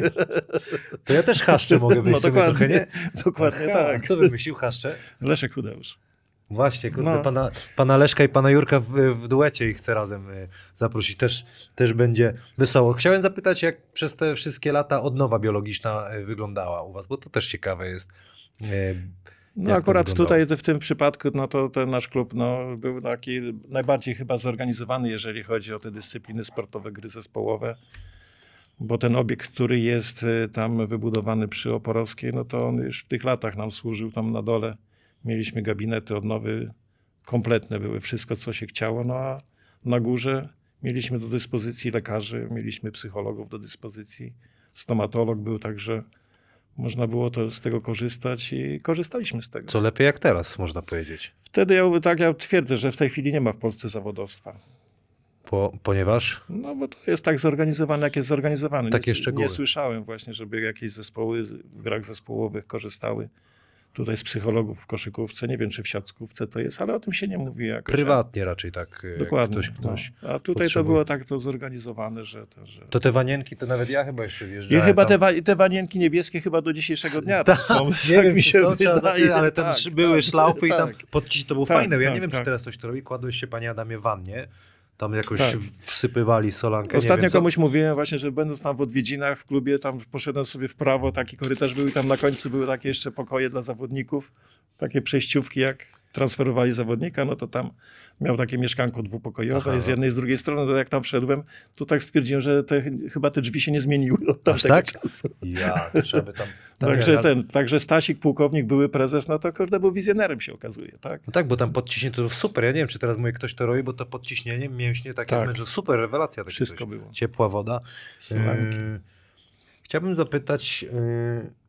To ja też Haszcze mogę być sobie trochę, nie? Dokładnie tak. Kto wymyślił Haszcze? Leszek Chudeusz. Właśnie, kurde, pana Leszka i pana Jurka w duecie ich chcę razem zaprosić. Też będzie wesoło. Chciałem zapytać, jak przez te wszystkie lata odnowa biologiczna wyglądała u was, bo to też ciekawe jest. No akurat tutaj w tym przypadku, no to ten nasz klub był taki najbardziej chyba zorganizowany, jeżeli chodzi o te dyscypliny sportowe, gry zespołowe. Bo ten obiekt, który jest tam wybudowany przy Oporowskiej, no to on już w tych latach nam służył tam na dole. Mieliśmy gabinety odnowy, kompletne były, wszystko co się chciało, no a na górze mieliśmy do dyspozycji lekarzy, mieliśmy psychologów do dyspozycji, stomatolog był, także można było z tego korzystać i korzystaliśmy z tego. Co lepiej jak teraz, można powiedzieć. Wtedy ja twierdzę, że w tej chwili nie ma w Polsce zawodowstwa. Ponieważ? No bo to jest tak zorganizowane, jak jest zorganizowane. Takie szczegóły. Nie słyszałem właśnie, żeby jakieś zespoły w grach zespołowych korzystały tutaj z psychologów w koszykówce. Nie wiem, czy w siatkówce to jest, ale o tym się nie mówi. Prywatnie raczej tak. Dokładnie. Ktoś A tutaj potrzebuje. to było tak zorganizowane, że... To te wanienki, to nawet ja chyba jeszcze wjeżdżałem. I chyba tam... te wanienki niebieskie chyba do dzisiejszego dnia tam są. Nie wiem, mi się są, wydaje. ale tam były szlaufy i tam to było fajne. Ja nie wiem, czy tak. teraz ktoś to robi. Kładłeś się, panie Adamie, w wannie. Tam jakoś wsypywali solankę. Ostatnio nie wiem, komuś mówiłem właśnie, że będąc tam w odwiedzinach w klubie, tam poszedłem sobie w prawo, taki korytarz był i tam na końcu były takie jeszcze pokoje dla zawodników, takie przejściówki, jak transferowali zawodnika, no to tam miał takie mieszkanko dwupokojowe i z jednej i z drugiej strony, to jak tam wszedłem, to tak stwierdziłem, że chyba te drzwi się nie zmieniły od tamtego czasu. Ja, to trzeba by tam Także Stasik, pułkownik, były prezes, no to kurde był wizjonerem się okazuje, tak? No tak, bo tam podciśnięcie to super. Ja nie wiem, czy teraz ktoś to robi, bo to podciśnienie mięśnie takie Tak. super rewelacja. Takie Wszystko coś. było. Ciepła woda. Solanki. Chciałbym zapytać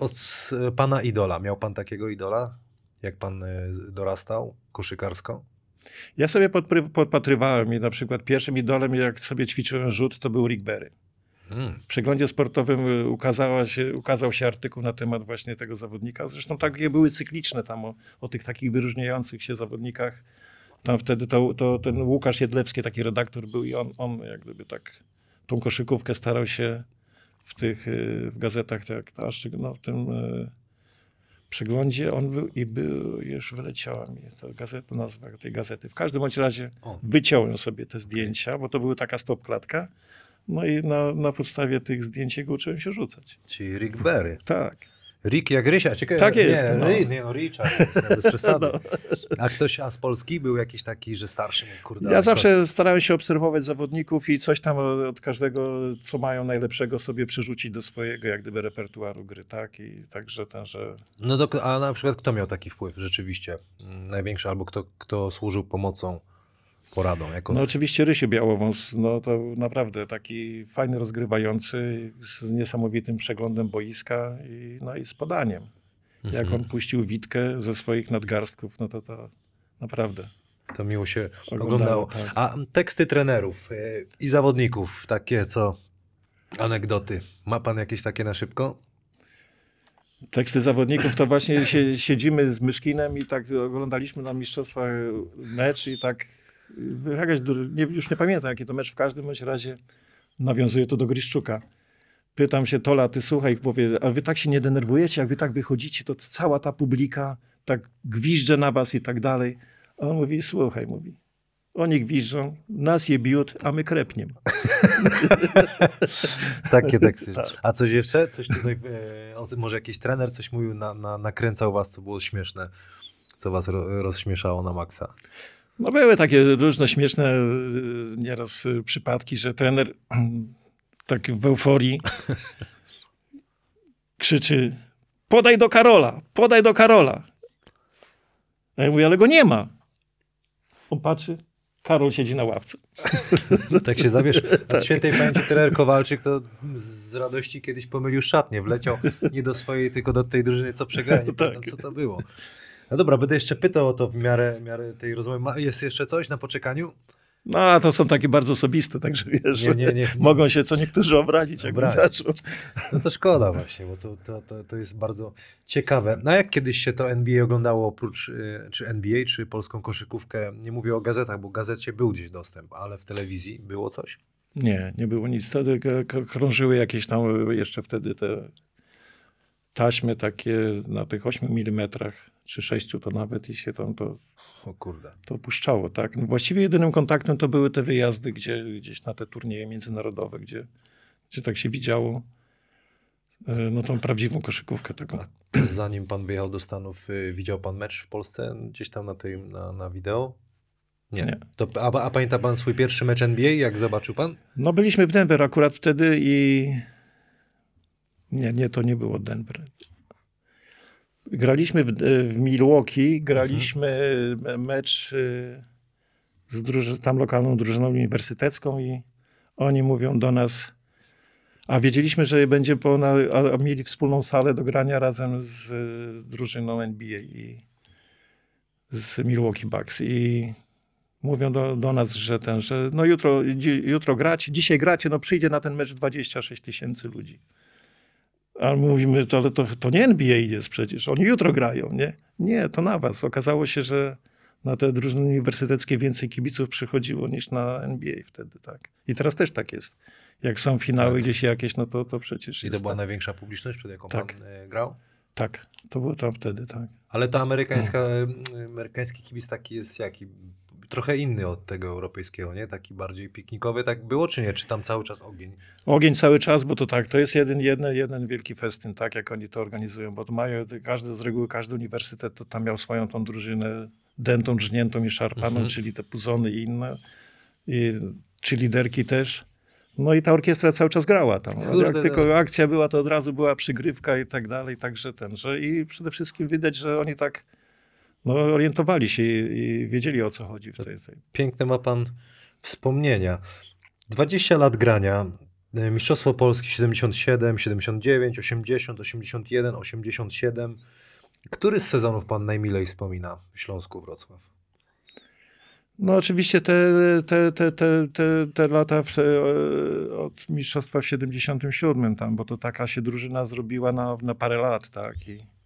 od pana idola. Miał pan takiego idola, jak pan dorastał koszykarsko? Ja sobie podpatrywałem i na przykład pierwszym idolem, jak sobie ćwiczyłem rzut, to był Rick Barry. W przeglądzie sportowym ukazał się artykuł na temat właśnie tego zawodnika. Zresztą takie były cykliczne tam o tych takich wyróżniających się zawodnikach. Tam wtedy to ten Łukasz Jedlewski, taki redaktor był i on jak gdyby tak tą koszykówkę starał się w gazetach, w tym przeglądzie on był i już wyleciała mi nazwa tej gazety. W każdym bądź razie wyciąłem sobie te zdjęcia, bo to była taka stopklatka. No i na podstawie tych zdjęć jego uczyłem się rzucać. Czyli Rick Barry. Tak. Rick jak Rysia. Ciekawe, Tak jest, Nie, no. Richard, jest, bez przesady. A ktoś z Polski był jakiś taki, że starszy? Kurde, Ja zawsze starałem się obserwować zawodników i coś tam od każdego, co mają najlepszego, sobie przerzucić do swojego jak gdyby repertuaru gry, tak? I także że... No to, a na przykład kto miał taki wpływ rzeczywiście? Największy, albo kto służył pomocą, poradą? No oczywiście Rysiu Białowąs, no to naprawdę taki fajny rozgrywający, z niesamowitym przeglądem boiska i z podaniem. Jak on puścił Witkę ze swoich nadgarstków, no to naprawdę. To miło się oglądało. Tak. A teksty trenerów i zawodników, takie co anegdoty. Ma pan jakieś takie na szybko? Teksty zawodników to właśnie siedzimy z Myszkinem i tak oglądaliśmy na mistrzostwach mecz i tak już nie pamiętam jaki to mecz, w każdym bądź razie nawiązuje to do Griszczuka. Pytam się Tola, ty słuchaj, mówię, ale wy tak się nie denerwujecie, jak wy tak wychodzicie, to cała ta publika tak gwizdże na was i tak dalej. A on mówi, słuchaj, oni gwiżdżą, nas je biut, a my krepniem. Takie teksty. Tak. A coś jeszcze? Coś tutaj, może jakiś trener coś mówił, nakręcał was, co było śmieszne, co was rozśmieszało na maksa? No były takie różne śmieszne nieraz przypadki, że trener tak w euforii krzyczy, podaj do Karola, podaj do Karola. A ja mówię, ale go nie ma. On patrzy, Karol siedzi na ławce. Tak się zawiesz. Od świętej pamięci trener Kowalczyk to z radości kiedyś pomylił szatnię. Wleciał nie do swojej, tylko do tej drużyny, co przegrali. Nie pamiętam, co to było. No dobra, będę jeszcze pytał o to w miarę tej rozmowy. Jest jeszcze coś na poczekaniu? No, a to są takie bardzo osobiste, także wiesz, Nie. mogą się co niektórzy obrazić, jakby zaczął. No to szkoda właśnie, bo to jest bardzo ciekawe. No jak kiedyś się to NBA oglądało oprócz czy NBA, czy polską koszykówkę? Nie mówię o gazetach, bo w gazecie był gdzieś dostęp, ale w telewizji było coś? Nie było nic. Wtedy krążyły jakieś tam jeszcze wtedy te taśmy takie na tych 8 mm, czy 6 to nawet i się tam O kurde. to puszczało, tak. No właściwie jedynym kontaktem to były te wyjazdy gdzieś na te turnieje międzynarodowe, gdzie tak się widziało tą prawdziwą koszykówkę tego. Zanim pan wyjechał do Stanów, widział pan mecz w Polsce gdzieś tam na wideo? Nie. A pamięta pan swój pierwszy mecz NBA, jak zobaczył pan? No byliśmy w Denver akurat wtedy i nie, to nie było Denver. Graliśmy w Milwaukee, graliśmy mecz z tam lokalną drużyną uniwersytecką i oni mówią do nas, a wiedzieliśmy, że będzie a mieli wspólną salę do grania razem z drużyną NBA i z Milwaukee Bucks i mówią do nas, że no jutro gracie, dzisiaj gracie, no przyjdzie na ten mecz 26 000 ludzi. A mówimy, ale to nie NBA jest przecież, oni jutro grają, nie? Nie, to na was. Okazało się, że na te drużyny uniwersyteckie więcej kibiców przychodziło niż na NBA wtedy, tak. I teraz też tak jest. Jak są finały gdzieś jakieś, no to przecież I jest. to była tak. największa publiczność, przed jaką Tak. pan grał? Tak, to było tam wtedy, tak. Ale to amerykański kibic taki jest jaki? Trochę inny od tego europejskiego, nie? Taki bardziej piknikowy. Tak było, czy nie? Czy tam cały czas ogień? Ogień cały czas, bo to tak, to jest jeden wielki festyn, tak jak oni to organizują, bo to mają, z reguły każdy uniwersytet to tam miał swoją tą drużynę dętą, drzniętą i szarpaną, czyli te puzony i inne, czy liderki też. No i ta orkiestra cały czas grała tam. Jak tylko akcja była, to od razu była przygrywka i tak dalej, także i przede wszystkim widać, że oni tak orientowali się i wiedzieli, o co chodzi w tej. Piękne ma pan wspomnienia. 20 lat grania. Mistrzostwo Polski 77, 79, 80, 81, 87. Który z sezonów pan najmilej wspomina w Śląsku Wrocław? No oczywiście te lata od mistrzostwa w 77 tam, bo to taka się drużyna zrobiła na parę lat, tak.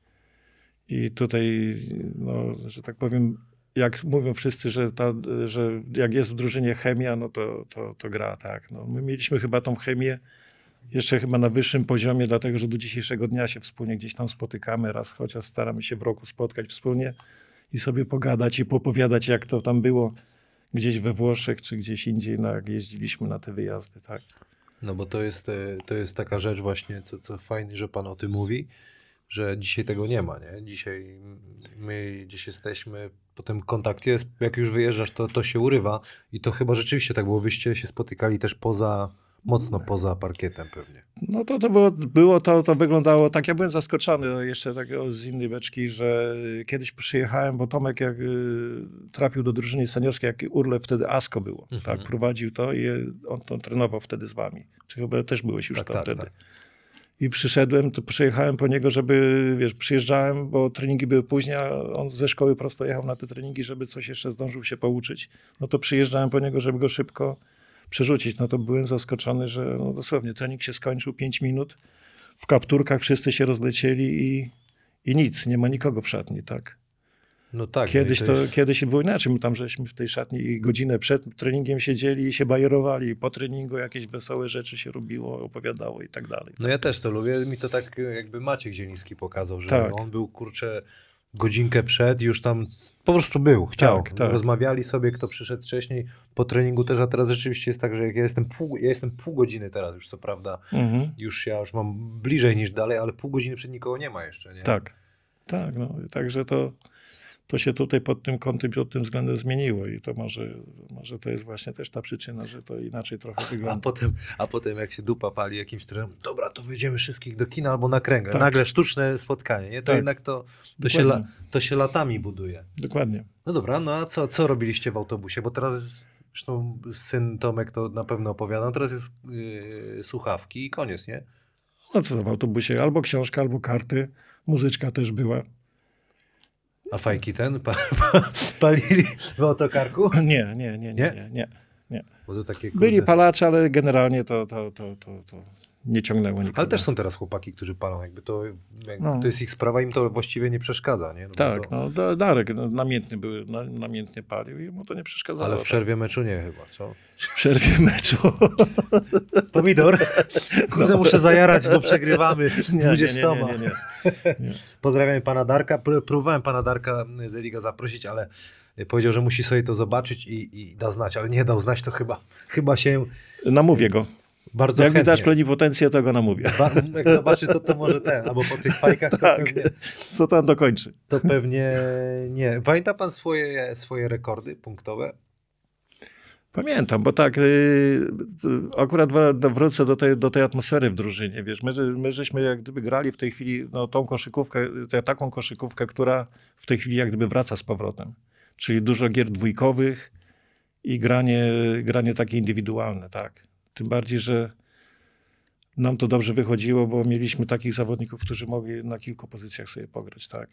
I tutaj, no, że tak powiem, jak mówią wszyscy, że jak jest w drużynie chemia, no to gra, tak. No, my mieliśmy chyba tą chemię jeszcze chyba na wyższym poziomie, dlatego że do dzisiejszego dnia się wspólnie gdzieś tam spotykamy, raz chociaż staramy się w roku spotkać wspólnie i sobie pogadać i popowiadać, jak to tam było gdzieś we Włoszech, czy gdzieś indziej, no, jak jeździliśmy na te wyjazdy, tak. No bo to jest taka rzecz właśnie, co fajnie, że pan o tym mówi, że dzisiaj tego nie ma, nie? Dzisiaj my gdzieś jesteśmy, potem kontakt jest, jak już wyjeżdżasz, to się urywa i to chyba rzeczywiście tak, bo wyście się spotykali też mocno poza parkietem pewnie. No to wyglądało tak, ja byłem zaskoczony jeszcze tak z innej beczki, że kiedyś przyjechałem, bo Tomek jak trafił do drużyny seniorskiej, jak Urle wtedy Asko było, tak, prowadził to i on to trenował wtedy z wami. Czy chyba też byłeś już tam wtedy. Tak. I przyjechałem po niego, żeby, przyjeżdżałem, bo treningi były później, a on ze szkoły prosto jechał na te treningi, żeby coś jeszcze zdążył się pouczyć. No to przyjeżdżałem po niego, żeby go szybko przerzucić. No to byłem zaskoczony, że no dosłownie trening się skończył 5 minut, w kapturkach wszyscy się rozlecieli i nic, nie ma nikogo w szatni, tak. No tak. Kiedyś było inaczej, my tam żeśmy w tej szatni godzinę przed treningiem siedzieli i się bajerowali, po treningu jakieś wesołe rzeczy się robiło, opowiadało i tak dalej. No ja też to lubię, mi to tak jakby Maciek Zieliński pokazał, że tak. On był, godzinkę przed, już tam po prostu był, chciał. Tak. Rozmawiali sobie, kto przyszedł wcześniej po treningu też, a teraz rzeczywiście jest tak, że jak ja jestem pół godziny teraz już, co prawda, ja już mam bliżej niż dalej, ale pół godziny przed nikogo nie ma jeszcze, nie? Tak, no także to się tutaj pod tym kątem, pod tym względem zmieniło i to może to jest właśnie też ta przyczyna, że to inaczej trochę wygląda. A potem jak się dupa pali jakimś trenerem, dobra, to wyjdziemy wszystkich do kina albo na kręgle. Tak. Nagle sztuczne spotkanie, nie? To jednak to się latami buduje. Dokładnie. No dobra, no a co robiliście w autobusie? Bo teraz zresztą syn Tomek to na pewno opowiadał, teraz jest słuchawki i koniec, nie? No co w autobusie? Albo książka, albo karty. Muzyczka też była. A fajki palili w autokarku? Nie. Bo to takie, Byli palacze, ale generalnie to nie ciągnęło nikogo. Ale też są teraz chłopaki, którzy palą. To jest ich sprawa, im to właściwie nie przeszkadza. Nie? Darek namiętnie palił i mu to nie przeszkadzało. Ale w przerwie meczu nie chyba, co? W przerwie meczu. Pomidor. Kurde, muszę zajarać, bo przegrywamy 20. Nie. Pozdrawiam pana Darka. Próbowałem pana Darka z Eliga zaprosić, ale powiedział, że musi sobie to zobaczyć i da znać, ale nie dał znać, to chyba się... Namówię go. Bardzo jak chętnie. mi dasz plenipotencję, to go namówię. Jak zobaczy, to może albo po tych fajkach, to pewnie... Co tam dokończy. To pewnie nie. Pamięta pan swoje rekordy punktowe? Pamiętam, bo tak, akurat wrócę do tej atmosfery w drużynie, wiesz, my żeśmy jak gdyby grali w tej chwili tą koszykówkę, taką koszykówkę, która w tej chwili jak gdyby wraca z powrotem. Czyli dużo gier dwójkowych i granie takie indywidualne, tak. Tym bardziej, że nam to dobrze wychodziło, bo mieliśmy takich zawodników, którzy mogli na kilku pozycjach sobie pograć, tak.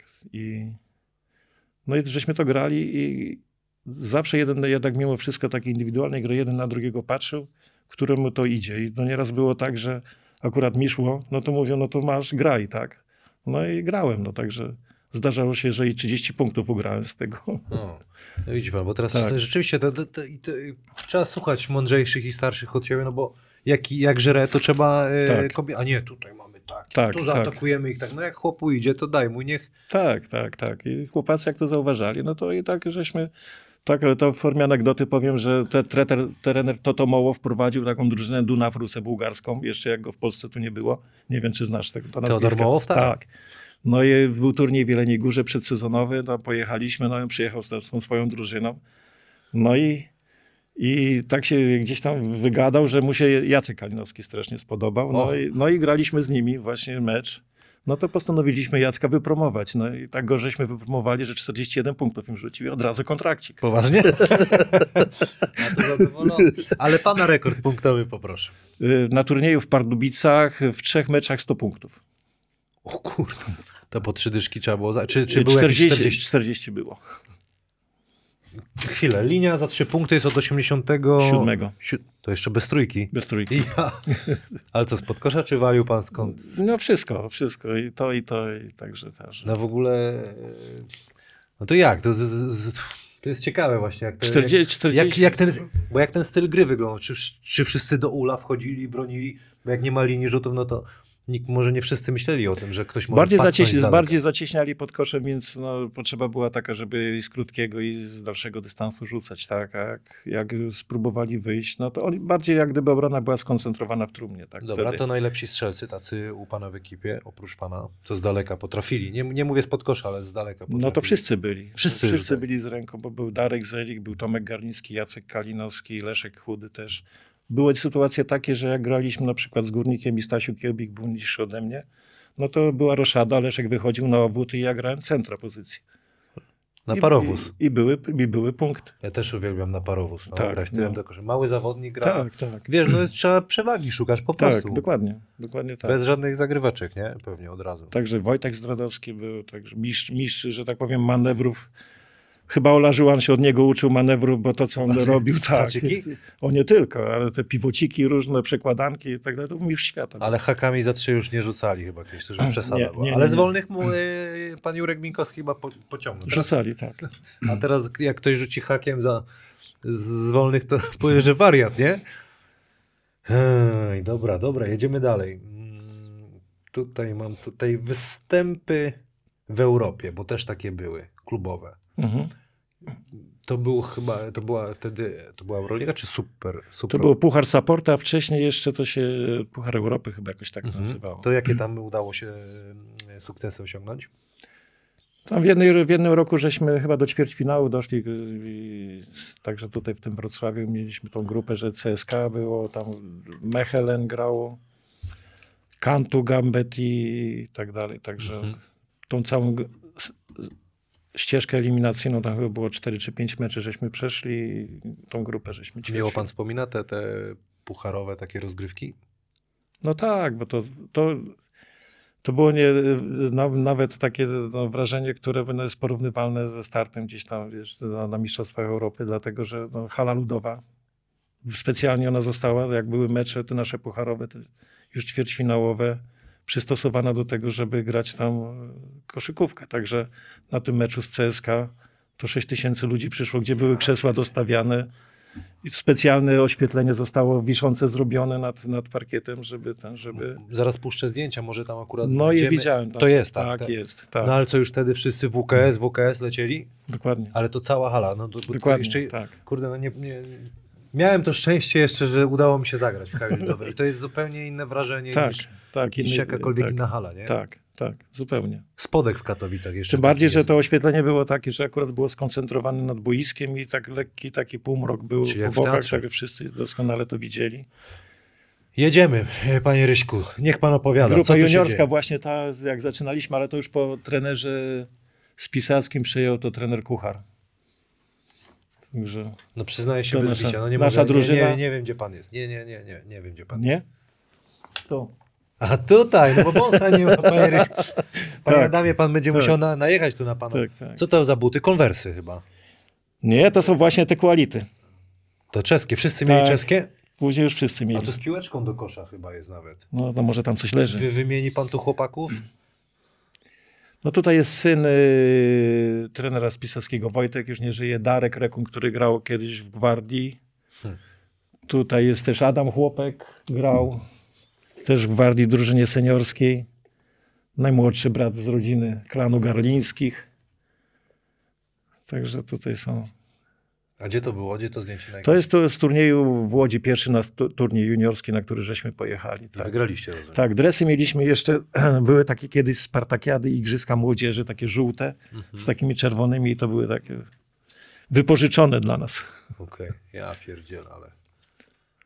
No i żeśmy to grali i zawsze jeden jednak mimo wszystko taki indywidualnej gry, jeden na drugiego patrzył, któremu to idzie. I to nieraz było tak, że akurat mi szło, no to mówią, no to masz, graj, tak. No i grałem, no także zdarzało się, że i 30 punktów ugrałem z tego. No widzi pan, bo teraz tak. Rzeczywiście trzeba słuchać mądrzejszych i starszych od siebie, no bo jak żre, to trzeba a nie, tutaj mamy tu zaatakujemy ich tak. No jak chłopu idzie, to daj mu, niech... Tak. I chłopacy jak to zauważali, no to i tak żeśmy... Tak, to w formie anegdoty powiem, że trener Toto Moło wprowadził taką drużynę Dunafrusę bułgarską, jeszcze jak go w Polsce tu nie było. Nie wiem, czy znasz tego. Teodor Mołow, tak. No i był turniej w Jeleniej Górze przedsezonowy, no pojechaliśmy, no i przyjechał z tą swoją drużyną. No i tak się gdzieś tam wygadał, że mu się Jacek Kalinowski strasznie spodobał. No i graliśmy z nimi właśnie mecz. No to postanowiliśmy Jacka wypromować. No i tak go żeśmy wypromowali, że 41 punktów im rzucił i od razu kontrakcik. Poważnie? A to zadowolony. Ale pana rekord punktowy poproszę. Na turnieju w Pardubicach w 3 meczach 100 punktów. O kurde. To po 3 dyszki trzeba było... Czy było jakieś 40? 40 było. Chwilę. Linia za 3 punkty jest od 87. To jeszcze bez trójki. Bez trójki. Ja. Ale co, spod kosza, czy walił pan skąd? No wszystko. I to, i także. No w ogóle... No to jak? To jest ciekawe właśnie. Jak to, 40. Bo jak ten styl gry wyglądał? Czy wszyscy do ula wchodzili, bronili? Bo jak nie ma linii rzutów, no to może nie wszyscy myśleli o tym, że ktoś może bardziej zacieśniali pod koszem, więc no, potrzeba była taka, żeby i z krótkiego i z dalszego dystansu rzucać. Tak? A jak spróbowali wyjść, no to oni bardziej jak gdyby obrona była skoncentrowana w trumnie. Tak? Dobra, wtedy. to najlepsi strzelcy tacy u pana w ekipie, oprócz pana, co z daleka potrafili. Nie mówię spod kosza, ale z daleka potrafili. No to wszyscy byli. Wszyscy byli z ręką, bo był Darek Zelik, był Tomek Garliński, Jacek Kalinowski, Leszek Chudy też. Były sytuacje takie, że jak graliśmy na przykład z Górnikiem i Stasiu Kiełbik był niższy ode mnie, no to była roszada, Leszek wychodził na obwód i ja grałem centra pozycji. Na parowóz. I były punkty. Ja też uwielbiam na parowóz. No, Tak, grać tyłem do kosza. Mały zawodnik gra. Tak. Wiesz, no trzeba przewagi szukać po prostu. Tak, dokładnie tak. Bez żadnych zagryweczek, nie? Pewnie od razu. Także Wojtek Zdradowski był także mistrz, że tak powiem, manewrów. Chyba Ola Żyłan się od niego uczył manewrów, bo to, co on robił, tak. Haczyki? O nie tylko, ale te piwociki różne, przekładanki i tak dalej, to mistrz świata. Ale hakami za 3 już nie rzucali chyba kiedyś, to już przesada była. nie, Ale nie. z wolnych mu pan Jurek Minkowski chyba pociągnął. Rzucali, tak. A teraz jak ktoś rzuci hakiem z wolnych, to powie, że wariat, nie? Dobra, jedziemy dalej. Mam tutaj występy w Europie, bo też takie były, klubowe. Mhm. To była Euroliga czy Super? To był Puchar Saporta, a wcześniej jeszcze to się Puchar Europy chyba jakoś tak nazywało. To jakie tam udało się sukcesy osiągnąć? Tam w jednym roku żeśmy chyba do ćwierćfinału doszli. Także tutaj w tym Wrocławiu mieliśmy tą grupę, że CSK było, tam Mechelen grało, Kantu, Gambet i tak dalej. Także tą całą ścieżkę eliminacyjną, tam chyba było 4 czy 5 meczy, żeśmy przeszli i tą grupę żeśmy ćwierćfinał. Miło pan wspomina te pucharowe takie rozgrywki? No tak, bo to było nawet takie wrażenie, które jest porównywalne ze startem gdzieś tam wiesz, na Mistrzostwach Europy, dlatego że hala ludowa, specjalnie ona została, jak były mecze te nasze pucharowe, te już ćwierćfinałowe, przystosowana do tego, żeby grać tam koszykówkę. Także na tym meczu z CSK to 6000 ludzi przyszło, gdzie były krzesła dostawiane. I specjalne oświetlenie zostało wiszące zrobione nad parkietem, żeby. Zaraz puszczę zdjęcia, może tam akurat No znajdziemy. je widziałem. To jest tak. Tak, jest. Tak. No ale co już wtedy wszyscy WKS lecieli? Dokładnie. Ale to cała hala. No, Dokładnie, jeszcze, tak. Kurde, no nie, miałem to szczęście jeszcze, że udało mi się zagrać w hali ludowej. I to jest zupełnie inne wrażenie niż jakakolwiek inna hala, nie? Tak, zupełnie. Spodek w Katowicach jeszcze. Tym bardziej, że jest. to oświetlenie było takie, że akurat było skoncentrowane nad boiskiem i tak lekki taki półmrok był Czyli po jak w bokach, teatrze. tak wszyscy doskonale to widzieli. Jedziemy, panie Ryśku. Niech pan opowiada, co Grupa tu się juniorska dzieje? właśnie ta, jak zaczynaliśmy, ale to już po trenerze Spisackim przyjął to trener Kuchar. Także... No przyznaję się To bez nasza- bicia. No nie nasza mogę, drużyna. nie wiem, gdzie pan jest. Nie wiem, gdzie pan Nie? jest. To. A tutaj, no bo wąsa nie ma, panie Ryśku. Panie Tak. Adamie, pan będzie musiał najechać tu na pana. Tak. Co to za buty? Konwersy chyba. Nie, to są właśnie te quality. To czeskie. Wszyscy mieli Tak. czeskie? Później już wszyscy A mieli. to z piłeczką do kosza chyba jest nawet. No może tam coś leży. Wymieni pan tu chłopaków? No tutaj jest syn trenera Spisackiego, Wojtek już nie żyje, Darek Rekun, który grał kiedyś w Gwardii. Tutaj jest też Adam Chłopek, grał też w Gwardii drużynie seniorskiej. Najmłodszy brat z rodziny klanu Garlińskich. Także tutaj są. A gdzie to było? Gdzie to zdjęcie To jest to z turnieju w Łodzi, pierwszy turniej juniorski, na który żeśmy pojechali. I Tak. wygraliście, rozumiem. Tak, dresy mieliśmy jeszcze, były takie kiedyś Spartakiady, Igrzyska Młodzieży, takie żółte, z takimi czerwonymi i to były takie wypożyczone dla nas. Okej, ja pierdzielę, ale...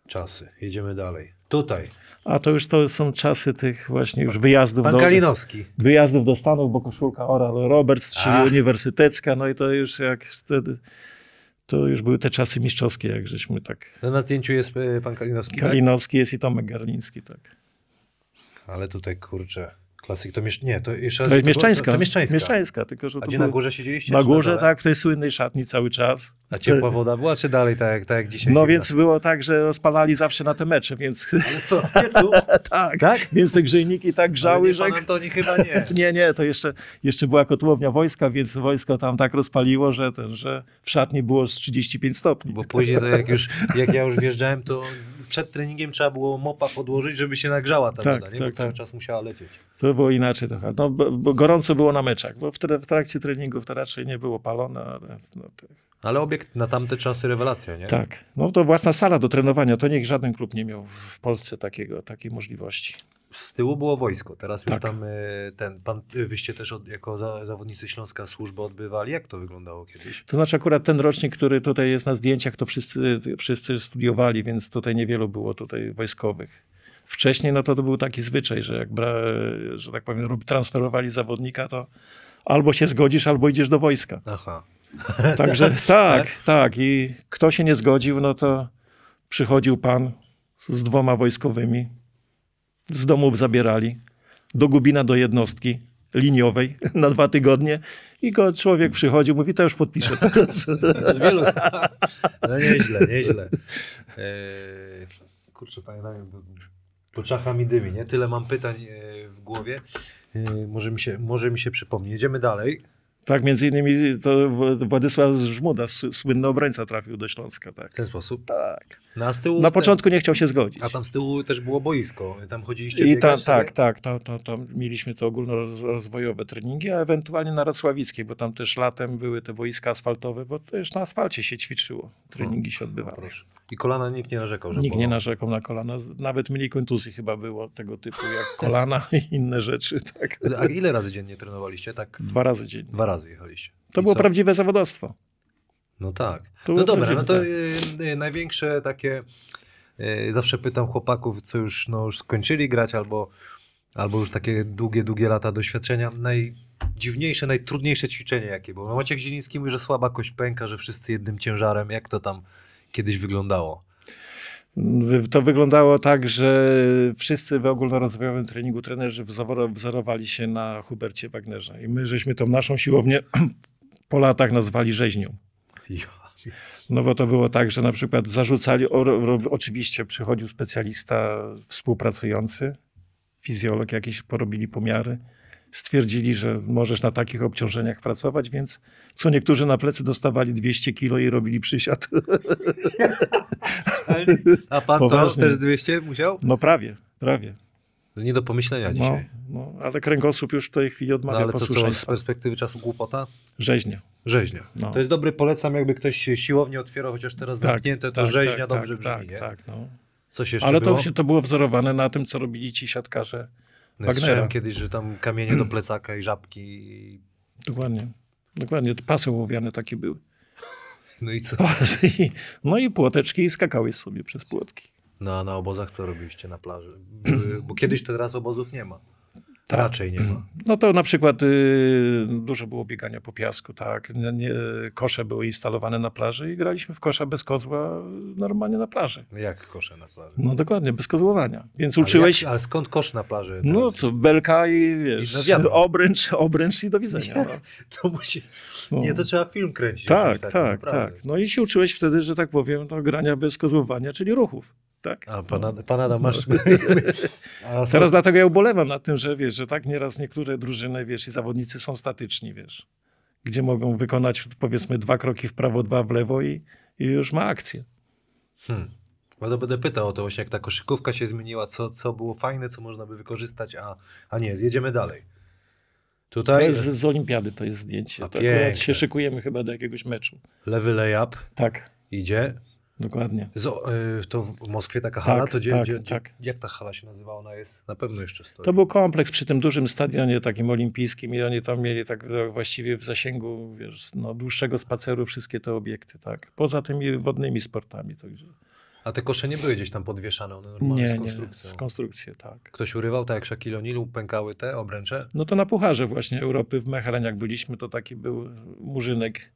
Czasy. Jedziemy dalej. Tutaj. A to są czasy tych właśnie już wyjazdów Pan Kalinowski. wyjazdów do Stanów, bo koszulka Oral Roberts, czyli uniwersytecka, no i to już jak wtedy, to już były te czasy mistrzowskie, jak żeśmy tak... No na zdjęciu jest pan Kalinowski, Kalinowski jest i Tomek Garliński, tak. tak? Ale tutaj, kurczę, klasyk to nie, to jeszcze To jest Mieszczańska. To Mieszczańska. Mieszczańska, tylko że A to gdzie było- na górze siedzieliście? Na czy górze, dole? tak, w tej słynnej szatni cały czas. A ciepła woda była, czy dalej tak jak dzisiaj? No zimna? więc było tak, że rozpalali zawsze na te mecze, więc Ale co, w piecu? tak, Tak? więc te grzejniki tak Ale grzały, nie, że... pan Antoni chyba nie. Nie, to jeszcze była kotłownia wojska, więc wojsko tam tak rozpaliło, że w szatni było z 35 stopni. Bo później to jak ja już wjeżdżałem, to przed treningiem trzeba było mopa podłożyć, żeby się nagrzała ta Tak, woda, nie? tak, Bo cały tak. czas musiała lecieć. To było inaczej trochę. No, bo gorąco było na meczach, bo w trakcie treningów to raczej nie było palone, ale Ale obiekt na tamte czasy rewelacja, nie? tak. No to własna sala do trenowania, to niech żaden klub nie miał w Polsce takiej możliwości. Z tyłu było wojsko, teraz już Tak. tam wyście też jako zawodnicy Śląska służbę odbywali. Jak to wyglądało kiedyś? To znaczy akurat ten rocznik, który tutaj jest na zdjęciach, to wszyscy studiowali, więc tutaj niewielu było tutaj wojskowych. Wcześniej no to był taki zwyczaj, że jak że tak powiem, transferowali zawodnika, to albo się zgodzisz, albo idziesz do wojska. Aha. Także tak. I kto się nie zgodził, no to przychodził pan z 2 wojskowymi, z domów zabierali, do Gubina do jednostki liniowej na 2 tygodnie i człowiek przychodził, mówi, to już podpiszę teraz. Wielu... No nieźle. Kurczę, pamiętam, po czachach mi dymi, nie? Tyle mam pytań w głowie. Może mi się przypomni. Jedziemy dalej. Tak, między innymi to Władysław Żmuda, słynny obrońca, trafił do Śląska. Tak. W ten sposób. Tak. No, a z tyłu Na początku nie chciał się zgodzić. A tam z tyłu też było boisko. Tam chodziliście I biegać sobie? tak, to mieliśmy te ogólnorozwojowe treningi, a ewentualnie na Racławickiej, bo tam też latem były te boiska asfaltowe, bo też na asfalcie się ćwiczyło. Treningi się odbywały. Proszę. I kolana nikt nie narzekał, że Nikt nie bolą. narzekał na kolana. Nawet mniej kontuzji chyba było tego typu, jak kolana i inne rzeczy. Tak. A ile razy dziennie trenowaliście? Tak 2 razy dziennie. 2 razy jechaliście. To I było co? prawdziwe zawodowstwo. No tak. To No było dobra, no prawdziwe, to największe takie, zawsze pytam chłopaków, co już skończyli grać, albo już takie długie lata doświadczenia, najdziwniejsze, najtrudniejsze ćwiczenie jakie było. No Maciek Zieliński mówi, że słaba kość pęka, że wszyscy jednym ciężarem. Jak to tam kiedyś wyglądało? To wyglądało tak, że wszyscy w ogólnorozwojowym treningu trenerzy wzorowali się na Hubercie Wagnerze. I my żeśmy tą naszą siłownię po latach nazwali rzeźnią. No bo to było tak, że na przykład zarzucali, oczywiście przychodził specjalista współpracujący, fizjolog jakiś, porobili pomiary, stwierdzili, że możesz na takich obciążeniach pracować, więc co niektórzy na plecy dostawali 200 kilo i robili przysiad. A pan Poważnie. co, też 200 musiał? No prawie. Nie do pomyślenia dzisiaj. No, ale kręgosłup już w tej chwili No odmawia ale to co, z posłuszeństwa. perspektywy czasu głupota? Rzeźnia. Rzeźnia. No. To jest dobry, polecam, jakby ktoś siłownię otwierał, chociaż teraz zamknięte, to rzeźnia dobrze brzmi, nie? Tak, no. Coś jeszcze Ale było? to było wzorowane na tym, co robili ci siatkarze No, Wagnera. słyszałem kiedyś, że tam kamienie do plecaka i żabki. Dokładnie. Te pasy ołowiane takie były. No i co? No i płoteczki i skakałeś sobie przez płotki. No a na obozach co robiliście na plaży? Bo kiedyś to teraz obozów nie ma. Tak. Raczej nie ma. No to na przykład dużo było biegania po piasku, tak. Kosze były instalowane na plaży i graliśmy w kosza bez kozła normalnie na plaży. Jak kosze na plaży? No dokładnie, bez kozłowania. Więc uczyłeś... Ale skąd kosz na plaży? Teraz? No co, belka i wiesz, no wiadomo. obręcz i do widzenia. No. To musi... No. Nie, to trzeba film kręcić. Tak, jakimś tak, takim, naprawdę. tak. No i się uczyłeś wtedy, że tak powiem, no, grania bez kozłowania, czyli ruchów. Tak? A pan Adam masz... A Teraz dlatego ja ubolewam nad tym, że wiesz, że tak nieraz niektóre drużyny, wiesz, i zawodnicy są statyczni, wiesz, gdzie mogą wykonać powiedzmy 2 kroki w prawo, 2 w lewo i już ma akcję. Bardzo będę pytał o to właśnie, jak ta koszykówka się zmieniła, co było fajne, co można by wykorzystać, a nie, zjedziemy dalej. To Tutaj jest z olimpiady, to jest zdjęcie. A To akurat piękne. się szykujemy chyba do jakiegoś meczu. lewy layup Tak, idzie. dokładnie. To w Moskwie taka hala, Tak, to tak. jak ta hala się nazywa? Ona jest, na pewno jeszcze stoi. To był kompleks przy tym dużym stadionie takim olimpijskim i oni tam mieli tak właściwie w zasięgu, wiesz, no, dłuższego spaceru wszystkie te obiekty, tak. Poza tymi wodnymi sportami. Także. A te kosze nie były gdzieś tam podwieszane, one normalnie Nie, z nie, konstrukcją. z konstrukcją, tak. Ktoś urywał, tak jak Shaquille O'Neal, pękały te obręcze? No to na Pucharze właśnie Europy w Mechelen jak byliśmy, to taki był murzynek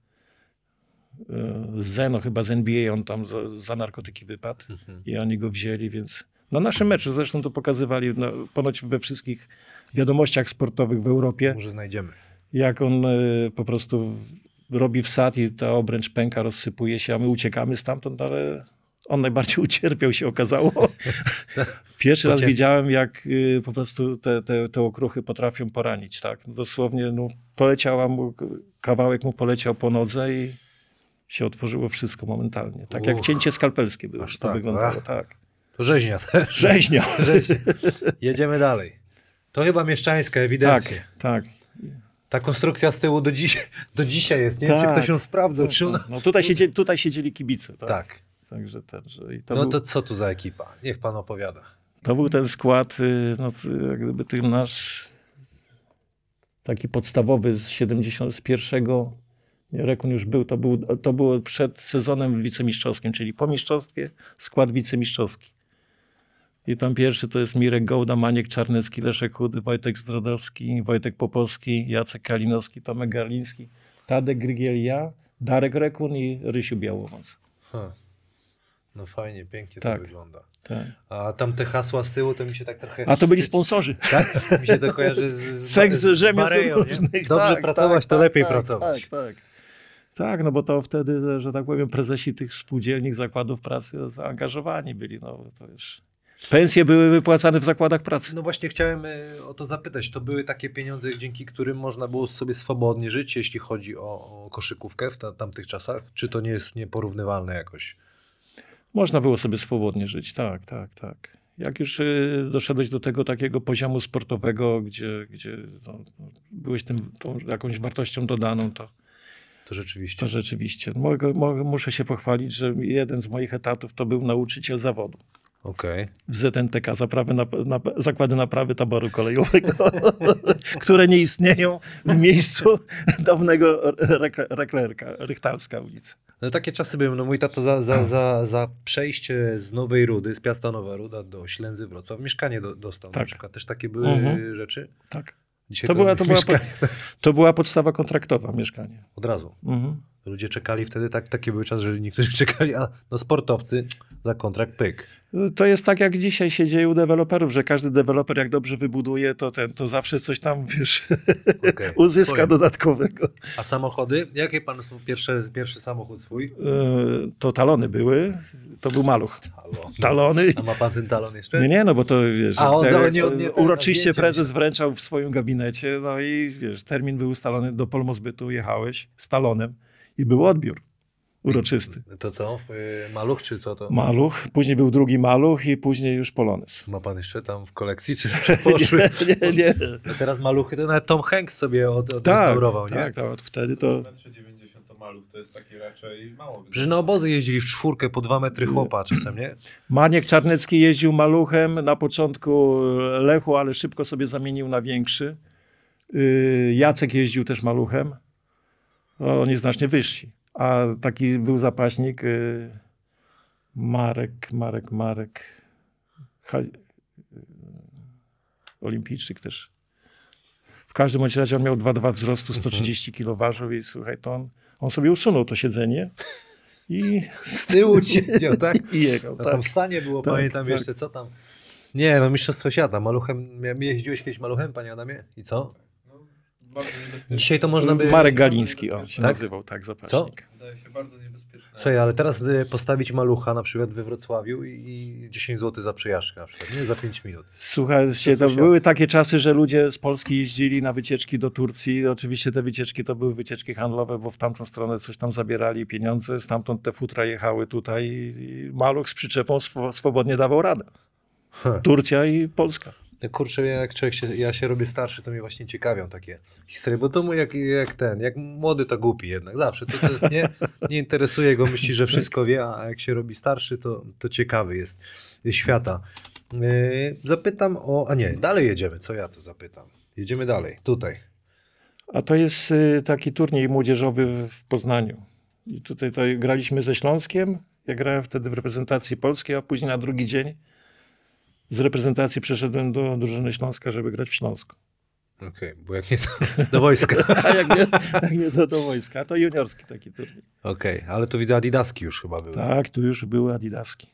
z Zeno, chyba z NBA, on tam za narkotyki wypadł i oni go wzięli, więc na naszym meczu zresztą to pokazywali ponoć we wszystkich wiadomościach sportowych w Europie, Może znajdziemy. jak on po prostu robi wsad i ta obręcz pęka, rozsypuje się, a my uciekamy stamtąd, ale on najbardziej ucierpiał, się okazało. Pierwszy raz widziałem, jak po prostu te okruchy potrafią poranić. Tak? Dosłownie poleciała mu, kawałek mu poleciał po nodze i się otworzyło wszystko momentalnie. Tak jak cięcie skalpelskie było, Aż to tak, wyglądało. Tak. To rzeźnia też. Rzeźnia. Jedziemy dalej. To chyba mieszczańska, ewidentnie. Tak. Ta konstrukcja z tyłu do dzisiaj jest. Nie wiem, czy Tak. ktoś ją sprawdzał, czy ona... No tutaj siedzieli kibice. Tak. Tak. Także i No to co tu za ekipa? Niech pan opowiada. To był ten skład, jak gdyby ten nasz taki podstawowy z 71. Rekun już był, to było przed sezonem wicemistrzowskim, czyli po mistrzostwie skład wicemistrzowski. I tam pierwszy to jest Mirek Gołda, Maniek Czarnecki, Leszek Chudy, Wojtek Zdrodowski, Wojtek Popowski, Jacek Kalinowski, Tomek Garliński, Tadek Grygiel, ja, Darek Rekun i Rysiu Białomoc. No fajnie, pięknie Tak. to wygląda. Tak. A tam te hasła z tyłu to mi się tak trochę... A to byli sponsorzy. Tak? Mi się to kojarzy z Seks z rzemiosł Bareją, nie? różnych. Dobrze Tak, pracować, tak, to tak, lepiej tak, pracować. Tak. Tak, no bo to wtedy, że tak powiem, prezesi tych spółdzielnych zakładów pracy zaangażowani byli. No, to już... Pensje były wypłacane w zakładach pracy. No właśnie chciałem o to zapytać. To były takie pieniądze, dzięki którym można było sobie swobodnie żyć, jeśli chodzi o koszykówkę w tamtych czasach? Czy to nie jest nieporównywalne jakoś? Można było sobie swobodnie żyć, tak. Jak już doszedłeś do tego takiego poziomu sportowego, gdzie byłeś tą jakąś wartością dodaną, To rzeczywiście. to rzeczywiście. Muszę się pochwalić, że jeden z moich etatów to był nauczyciel zawodu. Okej. W ZNTK, zakłady naprawy taboru kolejowego, które nie istnieją w miejscu dawnego reklerka, Rychtalska ulica. No takie czasy były. No mój tato za przejście z Nowej Rudy, z Piasta Nowa Ruda do Ślęzy Wrocław mieszkanie dostał na Tak. przykład. Też takie były rzeczy? Tak. Dzisiaj To była podstawa kontraktowa, mieszkanie. Od razu. Mhm. Ludzie czekali wtedy, taki był czas, że niektórzy czekali, a no sportowcy za kontrakt pyk. To jest tak, jak dzisiaj się dzieje u deweloperów, że każdy deweloper, jak dobrze wybuduje, to zawsze coś tam, wiesz, Okay. uzyska dodatkowego. A samochody? Jakie pan pierwszy samochód swój? To talony były, to był maluch. Talon. Talony. A ma pan ten talon jeszcze? Nie, no bo to wiesz, nie, uroczyście prezes wręczał w swoim gabinecie, no i wiesz, termin był ustalony, do Polmozbytu jechałeś z talonem i był odbiór uroczysty. To co? Maluch czy co to? Maluch, później był drugi maluch i później już Polonez. Ma pan jeszcze tam w kolekcji, czy poszły? Nie. A teraz maluchy, to nawet Tom Hanks sobie odrestaurował, nie? Tak, wtedy to... 1,90 m to maluch, to jest taki raczej mało. Przecież na obozy jeździli w czwórkę po 2 metry chłopa czasem, nie? Maniek Czarnecki jeździł maluchem, na początku Lechu, ale szybko sobie zamienił na większy. Jacek jeździł też maluchem. Oni znacznie wyżsi. A taki był zapaśnik Marek. Olimpijczyk też. W każdym bądź razie on miał 2,2 wzrostu, 130 kg ważył i słuchaj, to on sobie usunął to siedzenie i Z tyłu siedział, tak? i jechał. No Tak. tam w Sanie było, Tak, pamiętam tak. jeszcze, co tam? Nie, no mistrzostwo świata, maluchem, jeździłeś kiedyś maluchem, panie Adamie? I co? Bardzo niebezpieczne. Dzisiaj to można by... Marek Galiński, on się Tak? nazywał, tak, zapaśnik. Wydaje się bardzo niebezpieczne. Słuchaj, ale teraz postawić malucha na przykład we Wrocławiu i 10 zł za przejażdżkę na przykład, nie? Za 5 minut. Słuchajcie, to świat. były takie czasy, że ludzie z Polski jeździli na wycieczki do Turcji. Oczywiście te wycieczki to były wycieczki handlowe, bo w tamtą stronę coś tam zabierali pieniądze, stamtąd te futra jechały tutaj i maluch z przyczepą swobodnie dawał radę. Turcja i Polska. Kurczę, jak ja się robię starszy, to mnie właśnie ciekawią takie historie, bo to jak młody to głupi jednak, zawsze. To nie interesuje go, myśli, że wszystko wie, a jak się robi starszy, to ciekawy jest świata. Zapytam dalej jedziemy, co ja tu zapytam? Jedziemy dalej, tutaj. A to jest taki turniej młodzieżowy w Poznaniu. I tutaj to graliśmy ze Śląskiem. Ja grałem wtedy w reprezentacji polskiej, a później na drugi dzień z reprezentacji przeszedłem do drużyny Śląska, żeby grać w Śląsku. Okej, bo jak nie to do wojska. A jak nie do wojska, to juniorski taki turniej. Okej, ale tu widzę Adidaski już chyba były. Tak, tu już były Adidaski.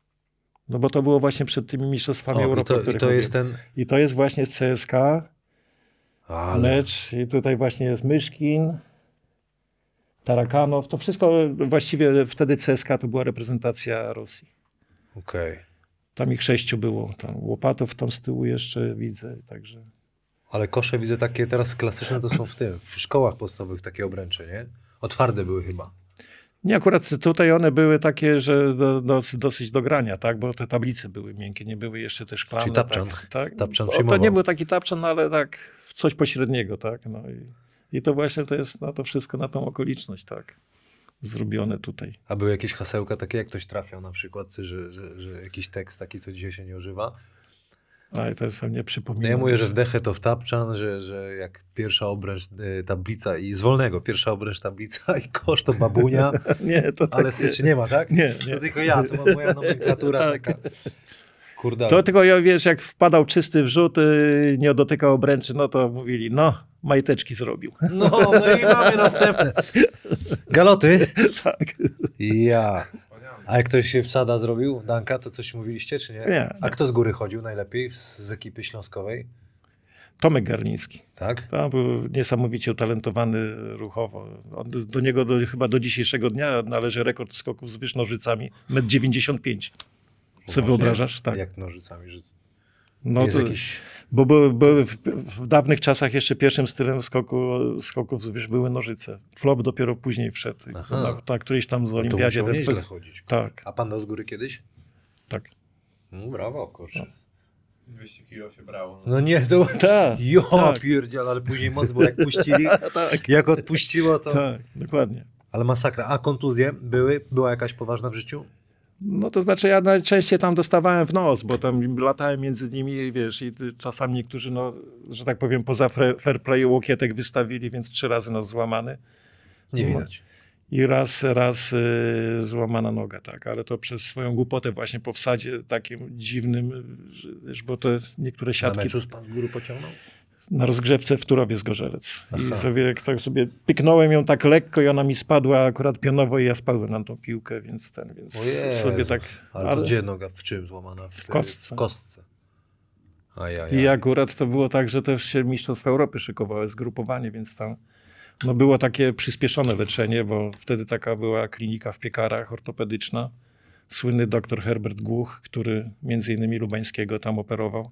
No bo to było właśnie przed tymi mistrzostwami Europy. I to jest ten... I to jest właśnie CSKA, Ale... mecz. I tutaj właśnie jest Myszkin, Tarakanow. To wszystko właściwie wtedy CSKA to była reprezentacja Rosji. Okej. Tam ich 6 było. Tam Łopatow tam z tyłu jeszcze widzę. Także... Ale kosze widzę takie teraz klasyczne, to są w szkołach podstawowych takie obręcze, nie? Twarde były chyba. Nie, akurat tutaj one były takie, że dosyć do grania, tak? Bo te tablice były miękkie, nie były jeszcze te szklane. Czyli tapczan. Tak? Tapczan To przyjmował. nie był taki tapczan, ale tak coś pośredniego, tak? No i to właśnie to jest to wszystko na tą okoliczność, tak? Zrobione tutaj. A były jakieś hasełka takie, jak ktoś trafiał na przykład, że jakiś tekst taki, co dzisiaj się nie używa? Ale to sobie nie No przypominam. ja mówię, że w dechę to w tapczan, że jak pierwsza obręcz tablica i z wolnego pierwsza obręcz tablica i kosz to babunia, Nie, to tak ale syczy nie ma, tak? Nie. To tylko ja, to ma moja nomenklatura Tak. taka. Kurde. To tylko, wiesz, jak wpadał czysty wrzut, nie dotykał obręczy, no to mówili, no, majteczki zrobił. No i mamy następne. Galoty? Tak. Ja. A jak ktoś się wsada zrobił, Danka, to coś mówiliście, czy nie? Nie. A kto z góry chodził najlepiej z ekipy śląskowej? Tomek Garliński. Tak? Tam był niesamowicie utalentowany ruchowo. Do niego chyba do dzisiejszego dnia należy rekord skoków z wyżnożycami 1,95 m. Co wyobrażasz? Tak. Jak nożycami, że No jest to, jakiś... bo były w dawnych czasach jeszcze pierwszym stylem skoków wiesz, były nożyce. Flop dopiero później wszedł. Aha. Na którejś tam z To olimpiadzie. musiał nieźle chodzić. Tak, A pan dał z góry kiedyś? tak. No brawo, kurczę. 200 kilo się brało. No nie, to... Tak, Jo, tak. pierdziel, ale później moc, bo jak puścili, jak odpuściło, to... Tak, dokładnie. Ale masakra. A kontuzje była jakaś poważna w życiu? No to znaczy ja najczęściej tam dostawałem w nos, bo tam latałem między nimi, wiesz, i czasami niektórzy, no, że tak powiem, poza fair play łokietek wystawili, więc 3 razy nos złamany. Nie No. widać. I raz złamana noga, tak, ale to przez swoją głupotę właśnie po wsadzie takim dziwnym, że, wiesz, bo to niektóre Na siatki meczu pan z góry pociągnął? na rozgrzewce w Turowie Zgorzelec. I sobie, jak tak sobie pyknąłem ją tak lekko i ona mi spadła akurat pionowo i ja spadłem na tą piłkę, więc O sobie Jezus. tak... Ale to gdzie noga? W czym złamana? W kostce. W kostce. Ajajaj. I akurat to było tak, że też się Mistrzostwa Europy szykowały, zgrupowanie, więc tam no było takie przyspieszone leczenie, bo wtedy taka była klinika w Piekarach ortopedyczna. Słynny doktor Herbert Głuch, który między innymi Lubańskiego tam operował.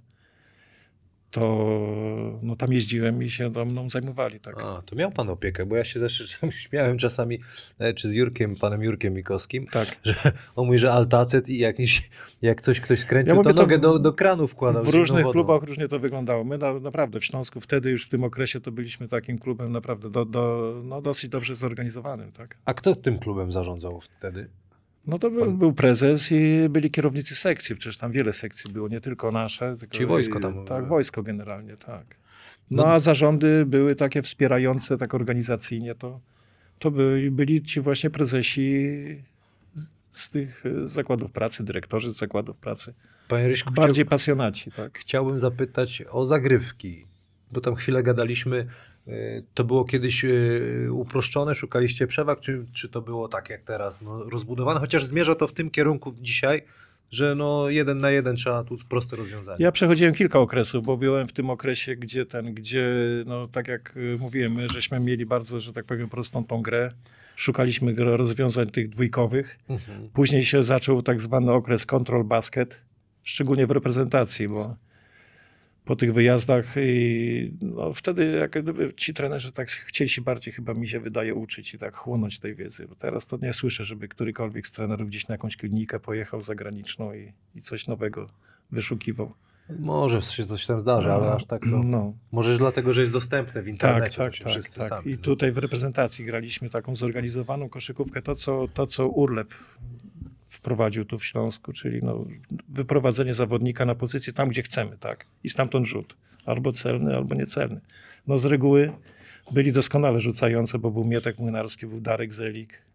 To no, tam jeździłem i się tam mną zajmowali. Tak. A, to miał pan opiekę, bo ja się zawsze śmiałem czasami, czy z panem Jurkiem Mikowskim, Tak. że on mówi, że altacet i jak ktoś skręcił, Ja to mówię, to nogę do kranu wkładał. W z zimną różnych wodą. klubach różnie to wyglądało. My naprawdę w Śląsku wtedy już w tym okresie to byliśmy takim klubem naprawdę no, dosyć dobrze zorganizowanym. Tak? A kto tym klubem zarządzał wtedy? No to był prezes i byli kierownicy sekcji. Przecież tam wiele sekcji było, nie tylko nasze. Tylko Czyli wojsko tam Tak, było. wojsko generalnie, tak. No a zarządy były takie wspierające, tak organizacyjnie. To byli ci właśnie prezesi z tych zakładów pracy, dyrektorzy z zakładów pracy. Panie Ryśku, Bardziej pasjonaci, tak. chciałbym zapytać o zagrywki, bo tam chwilę gadaliśmy. To było kiedyś uproszczone, szukaliście przewag, czy to było tak jak teraz, no, rozbudowane? Chociaż zmierza to w tym kierunku dzisiaj, że no 1 na 1 trzeba tu proste rozwiązanie. Ja przechodziłem kilka okresów, bo byłem w tym okresie, gdzie no tak jak mówiłem, my żeśmy mieli bardzo, że tak powiem, prostą tą grę. Szukaliśmy rozwiązań tych dwójkowych. Później się zaczął tak zwany okres control basket, szczególnie w reprezentacji, bo po tych wyjazdach i no wtedy jak gdyby ci trenerzy tak chcieli się bardziej, chyba mi się wydaje, uczyć i tak chłonąć tej wiedzy. Bo teraz to nie słyszę, żeby którykolwiek z trenerów gdzieś na jakąś klinikę pojechał zagraniczną i coś nowego wyszukiwał. Może się coś tam zdarzy, ale aż tak to... No. Może dlatego, że jest dostępne w Tak, internecie. tak, to się tak, wszyscy tak. sami, I no. tutaj w reprezentacji graliśmy taką zorganizowaną koszykówkę, to co Urlep wprowadził tu w Śląsku, czyli no, wyprowadzenie zawodnika na pozycję tam, gdzie chcemy, tak? I stamtąd rzut. Albo celny, albo niecelny. No z reguły byli doskonale rzucający, bo był Mietek Młynarski, był Darek Zelik,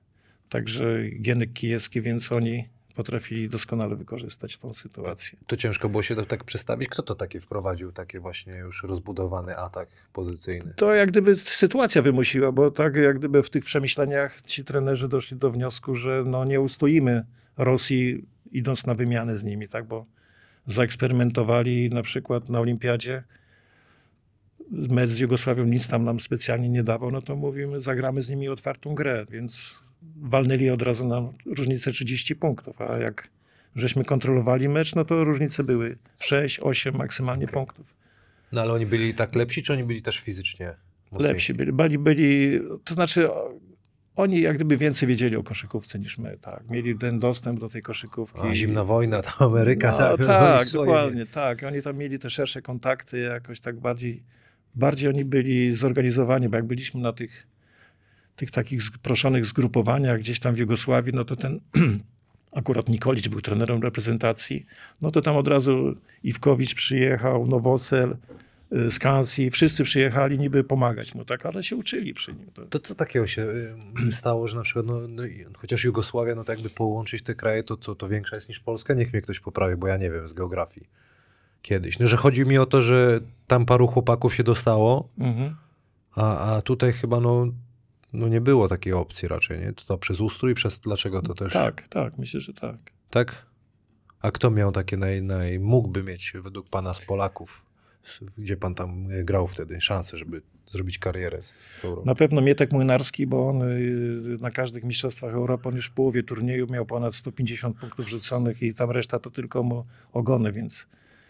Także Gienek Kijewski, więc oni potrafili doskonale wykorzystać tą sytuację. To ciężko było się to tak przestawić. Kto to takie wprowadził, takie właśnie już rozbudowany atak pozycyjny? To jak gdyby sytuacja wymusiła, bo tak jak gdyby w tych przemyśleniach ci trenerzy doszli do wniosku, że no nie ustoimy Rosji idąc na wymianę z nimi, tak, bo zaeksperymentowali na przykład na Olimpiadzie. Mecz z Jugosławią nic tam nam specjalnie nie dawał, no to mówimy, zagramy z nimi otwartą grę, więc walnęli od razu nam różnicę 30 punktów, a jak żeśmy kontrolowali mecz, no to różnice były 6, 8 maksymalnie punktów. No ale oni byli tak lepsi, czy oni byli też fizycznie mocniejsi? Lepsi byli, to znaczy oni jak gdyby więcej wiedzieli o koszykówce niż my, tak. Mieli ten dostęp do tej koszykówki. A zimna wojna, to Ameryka. No, tak, dokładnie, tak. Oni tam mieli te szersze kontakty, jakoś tak bardziej oni byli zorganizowani, bo jak byliśmy na tych takich proszonych zgrupowaniach gdzieś tam w Jugosławii, no to ten akurat Nikolić był trenerem reprezentacji, no to tam od razu Iwkowicz przyjechał, Nowosel, Skansi, wszyscy przyjechali niby pomagać mu, tak, ale się uczyli przy nim. To co takiego się stało, że na przykład, chociaż Jugosławia, no to jakby połączyć te kraje, to większa jest niż Polska? Niech mnie ktoś poprawi, bo ja nie wiem z geografii kiedyś. No, że chodzi mi o to, że tam paru chłopaków się dostało, a tutaj chyba no nie było takiej opcji raczej, nie? To przez ustrój, dlaczego to też... Tak, myślę, że tak. Tak? A kto miał takie mógłby mieć według pana z Polaków, gdzie pan tam grał wtedy, szansę, żeby zrobić karierę z Europą? Na pewno Mietek Młynarski, bo on na każdych mistrzostwach Europy, on już w połowie turnieju miał ponad 150 punktów rzuconych i tam reszta to tylko mu ogony, więc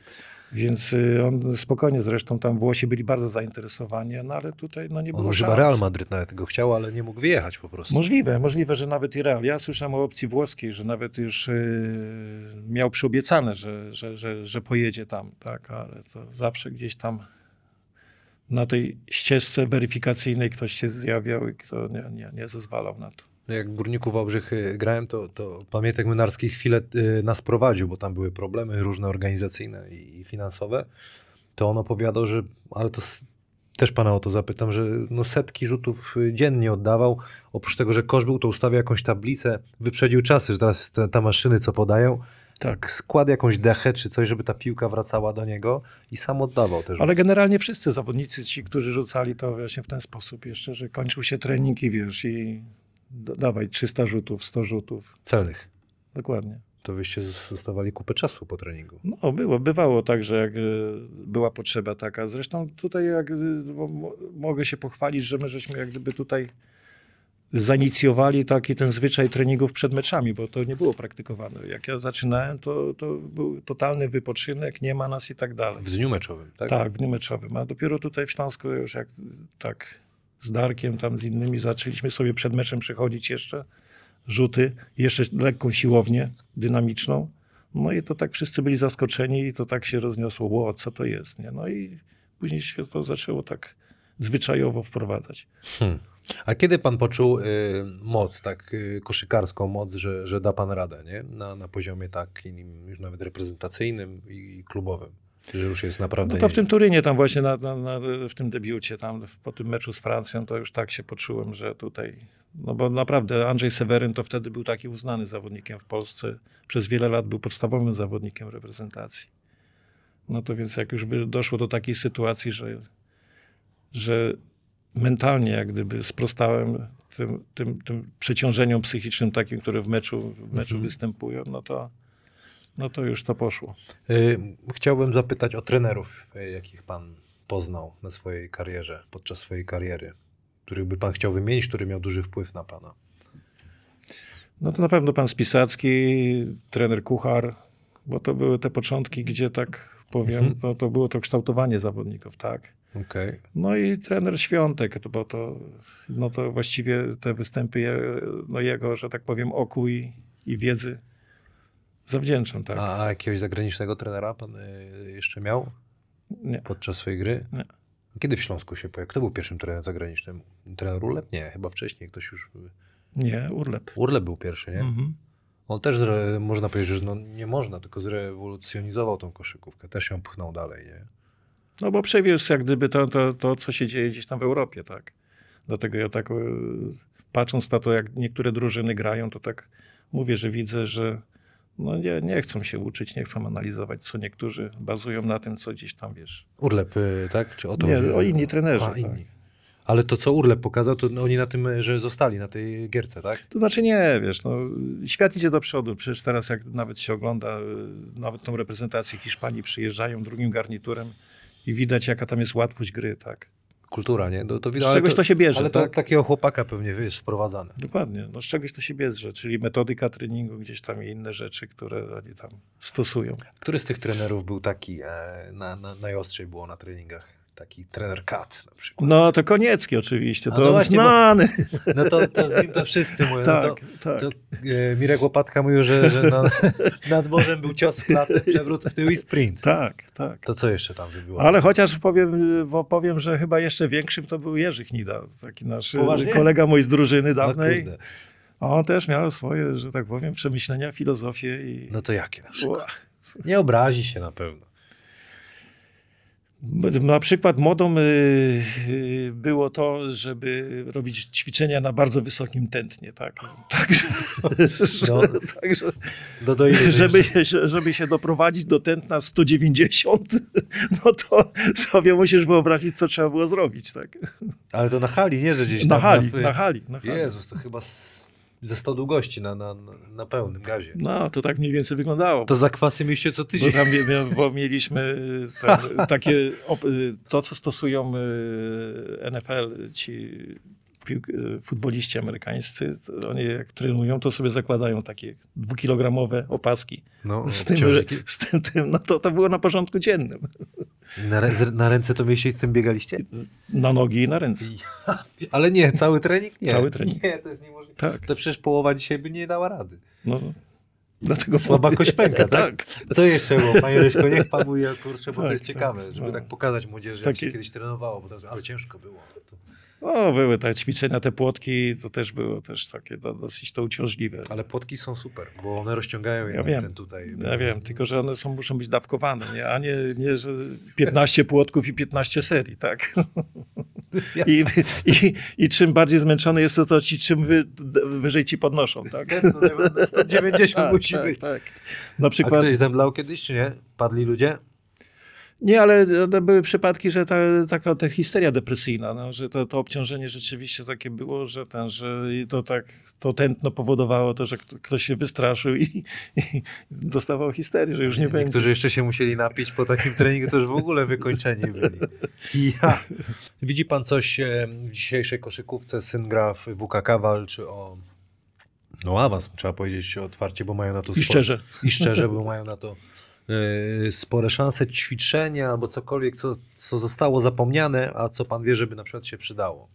on spokojnie, zresztą tam Włosi byli bardzo zainteresowani, no ale tutaj no nie było Może szans. chyba Real Madryt nawet tego chciał, ale nie mógł wyjechać po prostu. Możliwe, że nawet i Real. Ja słyszałem o opcji włoskiej, że nawet już miał przyobiecane, że pojedzie tam, tak, ale to zawsze gdzieś tam na tej ścieżce weryfikacyjnej ktoś się zjawiał i kto nie zezwalał na to. Jak w Górniku Wałbrzych grałem, to pan Mietek Młynarski chwilę nas prowadził, bo tam były problemy różne organizacyjne i finansowe. To on opowiadał, że, ale to też pana o to zapytam, że no setki rzutów dziennie oddawał. Oprócz tego, że kosz był, to ustawiał jakąś tablicę, wyprzedził czasy, że teraz te maszyny, co podają, tak składa jakąś dechę czy coś, żeby ta piłka wracała do niego i sam oddawał też. Ale generalnie wszyscy zawodnicy, ci, którzy rzucali, to właśnie w ten sposób jeszcze, że kończył się trening i wiesz, i dawaj 300 rzutów, 100 rzutów. Celnych. Dokładnie. To wyście zostawali kupę czasu po treningu. No bywało tak, że jak była potrzeba taka. Zresztą tutaj mogę się pochwalić, że my żeśmy jak gdyby tutaj zainicjowali taki ten zwyczaj treningów przed meczami, bo to nie było praktykowane. Jak ja zaczynałem, to był totalny wypoczynek, nie ma nas i tak dalej. W dniu meczowym, tak? Tak, w dniu meczowym. A dopiero tutaj w Śląsku już jak tak z Darkiem, tam z innymi zaczęliśmy sobie przed meczem przychodzić jeszcze rzuty, jeszcze lekką siłownię dynamiczną. No i to tak wszyscy byli zaskoczeni i to tak się rozniosło, ło, co to jest, nie? No i później się to zaczęło tak zwyczajowo wprowadzać. A kiedy pan poczuł moc, tak koszykarską moc, że da pan radę, nie? Na poziomie takim już nawet reprezentacyjnym i klubowym? Że już jest naprawdę... No to w tym Turynie, tam właśnie w tym debiucie, tam po tym meczu z Francją, to już tak się poczułem, że tutaj... No bo naprawdę Andrzej Seweryn to wtedy był taki uznany zawodnikiem w Polsce. Przez wiele lat był podstawowym zawodnikiem reprezentacji. No to więc jak już by doszło do takiej sytuacji, że mentalnie jak gdyby sprostałem tym przeciążeniom psychicznym takim, które w meczu występują, no to już to poszło. Chciałbym zapytać o trenerów, jakich pan poznał na swojej karierze, podczas swojej kariery, których by pan chciał wymienić, który miał duży wpływ na pana. No to na pewno pan Spisacki, trener Kuchar, bo to były te początki, gdzie tak powiem, to było to kształtowanie zawodników, tak. Okay. No i trener Świątek, bo to właściwie te występy jego, że tak powiem, oku i wiedzy zawdzięczam, tak. A jakiegoś zagranicznego trenera pan jeszcze miał? Nie. Podczas swojej gry? Nie. A kiedy w Śląsku się pojawił? Kto był pierwszym trenerem zagranicznym? Trener Urlep? Nie, chyba wcześniej ktoś już... Nie, Urlep. Urlep był pierwszy, nie? On też, można powiedzieć, że nie można, tylko zrewolucjonizował tą koszykówkę. Też ją pchnął dalej, nie? No bo przewiózł jak gdyby to, co się dzieje gdzieś tam w Europie, tak. Dlatego ja tak patrząc na to, jak niektóre drużyny grają, to tak mówię, że widzę, że no nie chcą się uczyć, nie chcą analizować, co niektórzy bazują na tym, co gdzieś tam, wiesz. Urlep, tak? Czy o to Nie, chodzi? o inni trenerzy. A, tak. inni. Ale to, co Urlep pokazał, to oni na tym, że zostali na tej gierce, tak? To znaczy nie, wiesz, no, świat idzie do przodu. Przecież teraz jak nawet się ogląda, nawet tą reprezentację Hiszpanii, przyjeżdżają drugim garniturem i widać, jaka tam jest łatwość gry, tak. Kultura, nie? To Z widać, czegoś to się bierze, ale to tak? takiego chłopaka pewnie jest wprowadzane. Dokładnie, no z czegoś to się bierze, czyli metodyka treningu gdzieś tam i inne rzeczy, które oni tam stosują. Który z tych trenerów był taki, najostrzej było na treningach? Taki trener Kat na przykład. No to Koniecki oczywiście, A to no właśnie, znany. No to z nim to wszyscy mówią. Tak, no tak. to Mirek Łopatka mówił, że nad morzem był cios w klatę, przewrót w tył i sprint. Tak, tak. To co jeszcze tam wybiło? Ale chociaż powiem, że chyba jeszcze większym to był Jerzy Chnida, taki nasz Poważnie? kolega mój z drużyny No dawnej. kurde. A on też miał swoje, że tak powiem, przemyślenia, filozofię i... No to jakie na przykład? Ua. Nie obrazi się na pewno. Na przykład modą było to, żeby robić ćwiczenia na bardzo wysokim tętnie, tak? Także, No. także Do ile żeby się doprowadzić do tętna 190, no to sobie musisz wyobrazić, co trzeba było zrobić, tak? Ale to na hali, nie, że gdzieś Na tam. hali. Jezus, to chyba ze 100 długości na pełnym gazie. No, to tak mniej więcej wyglądało. To zakwasy mieliście co Bo, tydzień. tam, bo mieliśmy takie, to co stosują NFL, ci futboliści amerykańscy, to oni jak trenują, to sobie zakładają takie 2-kilogramowe opaski. No, Tym, no to było na porządku dziennym. Na ręce to mieliście i z tym biegaliście? Na nogi i na ręce. Ale nie, cały trening? Nie. Cały trening. Nie, to jest niemożliwe. Tak. To przecież połowa dzisiaj by nie dała rady. No, dlatego Słaba kość pęka, tak? Co jeszcze było? Panie Ryszko, niech pan mówi, kurczę, bo to Tak, jest tak, ciekawe, żeby no. tak pokazać młodzieży, jak Takie- się kiedyś trenowało, bo to, ale ciężko było. były te ćwiczenia, te płotki, to też było też takie dosyć to uciążliwe. Ale płotki są super, bo one rozciągają Ja jednak wiem, ten tutaj. ja wiem, tylko że one muszą być dawkowane, nie? A nie, że 15 płotków i 15 serii, tak? I czym bardziej zmęczony jest, to ci czym wyżej ci podnoszą, tak? 190 musi tak, być. tak. Na A przykład, ktoś zemdlał kiedyś, czy nie? Padli ludzie? nie, ale były przypadki, że ta histeria depresyjna, no, że to obciążenie rzeczywiście takie było, że to tętno powodowało to, że ktoś się wystraszył i dostawał histerię, że już nie będzie. Niektórzy jeszcze się musieli napić po takim treningu, to już w ogóle wykończeni byli. Ja. Widzi pan coś w dzisiejszej koszykówce? Syn gra w WKK, walczy o awans, trzeba powiedzieć otwarcie, bo mają na to I szczerze. I szczerze, bo mają na to spore szanse, ćwiczenia albo cokolwiek, co zostało zapomniane, a co pan wie, żeby na przykład się przydało.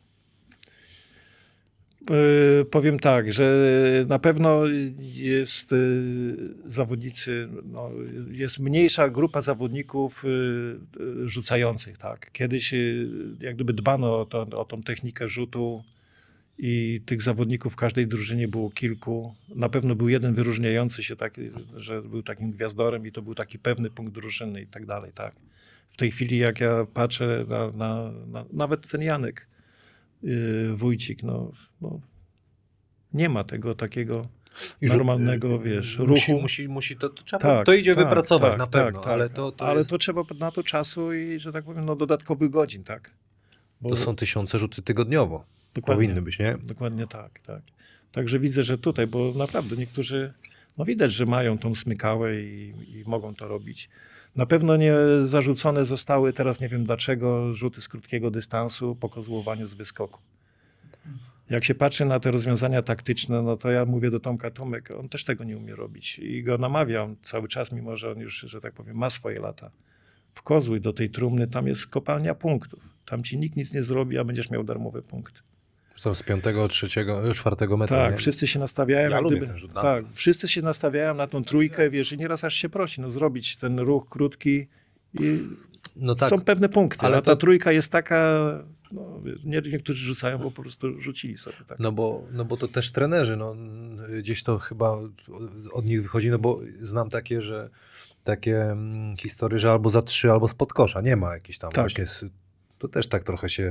Powiem tak, że na pewno jest zawodnicy, jest mniejsza grupa zawodników rzucających. Tak. Kiedyś jak gdyby dbano o tą technikę rzutu i tych zawodników w każdej drużynie było kilku. Na pewno był jeden wyróżniający się, tak, że był takim gwiazdorem i to był taki pewny punkt drużyny i tak dalej. Tak. W tej chwili jak ja patrzę na nawet ten Janek, Wójcik, nie ma tego takiego normalnego, ruchu. Musi to trzeba, Tak, to idzie tak, wypracować tak, na tak, pewno, tak. ale to Ale jest, to trzeba na to czasu i, że tak powiem, dodatkowych godzin, tak? Bo to są 1000 rzuty tygodniowo. dokładnie, Powinny być, nie? Dokładnie tak, tak. Także widzę, że tutaj, bo naprawdę niektórzy, widać, że mają tą smykałę i mogą to robić. Na pewno nie zarzucone zostały, teraz nie wiem dlaczego, rzuty z krótkiego dystansu po kozłowaniu z wyskoku. Jak się patrzy na te rozwiązania taktyczne, to ja mówię do Tomka, Tomek, on też tego nie umie robić i go namawiam cały czas, mimo że on już, że tak powiem, ma swoje lata. W kozły do tej trumny, tam jest kopalnia punktów. Tam ci nikt nic nie zrobi, a będziesz miał darmowe punkty. Są z 5., 3., 4 metra. Tak, nie? wszyscy się nastawiają. Ja jak lubię gdyby, ten rzut na tak, wszyscy się nastawiają na tą trójkę, wiesz, i nieraz aż się prosi, zrobić ten ruch krótki i No tak, są pewne punkty, ale ale ta to- trójka jest taka, wiesz, niektórzy rzucają, bo po prostu rzucili sobie. Tak. no bo to też trenerzy, gdzieś to chyba od nich wychodzi, bo znam takie historie, że albo za 3, albo spod kosza. Nie ma jakichś tam Tak. właśnie, to też tak trochę się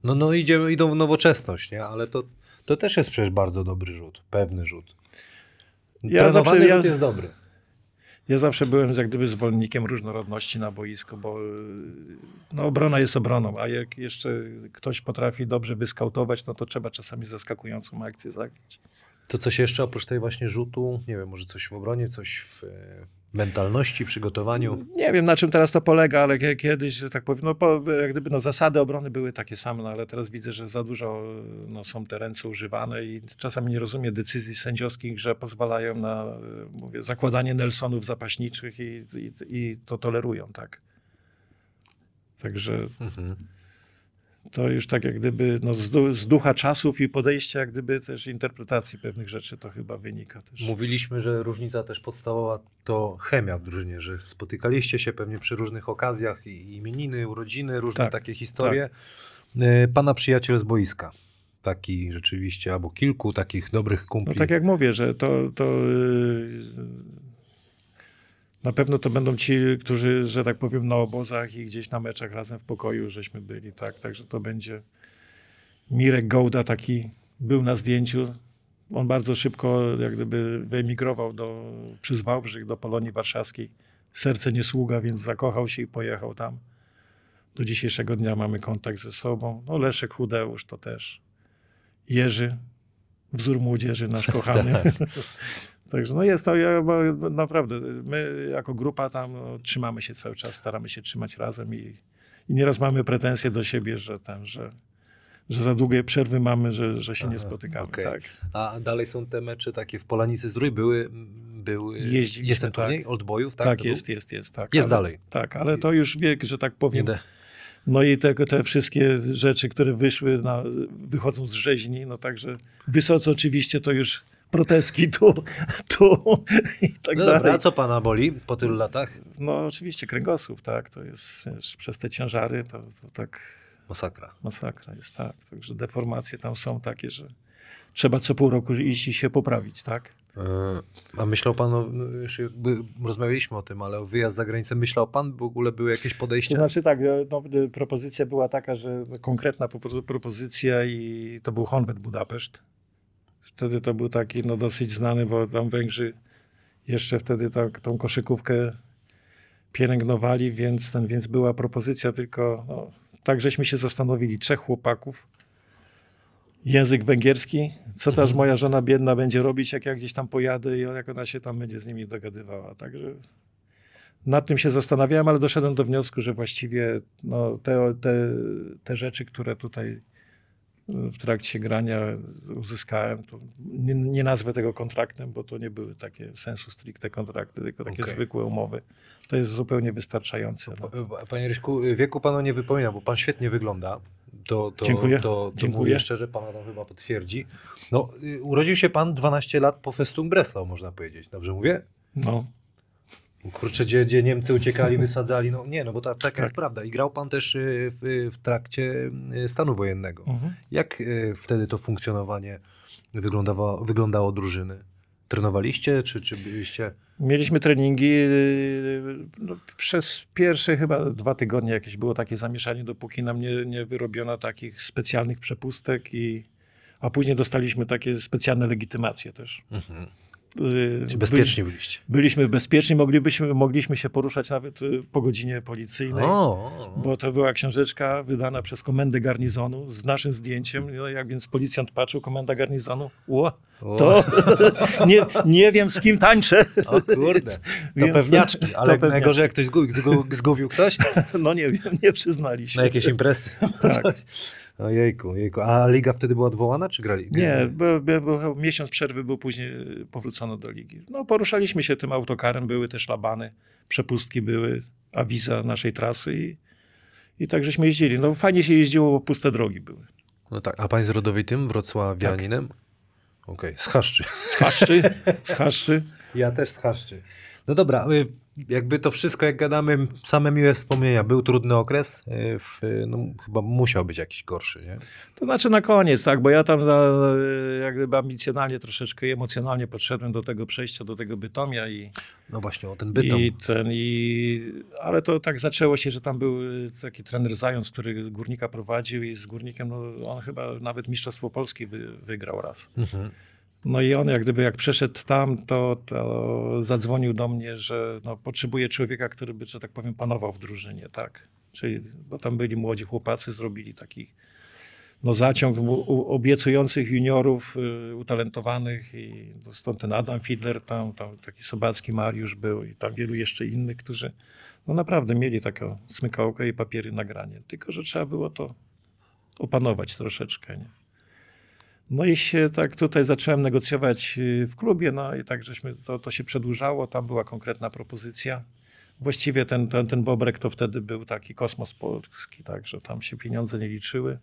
No idą w nowoczesność, nie? Ale to też jest przecież bardzo dobry rzut, pewny rzut. Trenowany rzut jest dobry. Ja zawsze byłem jak gdyby zwolennikiem różnorodności na boisku, bo no, obrona jest obroną, a jak jeszcze ktoś potrafi dobrze wyskautować, no to trzeba czasami zaskakującą akcję zagrać. To coś jeszcze oprócz tej właśnie rzutu, nie wiem, może coś w obronie, coś w mentalności, przygotowaniu? Nie wiem, na czym teraz to polega, ale kiedyś, że tak powiem, jak gdyby zasady obrony były takie same, no, ale teraz widzę, że za dużo są te ręce używane i czasami nie rozumiem decyzji sędziowskich, że pozwalają na zakładanie Nelsonów zapaśniczych i to tolerują, tak. Także to już tak jak gdyby z ducha czasów i podejścia jak gdyby też interpretacji pewnych rzeczy to chyba wynika też. Mówiliśmy, że różnica też podstawowa to chemia w drużynie, że spotykaliście się pewnie przy różnych okazjach i imieniny, urodziny, różne takie historie. Pana przyjaciel z boiska, taki rzeczywiście, albo kilku takich dobrych kumpli. No tak jak mówię, że to na pewno to będą ci, którzy, że tak powiem, na obozach i gdzieś na meczach razem w pokoju żeśmy byli, tak, także to będzie Mirek Gołda taki był na zdjęciu. On bardzo szybko jak gdyby wyemigrował przez Wałbrzych do Polonii Warszawskiej. Serce nie sługa, więc zakochał się i pojechał tam. Do dzisiejszego dnia mamy kontakt ze sobą. No Leszek Hudeusz to też. Jerzy, wzór młodzieży nasz kochany. Także no jest to, naprawdę, my jako grupa tam trzymamy się cały czas, staramy się trzymać razem i nieraz mamy pretensje do siebie, że za długie przerwy mamy, że się nie spotykamy. Okay. Tak. A dalej są te mecze takie w Polanicy Zdrój, były jest ten turniej tak. Oldboyów? Tak, jest. Tak, jest dalej. Tak, ale to już wiek, że tak powiem. No i te wszystkie rzeczy, które wychodzą z rzeźni, no także wysoce oczywiście to już proteski tu i tak dalej. Dobra, a co pana boli po tylu latach? No oczywiście kręgosłup, tak, to jest, wiesz, przez te ciężary to tak... Masakra jest, tak. Także deformacje tam są takie, że trzeba co pół roku iść i się poprawić, tak? A myślał pan, już rozmawialiśmy o tym, ale o wyjazd za granicę, myślał pan, w ogóle były jakieś podejścia? To znaczy tak, propozycja była taka, że konkretna propozycja i to był Honved Budapeszt. Wtedy to był taki dosyć znany, bo tam Węgrzy jeszcze wtedy tą koszykówkę pielęgnowali, więc była propozycja, tylko tak żeśmy się zastanowili, 3 chłopaków, język węgierski, co też moja żona biedna będzie robić, jak ja gdzieś tam pojadę i jak ona się tam będzie z nimi dogadywała. Także nad tym się zastanawiałem, ale doszedłem do wniosku, że właściwie te rzeczy, które tutaj w trakcie grania uzyskałem, to nie nazwę tego kontraktem, bo to nie były takie sensu stricte kontrakty, tylko takie zwykłe umowy. To jest zupełnie wystarczające. Panie Ryśku, wieku panu nie wypomina, bo pan świetnie wygląda. Dziękuję. To Dziękuję. mówię szczerze, pana tam chyba potwierdzi. No, urodził się pan 12 lat po Festung Breslau, można powiedzieć. Dobrze mówię? No. Kurczę, gdzie Niemcy uciekali, wysadzali. No nie, bo taka jest prawda. I grał pan też w trakcie stanu wojennego. Jak wtedy to funkcjonowanie wyglądało drużyny? Trenowaliście, czy byliście... Mieliśmy treningi, przez pierwsze chyba 2 tygodnie jakieś było takie zamieszanie, dopóki nam nie wyrobiono takich specjalnych przepustek, a później dostaliśmy takie specjalne legitymacje też. Czy bezpieczni byliście? Byliśmy bezpieczni, mogliśmy się poruszać nawet po godzinie policyjnej, bo to była książeczka wydana przez komendę garnizonu z naszym zdjęciem. No, jak więc policjant patrzył, komenda garnizonu, to nie wiem z kim tańczę. O kurde, to pewniaczki, ale najgorzej jak ktoś zgubił ktoś? No nie wiem, nie przyznali się. Na jakieś imprezy? Tak. Ojejku. A liga wtedy była odwołana, czy grali? Nie, miesiąc przerwy był, później powrócono do ligi. No, poruszaliśmy się tym autokarem, były te szlabany, przepustki były, awiza naszej trasy i tak żeśmy jeździli. No fajnie się jeździło, bo puste drogi były. No tak, a pan jest rodowitym, wrocławianinem? Tak. Okej, z Chaszczy. Z Chaszczy. Ja też z Chaszczy. No dobra, jakby to wszystko, jak gadamy, same miłe wspomnienia. Był trudny okres, no, chyba musiał być jakiś gorszy, nie? To znaczy na koniec, tak, bo ja tam jak gdyby ambicjonalnie troszeczkę i emocjonalnie podszedłem do tego przejścia, do tego Bytomia No właśnie, o ten Bytom. ale to tak zaczęło się, że tam był taki trener Zając, który Górnika prowadził i z Górnikiem, no, on chyba nawet Mistrzostwo Polski wygrał raz. No i on jak przeszedł tam, to zadzwonił do mnie, że no, potrzebuje człowieka, który by, że tak powiem, panował w drużynie, tak. Czyli, bo tam byli młodzi chłopacy, zrobili taki zaciąg obiecujących juniorów, utalentowanych i stąd ten Adam Fidler, tam taki Sobacki Mariusz był i tam wielu jeszcze innych, którzy no naprawdę mieli taką smykałkę i papiery nagranie. Tylko, że trzeba było to opanować troszeczkę, nie? No i się tak tutaj zacząłem negocjować w klubie, no i tak żeśmy, to się przedłużało, tam była konkretna propozycja. Właściwie ten Bobrek to wtedy był taki kosmos polski, tak, że tam się pieniądze nie liczyły.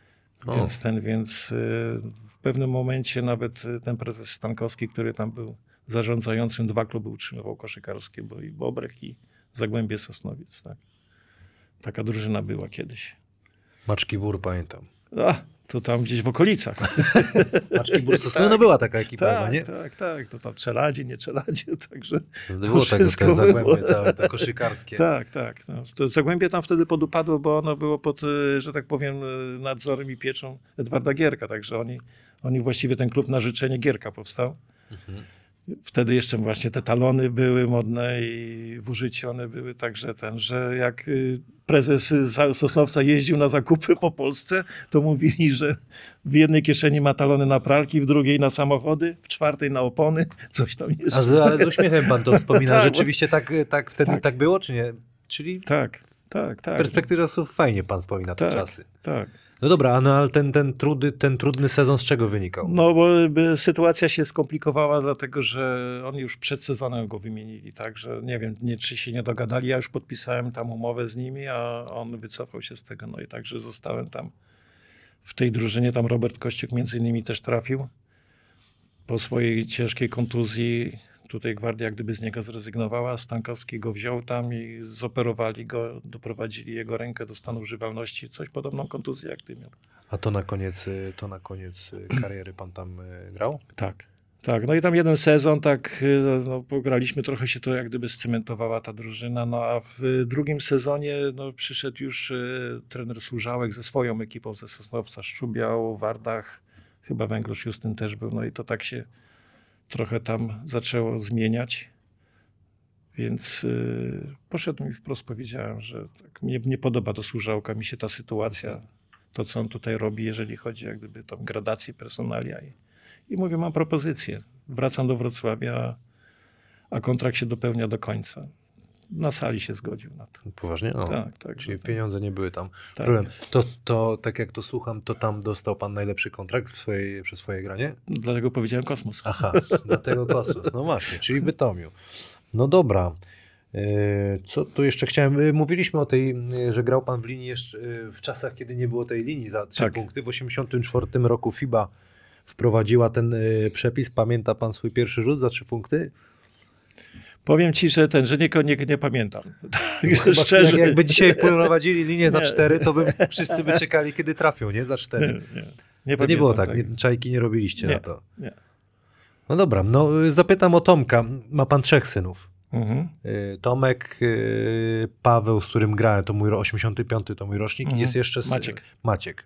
Więc w pewnym momencie nawet ten prezes Stankowski, który tam był zarządzającym, 2 kluby utrzymywał koszykarskie, bo i Bobrek i Zagłębie Sosnowiec, tak. Taka drużyna była kiedyś. Maczki Bór, pamiętam. To tam gdzieś w okolicach. Maczki Bór, no była taka ekipa chyba, nie? Tak. To tam Czeladzie, nie Czeladzie, także Było tego, te Zagłębie całe, te koszykarskie. Tak. No. To Zagłębie tam wtedy podupadło, bo ono było pod, że tak powiem, nadzorem i pieczą Edwarda Gierka, także oni właściwie ten klub na życzenie Gierka powstał. Wtedy jeszcze właśnie te talony były modne i w użyciu one były, także że jak prezes Sosnowca jeździł na zakupy po Polsce, to mówili, że w jednej kieszeni ma talony na pralki, w drugiej na samochody, w czwartej na opony, coś tam jeszcze. Ale z uśmiechem pan to wspomina. Tak, Rzeczywiście tak wtedy tak było, czy nie? Czyli Tak. w perspektywie czasów fajnie pan wspomina te czasy. Tak. No dobra, ale ten trudny sezon z czego wynikał? No bo sytuacja się skomplikowała, dlatego że oni już przed sezonem go wymienili, tak, że nie wiem, czy się nie dogadali, ja już podpisałem tam umowę z nimi, a on wycofał się z tego, no i także zostałem tam w tej drużynie, tam Robert Kościuk między innymi też trafił po swojej ciężkiej kontuzji. Tutaj Gwardia jak gdyby z niego zrezygnowała, Stankowski go wziął tam i zoperowali go, doprowadzili jego rękę do stanu używalności, coś podobną kontuzję jak ty miał. A to na koniec kariery pan tam grał? Tak. No i tam jeden sezon, tak, no, pograliśmy, trochę się to jak gdyby scementowała ta drużyna, no a w drugim sezonie no, przyszedł już trener Służałek ze swoją ekipą ze Sosnowca, Szczubiał, Wardach, chyba Węgrusz Justyn też był, no i to tak się trochę tam zaczęło zmieniać, więc poszedłem i wprost powiedziałem, że tak, mnie nie podoba do Służałka, mi się ta sytuacja, to co on tutaj robi, jeżeli chodzi jak gdyby tam gradację personalia i mówię, mam propozycję, wracam do Wrocławia, a kontrakt się dopełnia do końca. Na sali się zgodził na to. Poważnie? No. Tak. Czyli pieniądze nie były tam. Tak. Problem. To tak jak to słucham, to tam dostał pan najlepszy kontrakt przez swoje granie? Dlatego powiedziałem Kosmos. Aha, dlatego Kosmos. No właśnie, czyli Bytomiu. No dobra. Co tu jeszcze chciałem? Mówiliśmy o tej, że grał pan w linii jeszcze w czasach, kiedy nie było tej linii za 3 punkty. W 1984 roku FIBA wprowadziła ten przepis. Pamięta pan swój pierwszy rzut za 3 punkty? Powiem ci, że nie pamiętam. Szczerze. Jakby dzisiaj wprowadzili linię za 4, to wszyscy by czekali, kiedy trafią, nie? Za 4. Nie było tak. Czajki nie robiliście na to. Nie. No dobra, no zapytam o Tomka. Ma pan 3 synów. Tomek, Paweł, z którym grałem, to mój 85, to mój rocznik. Jest jeszcze Maciek.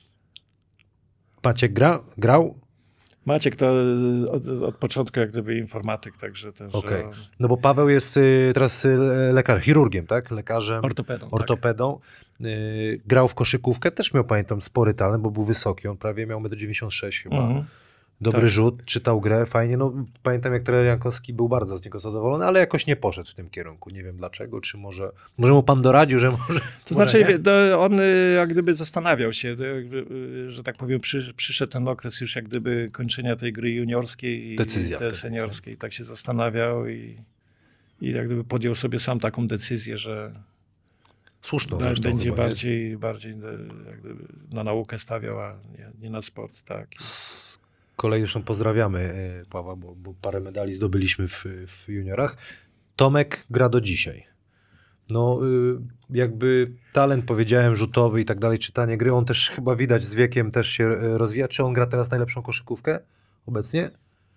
Maciek grał? Maciek to od początku jak gdyby informatyk, także też. Okej. No bo Paweł jest teraz chirurgiem, tak? Lekarzem, ortopedą. Tak. Grał w koszykówkę, też miał, pamiętam, spory talent, bo był wysoki, on prawie miał 1,96 m chyba. Dobry rzut, czytał grę, fajnie. No, pamiętam, jak trener Jankowski był bardzo z niego zadowolony, ale jakoś nie poszedł w tym kierunku. Nie wiem dlaczego, czy może mu pan doradził, że może... To znaczy, on jak gdyby zastanawiał się, że tak powiem, przyszedł ten okres już jak gdyby kończenia tej gry juniorskiej i tej seniorskiej. Tak się zastanawiał i jak gdyby podjął sobie sam taką decyzję, że słuszną będzie bardziej jak gdyby na naukę stawiał, a nie na sport. Tak. Z kolei zresztą pozdrawiamy Pawła, bo parę medali zdobyliśmy w juniorach. Tomek gra do dzisiaj. No jakby talent, powiedziałem, rzutowy i tak dalej, czytanie gry, on też chyba widać z wiekiem też się rozwija. Czy on gra teraz najlepszą koszykówkę obecnie?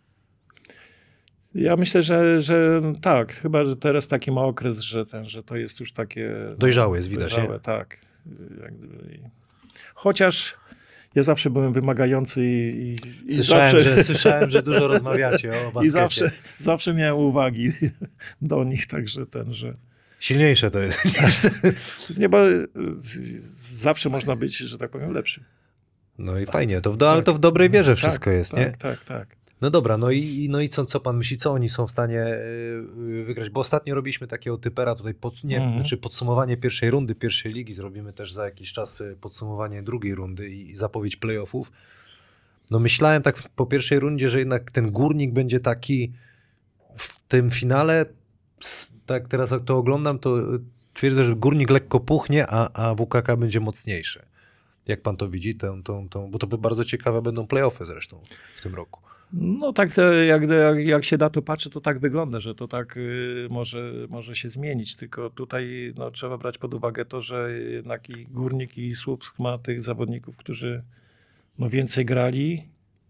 Ja myślę, że tak. Chyba, że teraz taki ma okres, że to jest już takie... Dojrzałe jest, widać, dojrzałe, nie? tak. Jak gdyby, chociaż ja zawsze byłem wymagający i Słyszałem, że dużo rozmawiacie o baskecie. i zawsze miałem uwagi do nich, także że... Silniejsze to jest. Nie, bo zawsze można być, że tak powiem, lepszy. No i fajnie, ale to w dobrej wierze wszystko jest, tak, nie? Tak. No dobra, no i co pan myśli, co oni są w stanie wygrać? Bo ostatnio robiliśmy takiego typera tutaj, znaczy podsumowanie pierwszej rundy, pierwszej ligi, zrobimy też za jakiś czas podsumowanie drugiej rundy i zapowiedź playoffów. No myślałem tak po pierwszej rundzie, że jednak ten Górnik będzie taki w tym finale, tak teraz jak to oglądam, to twierdzę, że Górnik lekko puchnie, a WKK będzie mocniejszy. Jak pan to widzi? Bo to by bardzo ciekawe będą playoffy zresztą w tym roku. No tak, jak się na to patrzy, to tak wygląda, że to tak może się zmienić, tylko tutaj trzeba brać pod uwagę to, że jednak i Górnik i Słupsk ma tych zawodników, którzy więcej grali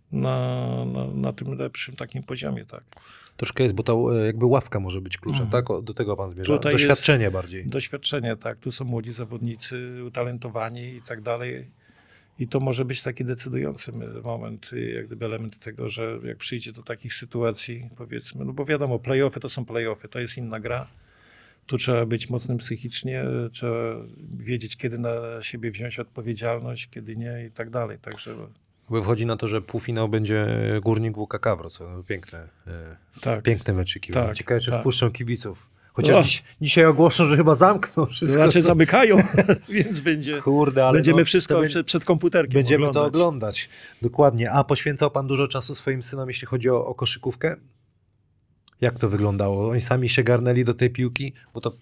na tym lepszym takim poziomie, tak. Troszkę jest, bo ta jakby ławka może być kluczem, tak? Do tego pan zmierza. Tutaj Doświadczenie bardziej. Doświadczenie, tak. Tu są młodzi zawodnicy, utalentowani i tak dalej. I to może być taki decydujący moment, jak gdyby element tego, że jak przyjdzie do takich sytuacji, powiedzmy, no bo wiadomo, play-offy to są play-offy, to jest inna gra. Tu trzeba być mocnym psychicznie, trzeba wiedzieć, kiedy na siebie wziąć odpowiedzialność, kiedy nie i tak dalej. Także... Wychodzi na to, że półfinał będzie Górnik WKK Wrocław. No, piękne meczyki. Tak, ciekawe, czy tak. wpuszczą kibiców. Chociaż dzisiaj ogłoszą, że chyba zamkną wszystko. Znaczy zamykają, więc będziemy wszystko przed komputerkiem będziemy to oglądać. Dokładnie. A poświęcał pan dużo czasu swoim synom, jeśli chodzi o koszykówkę? Jak to wyglądało? Oni sami się garnęli do tej piłki? Bo to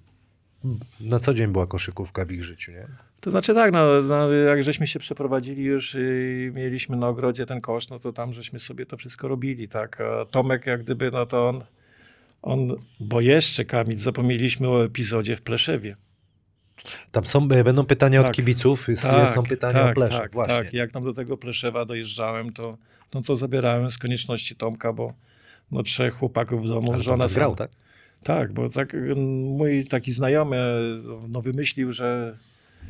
na co dzień była koszykówka w ich życiu, nie? To znaczy tak, jak żeśmy się przeprowadzili już i mieliśmy na ogrodzie ten kosz, no to tam żeśmy sobie to wszystko robili, tak. A Tomek jak gdyby, no to on, bo jeszcze, Kamil, zapomnieliśmy o epizodzie w Pleszewie. Tam będą pytania od kibiców, są pytania o Pleszek, właśnie. Tak, jak tam do tego Pleszewa dojeżdżałem, to zabierałem z konieczności Tomka, bo 3 chłopaków w domu, Ale żona grał, tak? Tak, bo tak mój taki znajomy wymyślił, że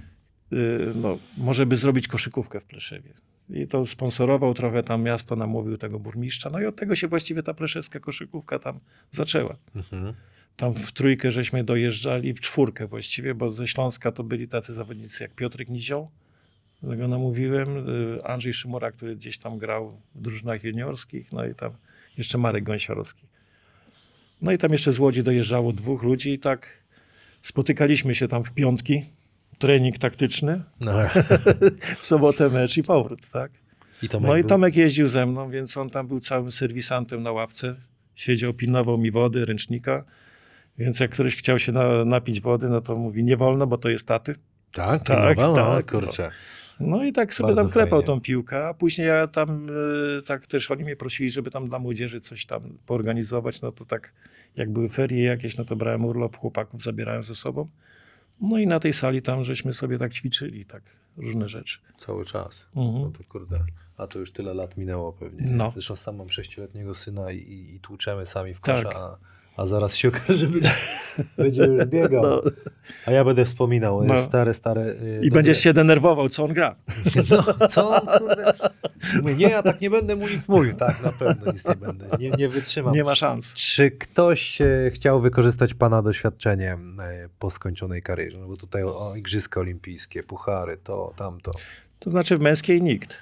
może by zrobić koszykówkę w Pleszewie. I to sponsorował trochę tam miasto, namówił tego burmistrza. No i od tego się właściwie ta pleszewska koszykówka tam zaczęła. Mhm. Tam w 3 żeśmy dojeżdżali, w 4 właściwie, bo ze Śląska to byli tacy zawodnicy jak Piotrek Nizioł, tego namówiłem, Andrzej Szymura, który gdzieś tam grał w drużynach juniorskich, no i tam jeszcze Marek Gąsiorowski. No i tam jeszcze z Łodzi dojeżdżało 2 ludzi i tak spotykaliśmy się tam w piątki, trening taktyczny, w sobotę mecz i powrót, tak? I Tomek jeździł ze mną, więc on tam był całym serwisantem na ławce, siedział, pilnował mi wody, ręcznika, więc jak ktoś chciał się napić wody, no to mówi, nie wolno, bo to jest taty. Tak, kurczę. No i tak sobie tam klepał tą piłkę, a później ja tam, tak też oni mnie prosili, żeby tam dla młodzieży coś tam poorganizować, no to tak jak były ferie jakieś, no to brałem urlop, chłopaków zabierałem ze sobą. No i na tej sali tam żeśmy sobie tak ćwiczyli, tak różne rzeczy. Cały czas. No to kurde. A to już tyle lat minęło pewnie. No. Zresztą sam mam 6-letniego syna i tłuczemy sami w kosza, a zaraz się okaże, że będzie już biegał. No. A ja będę wspominał stare... I będziesz się denerwował, co on gra. No, co on, kurde? Mówię, nie, ja tak nie będę mu nic mówił. Tak, na pewno nic nie będę. Nie wytrzymam. Nie ma szans. Czy ktoś chciał wykorzystać pana doświadczenie po skończonej karierze? No bo tutaj o Igrzyska Olimpijskie, puchary, to, tamto. To znaczy w męskiej nikt.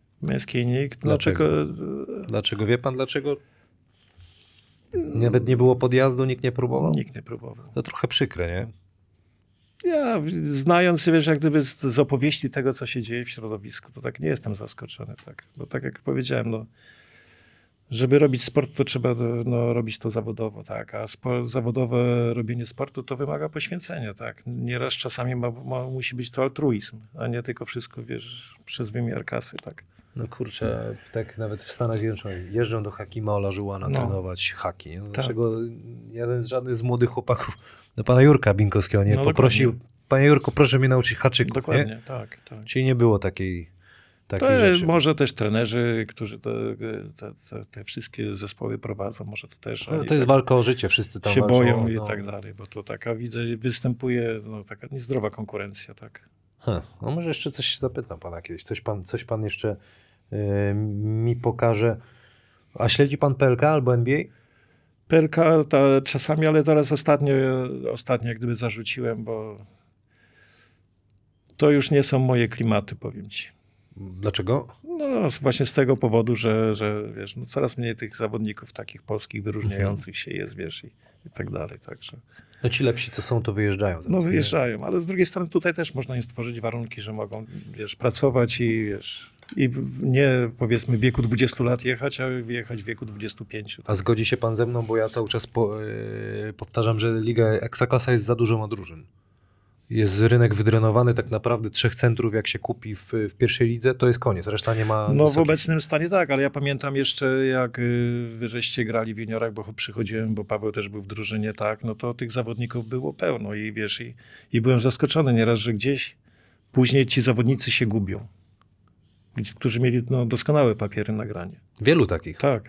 Dlaczego? Wie pan dlaczego? Nawet nie było podjazdu, nikt nie próbował? Nikt nie próbował. To trochę przykre, nie? Ja znając, wiesz, jak gdyby z opowieści tego, co się dzieje w środowisku, to tak nie jestem zaskoczony, tak. Bo tak jak powiedziałem, żeby robić sport, to trzeba robić to zawodowo, tak. A zawodowe robienie sportu to wymaga poświęcenia, tak. Nieraz czasami musi być to altruizm, a nie tylko wszystko, wiesz, przez wymiar kasy, tak. No kurczę, tak nawet w Stanach Zjednoczonych jeżdżą do Hakima Olajuwona trenować haki. Nie? No dlaczego żaden z młodych chłopaków, no pana Jurka Binkowskiego nie poprosił, dokładnie. Panie Jurku, proszę mnie nauczyć haczyków, Dokładnie, nie? tak. Czyli nie było takiej To rzeczy. może też trenerzy, którzy te wszystkie zespoły prowadzą, może to też No, oni to jest tak walka o życie, wszyscy tam się walczą. boją i tak dalej, bo to taka, widzę, występuje taka niezdrowa konkurencja, tak. No może jeszcze coś zapytam pana kiedyś, coś pan jeszcze mi pokaże. A śledzi pan PLK albo NBA? PLK czasami, ale teraz ostatnio jak gdyby zarzuciłem, bo to już nie są moje klimaty, powiem ci. Dlaczego? No właśnie z tego powodu, że wiesz, no coraz mniej tych zawodników takich polskich wyróżniających się jest, wiesz, i tak dalej, także. No ci lepsi, co są, to wyjeżdżają. No Zaraz, nie? wyjeżdżają, ale z drugiej strony tutaj też można im stworzyć warunki, że mogą, wiesz, pracować i wiesz, i nie powiedzmy w wieku 20 lat jechać, a wyjechać w wieku 25. A zgodzi się pan ze mną, bo ja cały czas powtarzam, że Liga Ekstraklasa jest za dużo ma drużyn. Jest rynek wydrenowany, tak naprawdę 3 centrów, jak się kupi w pierwszej lidze, to jest koniec, reszta nie ma No w wysokich. obecnym stanie tak, ale ja pamiętam jeszcze jak wy żeście grali w juniorach, bo przychodziłem, bo Paweł też był w drużynie, tak, no to tych zawodników było pełno i wiesz, i byłem zaskoczony nieraz, że gdzieś później ci zawodnicy się gubią, którzy mieli doskonałe papiery na granie. Wielu takich. Tak.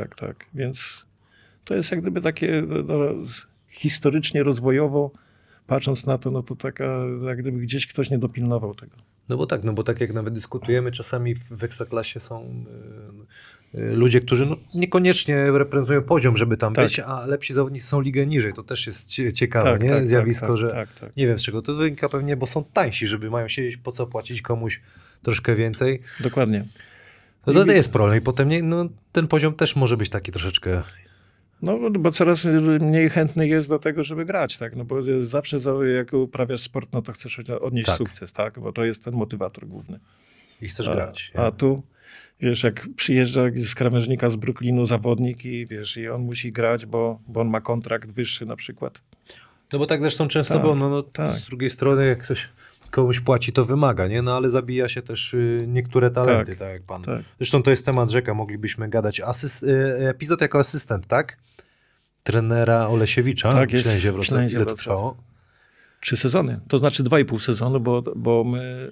Więc to jest jak gdyby takie historycznie, rozwojowo, patrząc na to, no to taka, jak gdyby gdzieś ktoś nie dopilnował tego. No bo tak jak nawet dyskutujemy, czasami w Ekstraklasie są ludzie, którzy niekoniecznie reprezentują poziom, żeby tam Tak. być, a lepsi zawodnicy są ligę niżej. To też jest ciekawe, nie? Zjawisko, że tak. nie wiem z czego to wynika, pewnie, bo są tańsi, żeby mają siedzieć, po co płacić komuś troszkę więcej. Dokładnie. No to jest problem i potem ten poziom też może być taki troszeczkę... No, bo coraz mniej chętnych jest do tego, żeby grać, tak? No bo zawsze jak uprawiasz sport, no to chcesz odnieść Tak. sukces, tak? Bo to jest ten motywator główny. I chcesz grać. A tu, wiesz, jak przyjeżdża z krawężnika z Brooklynu zawodnik i wiesz, i on musi grać, bo on ma kontrakt wyższy na przykład. No bo tak zresztą często Tak, było, tak. Z drugiej strony jak ktoś komuś płaci, to wymaga, nie? No ale zabija się też niektóre talenty, tak jak pan. Tak. Zresztą to jest temat rzeka, moglibyśmy gadać. Epizod jako asystent, tak? Trenera Olesiewicza Tak, w jest Ślęzie w Wrocław. Ślęzie Ile to Wrocław. trwało? 3 sezony, to znaczy 2,5 sezonu, bo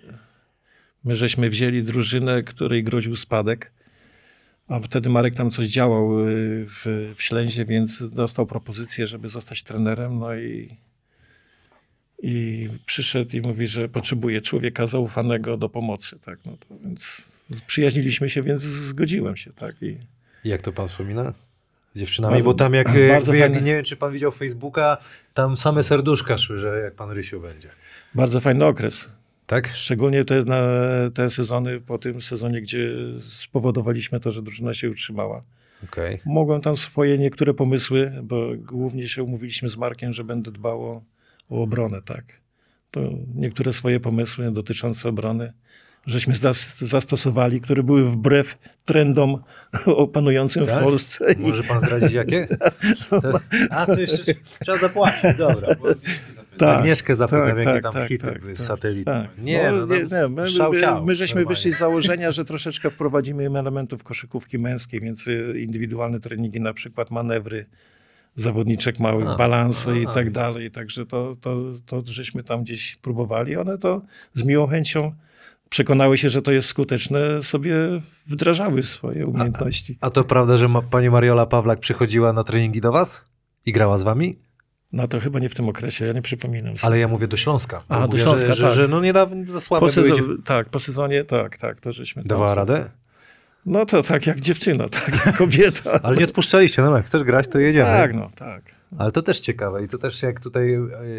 my żeśmy wzięli drużynę, której groził spadek, a wtedy Marek tam coś działał w Ślęzie, więc dostał propozycję, żeby zostać trenerem, no i przyszedł i mówi, że potrzebuje człowieka zaufanego do pomocy, tak, no to więc przyjaźniliśmy się, więc zgodziłem się, tak. I jak to pan wspomina? Z dziewczynami, Bardzo- bo tam bardzo jak fajne. nie wiem, czy pan widział Facebooka, tam same serduszka szły, że jak pan Rysiu będzie. Bardzo fajny okres. Tak? Szczególnie te sezony, po tym sezonie, gdzie spowodowaliśmy to, że drużyna się utrzymała. Okej. Mogłem tam swoje niektóre pomysły, bo głównie się umówiliśmy z Markiem, że będę dbał o obronę, tak. To niektóre swoje pomysły dotyczące obrony żeśmy zastosowali, które były wbrew trendom panującym Tak? w Polsce. Może pan zdradzić jakie? To jeszcze trzeba zapłacić, dobra. Tak, Agnieszkę zapytam, tak, jakie tak, tam hity tak, były z tak. satelity. Tak. Nie, My żeśmy wyszli z założenia, że troszeczkę wprowadzimy elementów koszykówki męskiej, więc indywidualne treningi, na przykład manewry zawodniczek małych, balanse i tak dalej. Także to żeśmy tam gdzieś próbowali. One to z miłą chęcią przekonały się, że to jest skuteczne, sobie wdrażały swoje umiejętności. A to prawda, że pani Mariola Pawlak przychodziła na treningi do was? I grała z wami? No to chyba nie w tym okresie, ja nie przypominam sobie. Ale ja mówię do Śląska. A, Bo do mówię, Śląska, że, tak. że niedawno za słabe były. Po sezonie, tak, to żeśmy tam Dawała sobie- radę? No to tak jak dziewczyna, tak jak kobieta. Ale nie odpuszczaliście, no jak chcesz grać, to jedziemy. Tak, no tak. Ale to też ciekawe i to też jak tutaj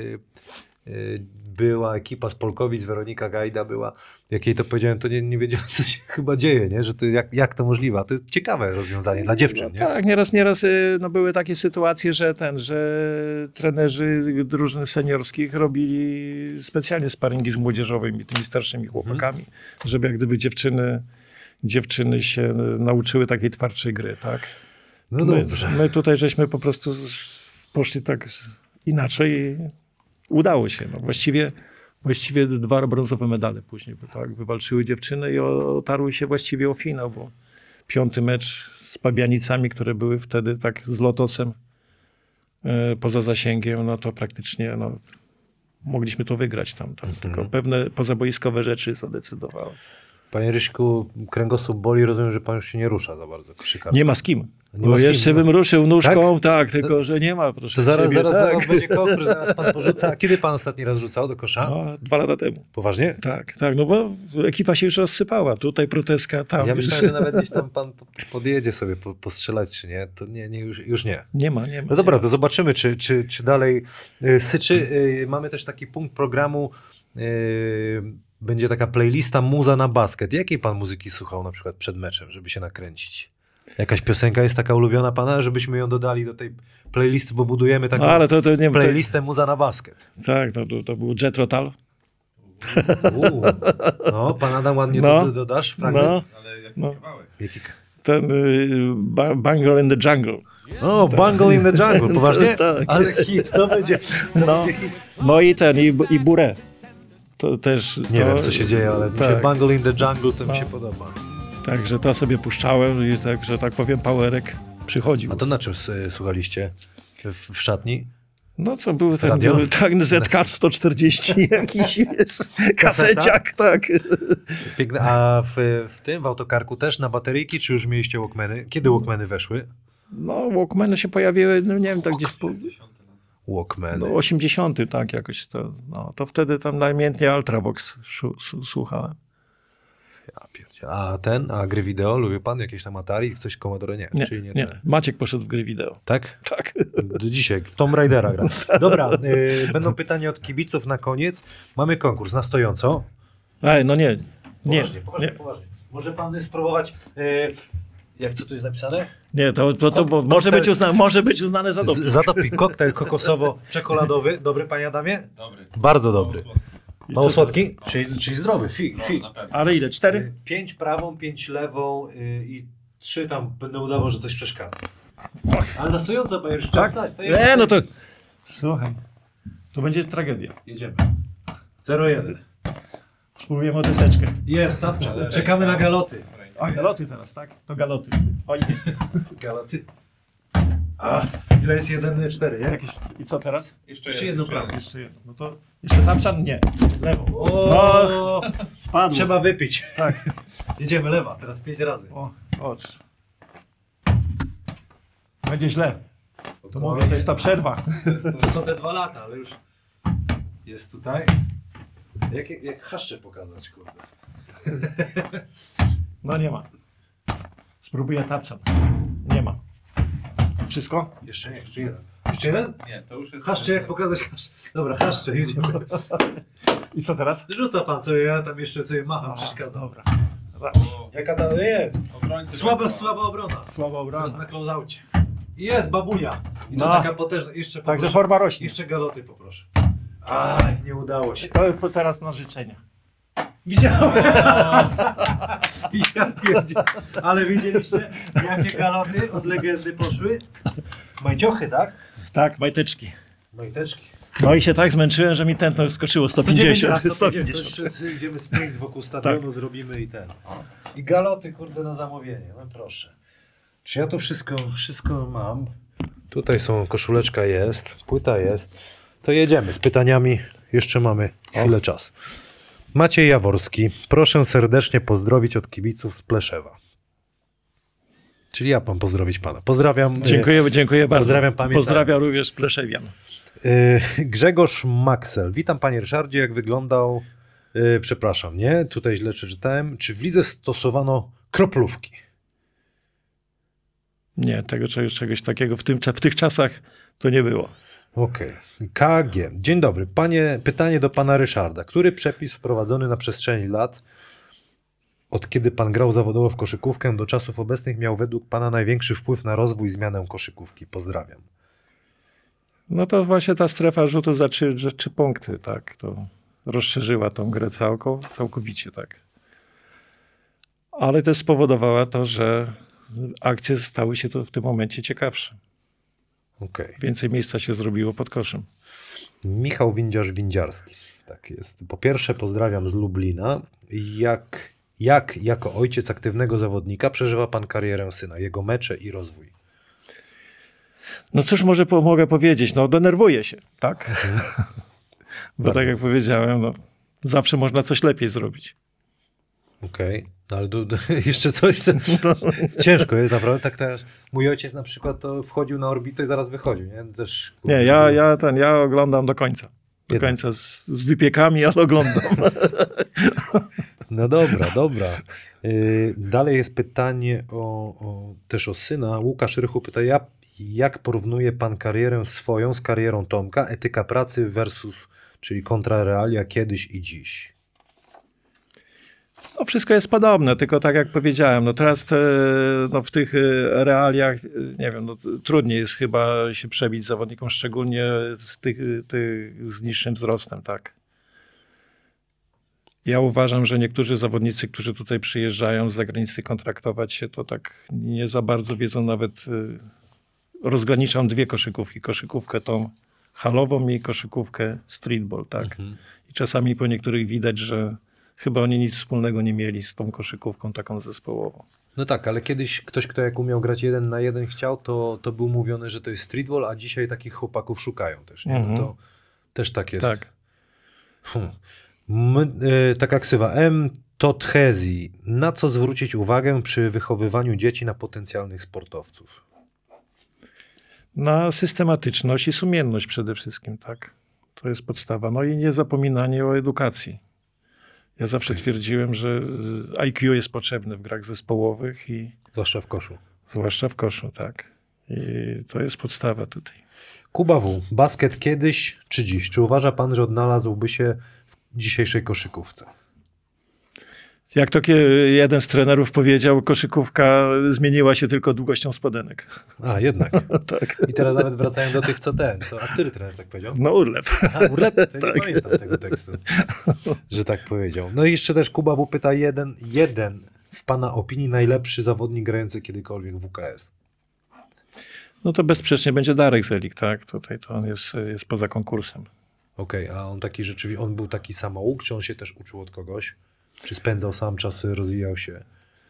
była ekipa z Polkowic, Weronika Gajda była, jak jej to powiedziałem, to nie wiedziałem, co się chyba dzieje, nie? Że to jak to możliwe. A to jest ciekawe rozwiązanie dla dziewczyn, nie? Tak, nieraz były takie sytuacje, że trenerzy drużyn seniorskich robili specjalnie sparingi z młodzieżowymi, tymi starszymi chłopakami, żeby jak gdyby dziewczyny się nauczyły takiej twardszej gry, tak? No dobrze. My tutaj żeśmy po prostu poszli tak inaczej i udało się. No, właściwie właściwie 2 brązowe medale później, bo tak wywalczyły dziewczyny i otarły się właściwie o finał, bo 5. mecz z Pabianicami, które były wtedy tak z Lotosem poza zasięgiem, no to praktycznie mogliśmy to wygrać tam. Tylko pewne pozaboiskowe rzeczy zadecydowały. Panie Ryśku, kręgosłup boli, rozumiem, że pan już się nie rusza za bardzo przy kartce. Nie ma z kim. Nie ma Bo z kim, jeszcze no. bym ruszył nóżką, tak, tylko że nie ma, proszę To zaraz, ciebie, tak. zaraz będzie konkurs, zaraz pan porzuca. A kiedy pan ostatni raz rzucał do kosza? No, 2 lata temu. Poważnie? Tak, no bo ekipa się już rozsypała. Tutaj proteska, tam. Ja już. myślałem, że nawet gdzieś tam pan podjedzie sobie postrzelać, czy nie. To nie już nie. Nie ma. No dobra, to zobaczymy, czy dalej syczy. Mamy też taki punkt programu, będzie taka playlista Muza na basket. Jakiej pan muzyki słuchał na przykład przed meczem, żeby się nakręcić? Jakaś piosenka jest taka ulubiona pana, żebyśmy ją dodali do tej playlisty, bo budujemy taką Ale to nie wiem. playlistę Muza na basket. Tak, to był Jet Rotal. No, pan Adam ładnie No. to dodasz fragment. No, Ale jaki No. kawałek? ten Bungle in the Jungle. O, Bungle in the Jungle, poważnie? Tak. Ale hit, to będzie. No i Bure. To też. Nie wiem, co się dzieje, ale mi się tak. Bungle in the Jungle to mi się podoba. Także to sobie puszczałem i tak, że tak powiem, powerek przychodził. A to na czym słuchaliście w szatni? No co, był ten Radio? tak, ZK 140 jakiś, wiesz, kaseciak, tak. Piękne. A w autokarku też na bateryjki, czy już mieliście Walkmany? Kiedy Walkmany weszły? No, Walkmany się pojawiły, no nie wiem, tak gdzieś po Walkmany. no, 80, tak jakoś to, no, to wtedy tam namiętnie Ultravox słuchałem. Ja pierdzie. A gry wideo? Lubi pan jakieś tam Atari? Coś Commodore? Nie. Czyli Nie. Maciek poszedł w gry wideo. Tak? Tak. Do dzisiaj. W Tomb Raidera gra. Dobra, będą pytania od kibiców na koniec. Mamy konkurs na stojąco. Ej, no nie. Poważnie. Może pan spróbować... co tu jest napisane? Nie, to bo może być uznane za dobre. Zatopik koktajl kokosowo-czekoladowy. Dobry, panie Adamie? Dobry. Bardzo dobry. Słodki. Mało słodki? Czyli zdrowy. No, na pewno. Ale ile? 4? 5 prawą, 5 lewą i 3 tam będę udawał, że coś przeszkadza. Ale na stojąco, bo już Tak? wstać. No to... Słuchaj, to będzie tragedia. Jedziemy. 0-1. Spróbujemy o deseczkę. Jest, tapcza. Czekamy na galoty. A, galoty teraz, tak? To galoty. Oj, Galoty. Ile jest 1-4, nie? i co teraz? Jeszcze jedno prawo. Jeszcze jedno. No to jeszcze tapczan? Nie. Lewo. O, Spadło. trzeba wypić. Tak. Jedziemy lewa, teraz 5 razy. Chodź. Będzie źle. To mówię, to jest ta przerwa. To są te 2 lata, ale już jest tutaj. Jak haszcze pokazać, kurde. No nie ma. Spróbuję tapczan. Nie ma. Wszystko? Jeszcze nie, jeszcze jeden. Jeszcze jeden? Nie, to już jest... Haszcze, jak pokazać haszcze. Dobra, haszcze, jedziemy. I co teraz? Rzuca pan sobie, ja tam jeszcze sobie macham, przeszkadzam. Dobra. Raz. Jaka to jest? Obrońcy Słaba obrona. Słaba Teraz obrona. na close-aucie. Jest babunia. I to No. taka potężna. Jeszcze Także poproszę. forma rośnie. Jeszcze galoty poproszę. Aj, nie udało się. To teraz na życzenia. Widziałem. Ja pierdzie- Ale widzieliście, jakie galoty od legendy poszły? Majciochy, tak? Tak, majteczki. Majteczki. No i się tak zmęczyłem, że mi tętno skoczyło 150. 150. To jeszcze idziemy sprint wokół stadionu, zrobimy i ten. I galoty, kurde, na zamówienie. No proszę. Czy ja to wszystko mam? Tutaj są, koszuleczka jest, płyta jest. To jedziemy z pytaniami. Jeszcze mamy chwilę czasu. Maciej Jaworski. Proszę serdecznie pozdrowić od kibiców z Pleszewa. Czyli ja pan pozdrowić pana. Pozdrawiam. Dziękuję bardzo. Pozdrawiam, pamiętam. Pozdrawiam również Pleszewian. Grzegorz Maksel. Witam panie Ryszardzie, jak wyglądał, przepraszam, nie? Tutaj źle przeczytałem. Czy w lidze stosowano kroplówki? Nie, czegoś takiego w tych czasach to nie było. Okej. KG. Dzień dobry. Pytanie do pana Ryszarda. Który przepis wprowadzony na przestrzeni lat, od kiedy pan grał zawodowo w koszykówkę do czasów obecnych, miał według pana największy wpływ na rozwój i zmianę koszykówki? Pozdrawiam. No to właśnie ta strefa rzutu za 3 punkty, tak, to rozszerzyła tą grę całkowicie, tak. Ale też spowodowała to, że akcje stały się to w tym momencie ciekawsze. Okej. Więcej miejsca się zrobiło pod koszem. Michał Windziarz-Windziarski. Tak jest. Po pierwsze pozdrawiam z Lublina. Jak jako ojciec aktywnego zawodnika przeżywa pan karierę syna, jego mecze i rozwój? No cóż mogę powiedzieć, no denerwuję się, tak? Bo tak jak powiedziałem, no, zawsze można coś lepiej zrobić. Okej, no ale jeszcze coś, ciężko jest naprawdę, tak mój ojciec na przykład to wchodził na orbitę i zaraz wychodził, nie? Też, Nie, ja oglądam do końca. Do końca z wypiekami, ale oglądam. No dobra. Dalej jest pytanie też o syna. Łukasz Rychu pyta, jak porównuje pan karierę swoją z karierą Tomka? Etyka pracy versus, czyli kontra realia kiedyś i dziś. No wszystko jest podobne, tylko tak jak powiedziałem, no teraz w tych realiach, nie wiem, no, trudniej jest chyba się przebić zawodnikom, szczególnie tych z niższym wzrostem, tak. Ja uważam, że niektórzy zawodnicy, którzy tutaj przyjeżdżają z zagranicy kontraktować się, to tak nie za bardzo wiedzą nawet, rozgraniczam dwie koszykówki, koszykówkę tą halową i koszykówkę streetball, tak. I czasami po niektórych widać, że chyba oni nic wspólnego nie mieli z tą koszykówką taką zespołową. No tak, ale kiedyś ktoś, kto jak umiał grać 1 na 1 chciał, to był mówiony, że to jest streetball, a dzisiaj takich chłopaków szukają też, nie? No to też tak jest. Tak. Taka ksywa M. Totchezi. Na co zwrócić uwagę przy wychowywaniu dzieci na potencjalnych sportowców? Na systematyczność i sumienność przede wszystkim, tak. To jest podstawa. No i niezapominanie o edukacji. Ja zawsze twierdziłem, że IQ jest potrzebny w grach zespołowych i... Zwłaszcza w koszu. Zwłaszcza w koszu, tak. I to jest podstawa tutaj. Kuba W. Basket kiedyś czy dziś? Czy uważa pan, że odnalazłby się w dzisiejszej koszykówce? Jak to jeden z trenerów powiedział, koszykówka zmieniła się tylko długością spodenek. A, jednak. Tak. I teraz nawet wracają do tych, a który trener tak powiedział? No Urlep. Urlep? To nie pamiętam tego tekstu, że tak powiedział. No i jeszcze też Kuba W. pyta, jeden w pana opinii najlepszy zawodnik grający kiedykolwiek w WKS? No to bezsprzecznie będzie Darek Zelik, tak? Tutaj to on jest poza konkursem. Okej, a on taki rzeczywiście, on był taki samouk, czy on się też uczył od kogoś? Czy spędzał sam czas, rozwijał się?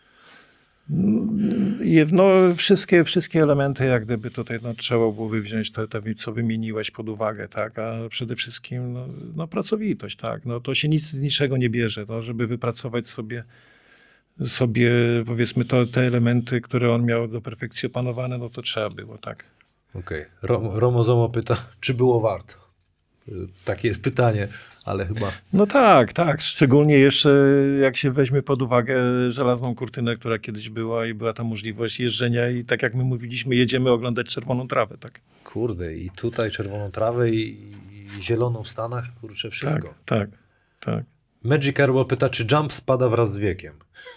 No, wszystkie elementy, jak gdyby tutaj trzeba byłoby wziąć te, co wymieniłeś pod uwagę, tak? A przede wszystkim no, pracowitość, tak? No, to się nic z niczego nie bierze, no, żeby wypracować sobie powiedzmy te elementy, które on miał do perfekcji opanowane, no to trzeba było, tak. Okej. Romo Zomo pyta, czy było warto? Takie jest pytanie, ale chyba... No tak. Szczególnie jeszcze jak się weźmie pod uwagę żelazną kurtynę, która kiedyś była i była ta możliwość jeżdżenia i tak jak my mówiliśmy, jedziemy oglądać czerwoną trawę, tak. Kurde, i tutaj czerwoną trawę i zieloną w Stanach, kurczę, wszystko. Tak. Magic Airball pyta, czy jump spada wraz z wiekiem?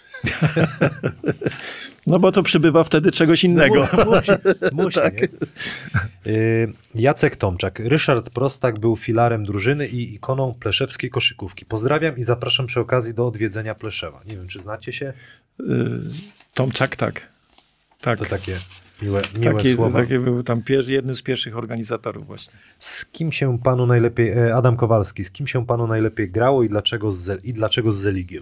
No bo to przybywa wtedy czegoś innego. Musi Tak. nie? Jacek Tomczak. Ryszard Prostak był filarem drużyny i ikoną pleszewskiej koszykówki. Pozdrawiam i zapraszam przy okazji do odwiedzenia Pleszewa. Nie wiem, czy znacie się? Tomczak, tak. To takie miłe słowa. Taki był tam jednym z pierwszych organizatorów właśnie. Z kim się panu najlepiej, Adam Kowalski, z kim się panu najlepiej grało i dlaczego z Zeligiem?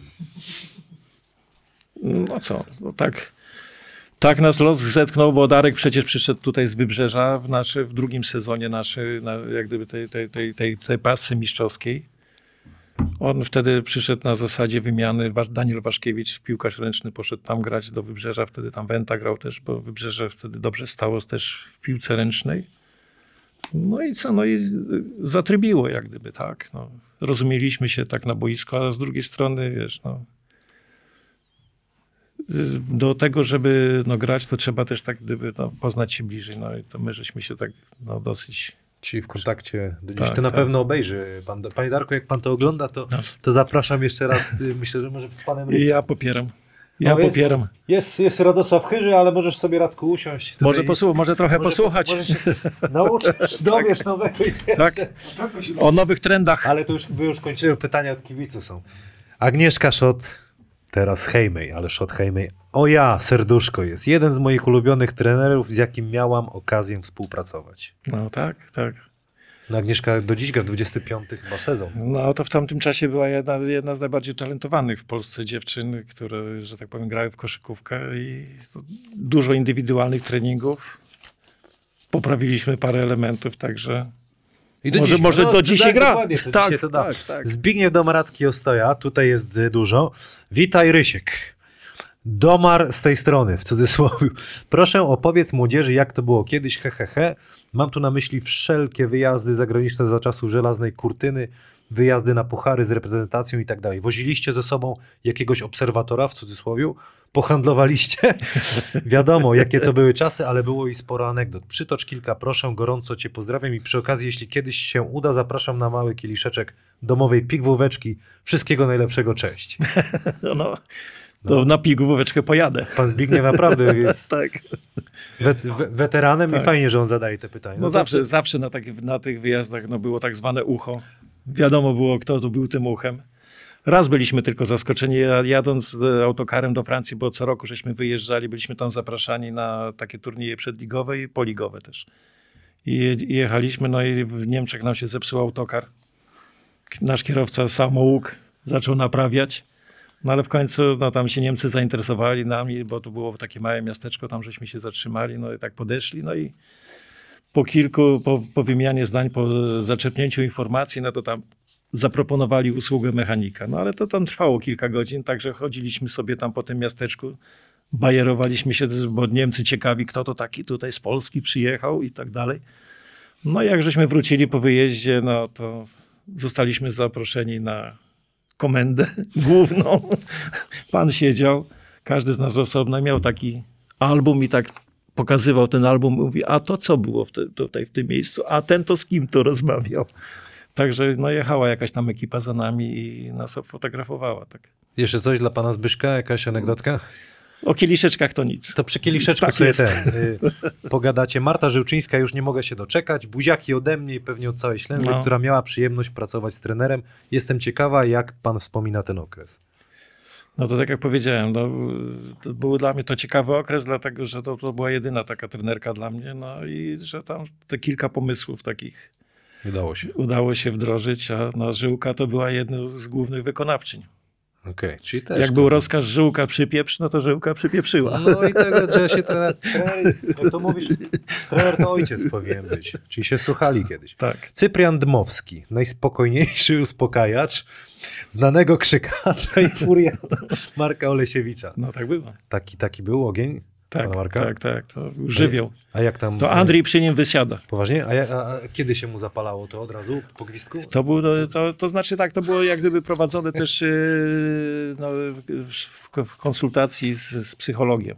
No co, no tak nas los zetknął, bo Darek przecież przyszedł tutaj z Wybrzeża w drugim sezonie jak gdyby tej pasy mistrzowskiej. On wtedy przyszedł na zasadzie wymiany, Daniel Waszkiewicz, piłkarz ręczny, poszedł tam grać do Wybrzeża, wtedy tam Wenta grał też, bo Wybrzeże wtedy dobrze stało też w piłce ręcznej. No i co, no i zatrybiło jak gdyby, tak. No, rozumieliśmy się tak na boisku, a z drugiej strony, wiesz, no, do tego, żeby grać, to trzeba też tak gdyby poznać się bliżej. No i to my żeśmy się tak dosyć... Czyli w kontakcie do dziś. Tak, To na tak. pewno obejrzy pan. Panie Darku, jak pan to ogląda, to zapraszam jeszcze raz. Myślę, że może z panem... I ja popieram. Popieram. Jest Radosław Chyży, ale możesz sobie, Radku, usiąść. Tutaj. Może trochę posłuchać. Może się nauczysz, dowiesz nowego. Tak. O nowych trendach. Ale to już kończyły pytania od kibiców są. Agnieszka Szot, teraz Hejmej, ale Szot Hejmej. O ja, serduszko jest. Jeden z moich ulubionych trenerów, z jakim miałam okazję współpracować. No tak. No Agnieszka do dziś gra 25 chyba sezon. No to w tamtym czasie była jedna z najbardziej talentowanych w Polsce dziewczyn, które, że tak powiem, grały w koszykówkę i dużo indywidualnych treningów. Poprawiliśmy parę elementów, także I do może, dziś, może do dzisiaj gra. Dokładnie, to Tak, dzisiaj to da. tak. Zbigniew Domaracki-Ostoja, tutaj jest dużo. Witaj Rysiek. Domar z tej strony, w cudzysłowie. Proszę opowiedz młodzieży, jak to było kiedyś, hehehe. Mam tu na myśli wszelkie wyjazdy zagraniczne za czasów żelaznej kurtyny, wyjazdy na puchary z reprezentacją i tak dalej. Woziliście ze sobą jakiegoś obserwatora, w cudzysłowie? Pohandlowaliście? Wiadomo, jakie to były czasy, ale było i sporo anegdot. Przytocz kilka, proszę, gorąco cię pozdrawiam i przy okazji, jeśli kiedyś się uda, zapraszam na mały kieliszeczek domowej pigwóweczki. Wszystkiego najlepszego, cześć. No, to na pigwóweczkę pojadę. Pan Zbigniew naprawdę jest Tak. weteranem Tak. i fajnie, że on zadaje te pytania. No zawsze na tych wyjazdach było tak zwane ucho. Wiadomo było, kto tu był tym uchem. Raz byliśmy tylko zaskoczeni, jadąc autokarem do Francji, bo co roku żeśmy wyjeżdżali, byliśmy tam zapraszani na takie turnieje przedligowe i poligowe też. I jechaliśmy, no i w Niemczech nam się zepsuł autokar. Nasz kierowca samouk zaczął naprawiać. No ale w końcu no, tam się Niemcy zainteresowali nami, bo to było takie małe miasteczko, tam żeśmy się zatrzymali, no i tak podeszli, no i po wymianie zdań, po zaczerpnięciu informacji, no to tam zaproponowali usługę mechanika. No ale to tam trwało kilka godzin, także chodziliśmy sobie tam po tym miasteczku, bajerowaliśmy się, bo Niemcy ciekawi, kto to taki tutaj z Polski przyjechał i tak dalej. No i jak żeśmy wrócili po wyjeździe, no to zostaliśmy zaproszeni na komendę główną. Pan siedział, każdy z nas osobno, miał taki album i tak pokazywał ten album, mówi, a to co było tutaj w tym miejscu, a ten to z kim to rozmawiał. Także no, jechała jakaś tam ekipa za nami i nas fotografowała. Tak. Jeszcze coś dla pana Zbyszka? Jakaś anegdotka? O kieliszeczkach to nic. To przy kieliszeczku Tak sobie jest. pogadacie. Marta Żyłczyńska, już nie mogę się doczekać. Buziaki ode mnie i pewnie od całej Ślęzy, No. która miała przyjemność pracować z trenerem. Jestem ciekawa, jak pan wspomina ten okres. No to tak jak powiedziałem, no, to był dla mnie to ciekawy okres, dlatego że to była jedyna taka trenerka dla mnie, no i że tam te kilka pomysłów takich Udało się. udało się wdrożyć, a no, Żyłka to była jedną z głównych wykonawczyń. Okej, czyli też. Jak był rozkaz Żyłka przypieprz, no to Żyłka przypieprzyła. No i tego, że się trener, jak to mówisz, trener to ojciec powinien być. Czyli się słuchali kiedyś. Tak. Cyprian Dmowski, najspokojniejszy uspokajacz, znanego krzykacza i furiata Marka Olesiewicza. No tak było. Taki był ogień Tak, pana Marka? tak, to był żywioł. A jak tam... To Andrzej przy nim wysiada. Poważnie? A kiedy się mu zapalało to od razu po gwizdku? To znaczy tak, to było jak gdyby prowadzone też no, w konsultacji z psychologiem.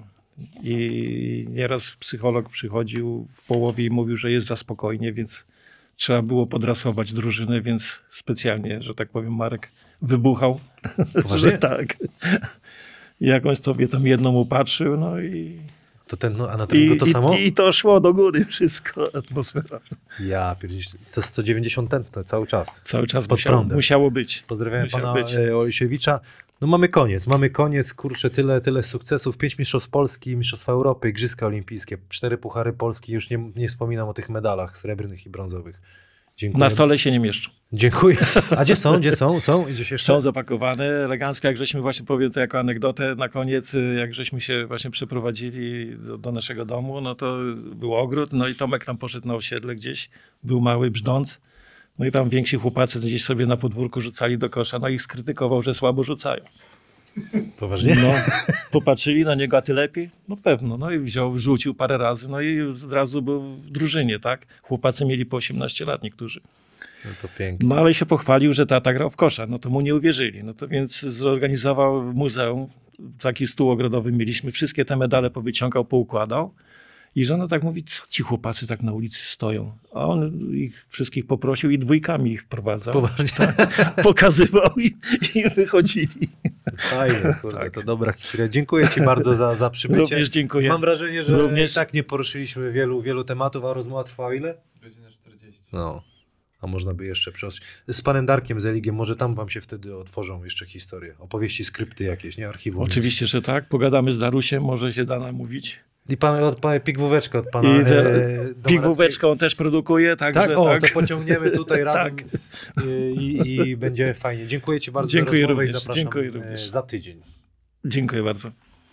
I nieraz psycholog przychodził w połowie i mówił, że jest za spokojnie, więc trzeba było podrasować drużynę, więc specjalnie, że tak powiem, Marek wybuchał. Poważnie? Że tak. I jakąś sobie tam jedną upatrzył, no i... To ten, no, a na treningu to samo? I to szło do góry wszystko, atmosfera. Ja pierdzielę, to 190 tętno cały czas. Cały czas Pod prądem. musiało być. Pozdrawiam Musiał pana być. Olesiewicza. No mamy koniec, kurczę, tyle sukcesów, 5 mistrzostw Polski, mistrzostwa Europy, Igrzyska Olimpijskie, 4 puchary Polski, już nie wspominam o tych medalach srebrnych i brązowych. Dziękuję. Na stole się nie mieszczą. Dziękuję. A gdzie są? Są? Gdzieś jeszcze? Są zapakowane elegancko, jak żeśmy właśnie, powiem to jako anegdotę, na koniec, jak żeśmy się właśnie przeprowadzili do naszego domu, no to był ogród, no i Tomek tam poszedł na osiedle gdzieś, był mały brzdąc, no i tam więksi chłopacy gdzieś sobie na podwórku rzucali do kosza, no i skrytykował, że słabo rzucają. Poważnie? No, popatrzyli na niego, a ty lepiej? No pewno, no i rzucił parę razy, no i od razu był w drużynie, tak? Chłopacy mieli po 18 lat niektórzy. No to pięknie. No ale się pochwalił, że tata grał w kosza, no to mu nie uwierzyli. No to więc zorganizował w muzeum, taki stół ogrodowy mieliśmy, wszystkie te medale powyciągał, poukładał. I żona tak mówi, co ci chłopacy tak na ulicy stoją? A on ich wszystkich poprosił i dwójkami ich wprowadzał. Poważnie? Pokazywał i wychodzili. Fajnie, kurde, to dobra historia. Dziękuję ci bardzo za przybycie. Również dziękuję. Mam wrażenie, że Również. tak nie poruszyliśmy wielu tematów, a rozmowa trwała ile? Godzina 40. No, a można by jeszcze przeostrzyć. Z panem Darkiem Zeligiem, może tam wam się wtedy otworzą jeszcze historie, opowieści, skrypty jakieś, nie? Archiwum. Oczywiście, że tak. Pogadamy z Darusiem, może się da nam mówić. I pigwóweczkę od pana I Domanowskiego. pigwóweczkę on też produkuje, także Tak, o, tak. to pociągniemy tutaj razem Tak. i będzie fajnie. Dziękuję ci bardzo Dziękuję za rozmowę również, i zapraszam dziękuję również. za tydzień. Dziękuję bardzo.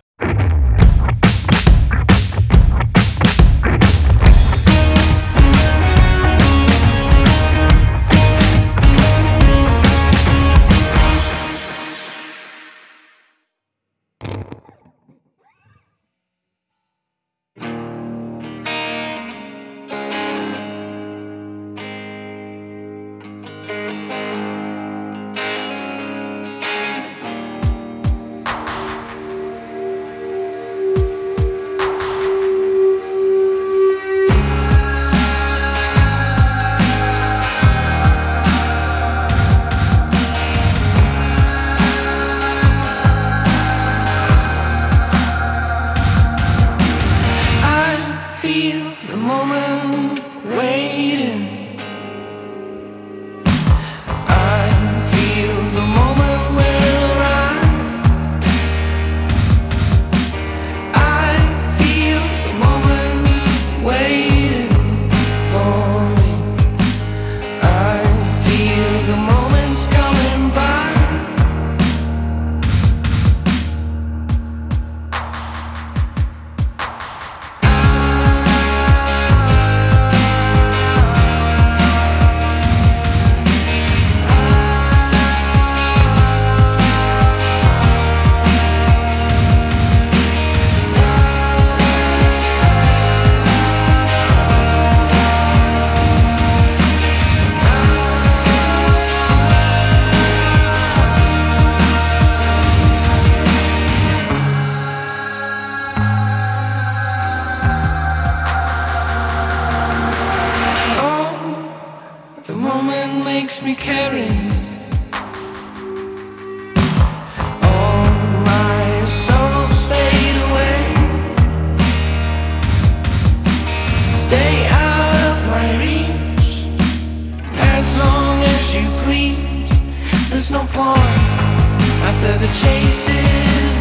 makes me caring. All my souls fade away. Stay out of my reach as long as you please. There's no point after the chase is